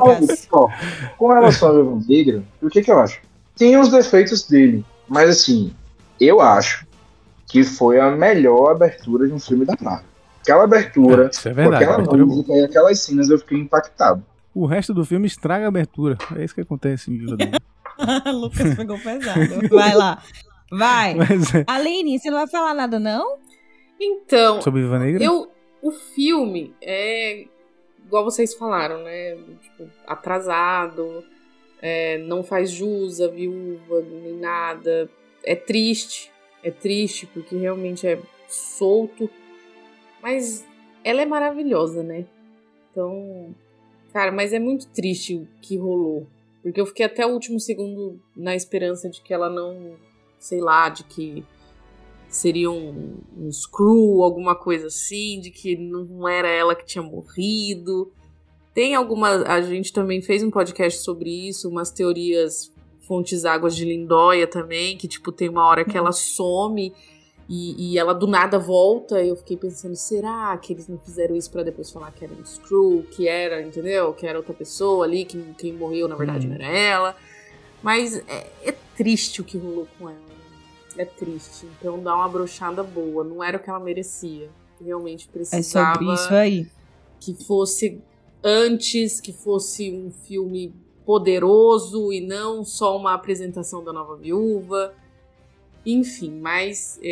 Com relação à Viúva Negra, o que eu acho? Tem os defeitos dele, mas assim, eu acho que foi a melhor abertura de um filme da Marvel. Aquela abertura, com aquela música e aquelas cenas, eu fiquei impactado. O resto do filme estraga a abertura. É isso que acontece em Viúva Negra. Lucas pegou pesado. Vai lá. Vai. Aline, você não vai falar nada, não? Então, sobre Viúva Negra? O filme é igual vocês falaram, né? Tipo, atrasado, não faz jus a viúva, nem nada. É triste porque realmente é solto, mas ela é maravilhosa, né? Então, cara, mas é muito triste o que rolou, porque eu fiquei até o último segundo na esperança de que ela não, sei lá, de que seria um screw, alguma coisa assim, de que não era ela que tinha morrido. Tem algumas... A gente também fez um podcast sobre isso, umas teorias fontes águas de Lindóia também, que tipo, tem uma hora que ela some e ela do nada volta. E eu fiquei pensando, será que eles não fizeram isso pra depois falar que era um screw, que era, entendeu? Que era outra pessoa ali, que quem morreu na verdade não era ela. Mas é triste o que rolou com ela. É triste, então dá uma brochada boa. Não era o que ela merecia. Realmente precisava. É sobre isso aí. Que fosse antes, que fosse um filme poderoso e não só uma apresentação da nova viúva. Enfim, mas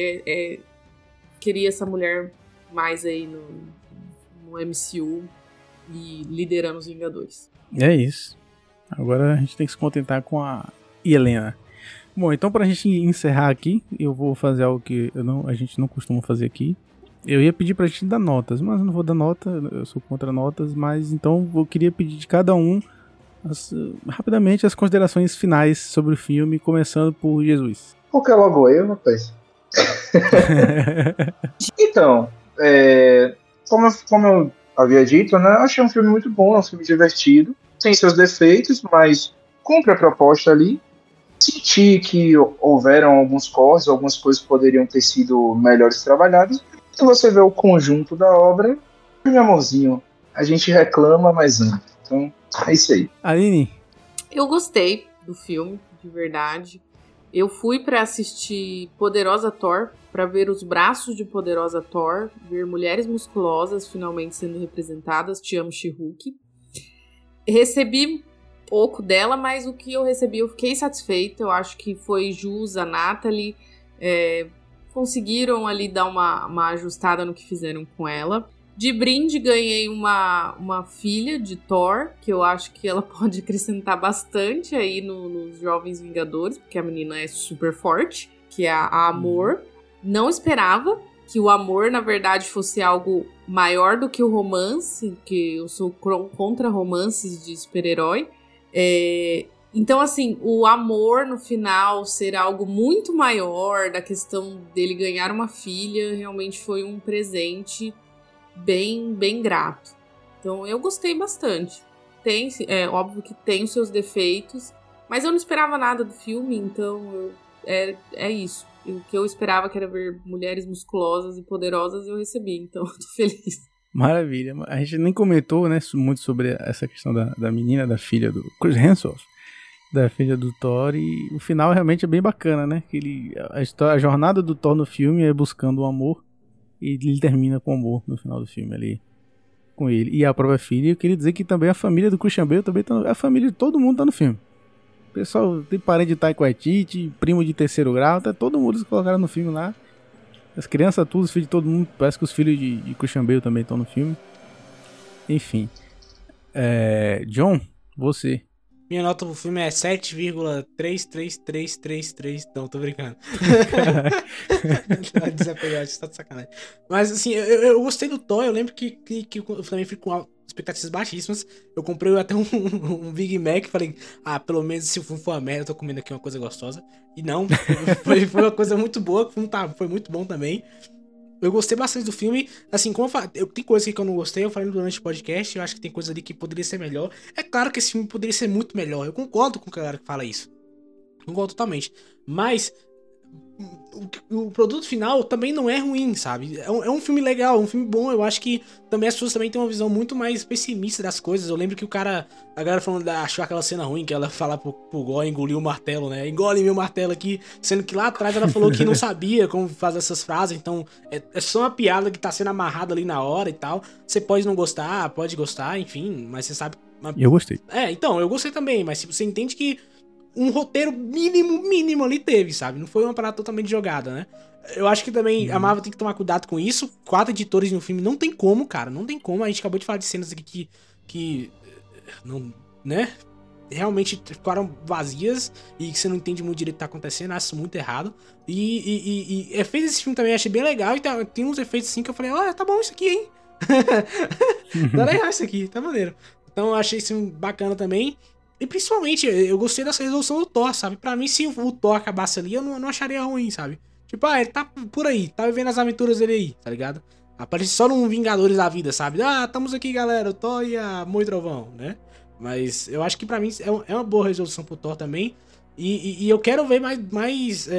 queria essa mulher mais aí no MCU e liderando os Vingadores. É isso. Agora a gente tem que se contentar com a Helena. Bom, então pra gente encerrar aqui, eu vou fazer algo que a gente não costuma fazer aqui. Eu ia pedir pra gente dar notas, mas eu não vou dar nota, eu sou contra notas, mas então eu queria pedir de cada um, rapidamente, as considerações finais sobre o filme, começando por Jesus. Por que logo eu, rapaz? Então, como eu havia dito, né, eu achei um filme muito bom, é um filme divertido, tem seus defeitos, mas cumpre a proposta ali. Senti que houveram alguns cortes, algumas coisas poderiam ter sido melhores trabalhadas. Se você vê o conjunto da obra, meu amorzinho, a gente reclama, mas ama. Então, é isso aí. Aline? Eu gostei do filme, de verdade. Eu fui pra assistir Poderosa Thor, pra ver os braços de Poderosa Thor, ver mulheres musculosas finalmente sendo representadas. Te amo, She-Hulk. Recebi pouco dela, mas o que eu recebi eu fiquei satisfeita. Eu acho que foi jus, a Natalie, conseguiram ali dar uma ajustada no que fizeram com ela. De brinde ganhei uma filha de Thor, que eu acho que ela pode acrescentar bastante aí nos Jovens Vingadores, porque a menina é super forte, que é a Amor. Não esperava que o amor, na verdade, fosse algo maior do que o romance, que eu sou contra romances de super-herói. Então, assim, o amor no final ser algo muito maior, da questão dele ganhar uma filha, realmente foi um presente bem, bem grato. Então, eu gostei bastante. Óbvio que tem os seus defeitos, mas eu não esperava nada do filme, então é isso. O que eu esperava, que era ver mulheres musculosas e poderosas, eu recebi, então eu tô feliz. Maravilha. A gente nem comentou, né, muito sobre essa questão da menina, da filha do Chris Hemsworth, da filha do Thor, e o final realmente é bem bacana, né? Que a jornada do Thor no filme é buscando o amor, e ele termina com o amor no final do filme ali, com ele. E a própria filha, eu queria dizer que também a família do Christian Bale também tá a família de todo mundo tá no filme. O pessoal tem parente de Taika Waititi, primo de terceiro grau, tá todo mundo que colocaram no filme lá. As crianças, tudo, os filhos de todo mundo, parece que os filhos de Christian Bale também estão no filme. Enfim. John, você. Minha nota pro filme é 7,33333. Não, tô brincando. Desapegado, tá de sacanagem. Mas assim, eu gostei do Thor. Eu lembro que eu também fui com expectativas baixíssimas. Eu comprei até um Big Mac. Falei, pelo menos se o filme for uma merda, eu tô comendo aqui uma coisa gostosa. E não, foi uma coisa muito boa. O filme foi muito bom também. Eu gostei bastante do filme. Assim, como eu falei, tem coisas que eu não gostei, eu falei durante o podcast. Eu acho que tem coisa ali que poderia ser melhor. É claro que esse filme poderia ser muito melhor. Eu concordo com a galera que fala isso. Concordo totalmente. Mas o produto final também não é ruim, sabe? É um filme legal, é um filme bom. Eu acho que também as pessoas também têm uma visão muito mais pessimista das coisas. Eu lembro que a galera falando, achou aquela cena ruim, que ela fala pro Gore engolir o martelo, né? Engole meu martelo aqui. Sendo que lá atrás ela falou que não sabia como fazer essas frases. Então é só uma piada que tá sendo amarrada ali na hora e tal. Você pode não gostar, pode gostar, enfim. Mas você sabe... Eu gostei. Então, eu gostei também. Mas você entende que um roteiro mínimo ali teve, sabe? Não foi uma parada totalmente jogada, né? Eu acho que também a Marvel tem que tomar cuidado com isso. 4 editores no filme não tem como, cara. Não tem como. A gente acabou de falar de cenas aqui que não, né? Realmente ficaram vazias e que você não entende muito direito o que tá acontecendo. Acho isso muito errado. E efeitos desse filme também eu achei bem legal. E tem uns efeitos assim que eu falei, tá bom isso aqui, hein? Tá legal isso aqui, tá maneiro. Então eu achei isso bacana também. E principalmente, eu gostei dessa resolução do Thor, sabe? Pra mim, se o Thor acabasse ali, eu não acharia ruim, sabe? Tipo, ele tá por aí, tá vivendo as aventuras dele aí, tá ligado? Aparece só num Vingadores da vida, sabe? Estamos aqui, galera, o Thor e a Amor e Trovão, né? Mas eu acho que pra mim é uma boa resolução pro Thor também. E eu quero ver mais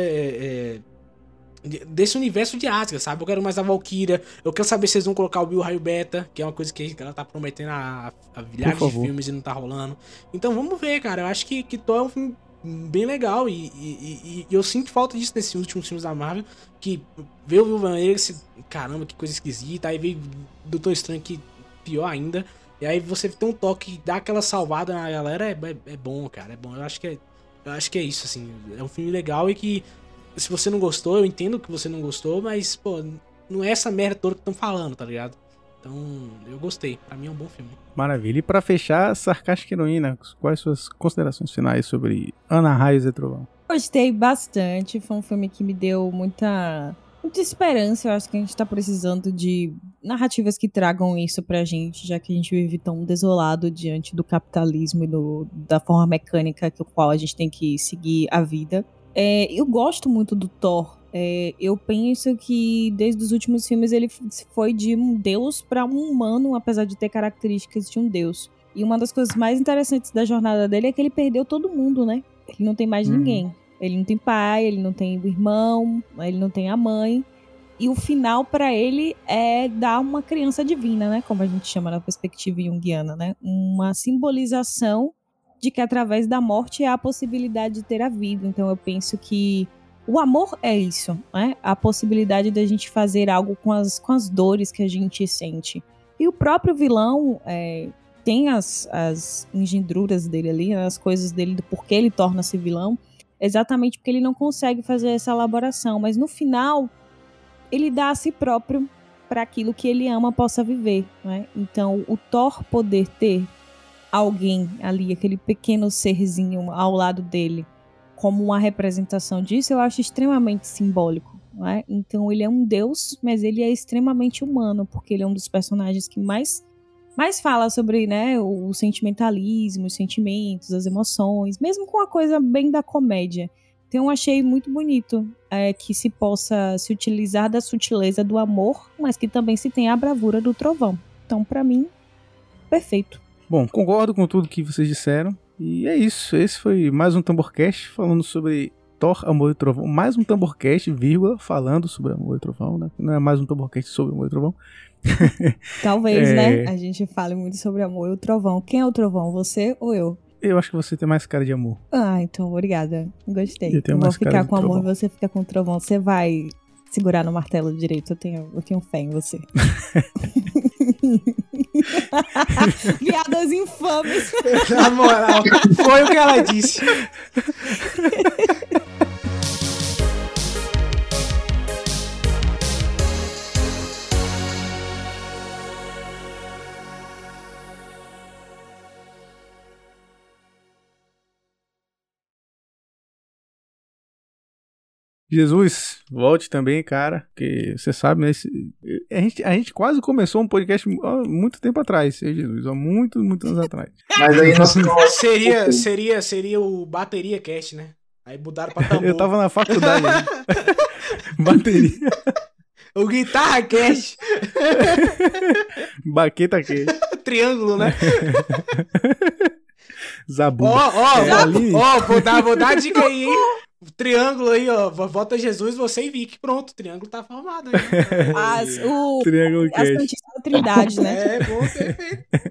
desse universo de Asgard, sabe? Eu quero mais a Valkyria. Eu quero saber se eles vão colocar o Bill Raio Beta, que é uma coisa que ela tá prometendo há milhares de filmes e não tá rolando. Então vamos ver, cara. Eu acho que Thor é um filme bem legal e eu sinto falta disso nesses últimos filmes da Marvel, que veio o Viúva Negra, caramba, que coisa esquisita. Aí veio Doutor Estranho, que pior ainda. E aí você tem um toque que dá aquela salvada na galera, é bom, cara. É bom. Eu acho que é isso, assim. É um filme legal e que se você não gostou, eu entendo que você não gostou, mas, pô, não é essa merda toda que estão falando, tá ligado? Então, eu gostei. Pra mim é um bom filme. Maravilha. E pra fechar, Sarcástica Heroína, quais suas considerações finais sobre Ana Raios e Trovão? Gostei bastante. Foi um filme que me deu muita esperança. Eu acho que a gente tá precisando de narrativas que tragam isso pra gente, já que a gente vive tão desolado diante do capitalismo e da forma mecânica com a qual a gente tem que seguir a vida. Eu gosto muito do Thor. Eu penso que desde os últimos filmes ele foi de um deus para um humano, apesar de ter características de um deus. E uma das coisas mais interessantes da jornada dele é que ele perdeu todo mundo, né? Ele não tem mais ninguém. Ele não tem pai, ele não tem o irmão, ele não tem a mãe. E o final para ele é dar uma criança divina, né? Como a gente chama na perspectiva junguiana, né? Uma simbolização de que através da morte há a possibilidade de ter a vida. Então eu penso que o amor é isso, né? A possibilidade da gente fazer algo com as dores que a gente sente. E o próprio vilão tem as engendruras dele ali, as coisas dele do porquê ele torna-se vilão, exatamente porque ele não consegue fazer essa elaboração. Mas no final, ele dá a si próprio para aquilo que ele ama possa viver, né? Então o Thor poder ter alguém ali, aquele pequeno serzinho ao lado dele, como uma representação disso, eu acho extremamente simbólico, né? Então ele é um deus, mas ele é extremamente humano, porque ele é um dos personagens que mais fala sobre, né, o sentimentalismo, os sentimentos, as emoções, mesmo com a coisa bem da comédia. Então eu achei muito bonito que se possa se utilizar da sutileza do amor, mas que também se tenha a bravura do trovão. Então, pra mim, perfeito. Bom, concordo com tudo que vocês disseram. E é isso. Esse foi mais um Tamborcast falando sobre Thor, Amor e Trovão. Mais um Tamborcast, vírgula, falando sobre Amor e Trovão, né? Não é mais um Tamborcast sobre Amor e Trovão. Talvez, né? A gente fale muito sobre Amor e o Trovão. Quem é o Trovão? Você ou eu? Eu acho que você tem mais cara de amor. Ah, então, obrigada. Gostei. Eu vou ficar com amor e você fica com o Trovão. Você vai segurar no martelo direito. Eu tenho fé em você. Piadas infames. Na moral, foi o que ela disse. Jesus, volte também, cara, porque você sabe, né? A gente quase começou um podcast há muito tempo atrás, Jesus, há muitos anos atrás. Mas aí nós... seria o Bateria Cast, né? Aí mudaram pra tambor. Eu tava na faculdade. Bateria. O Guitarra Cast. Baqueta Cast. Triângulo, né? Zabuba. Vou dar a dica aí, hein? Triângulo aí, ó. Volta Jesus, você e Vic. Pronto, o triângulo tá formado aí. Triângulo a Santíssima Trindade, né? É, bom, perfeito.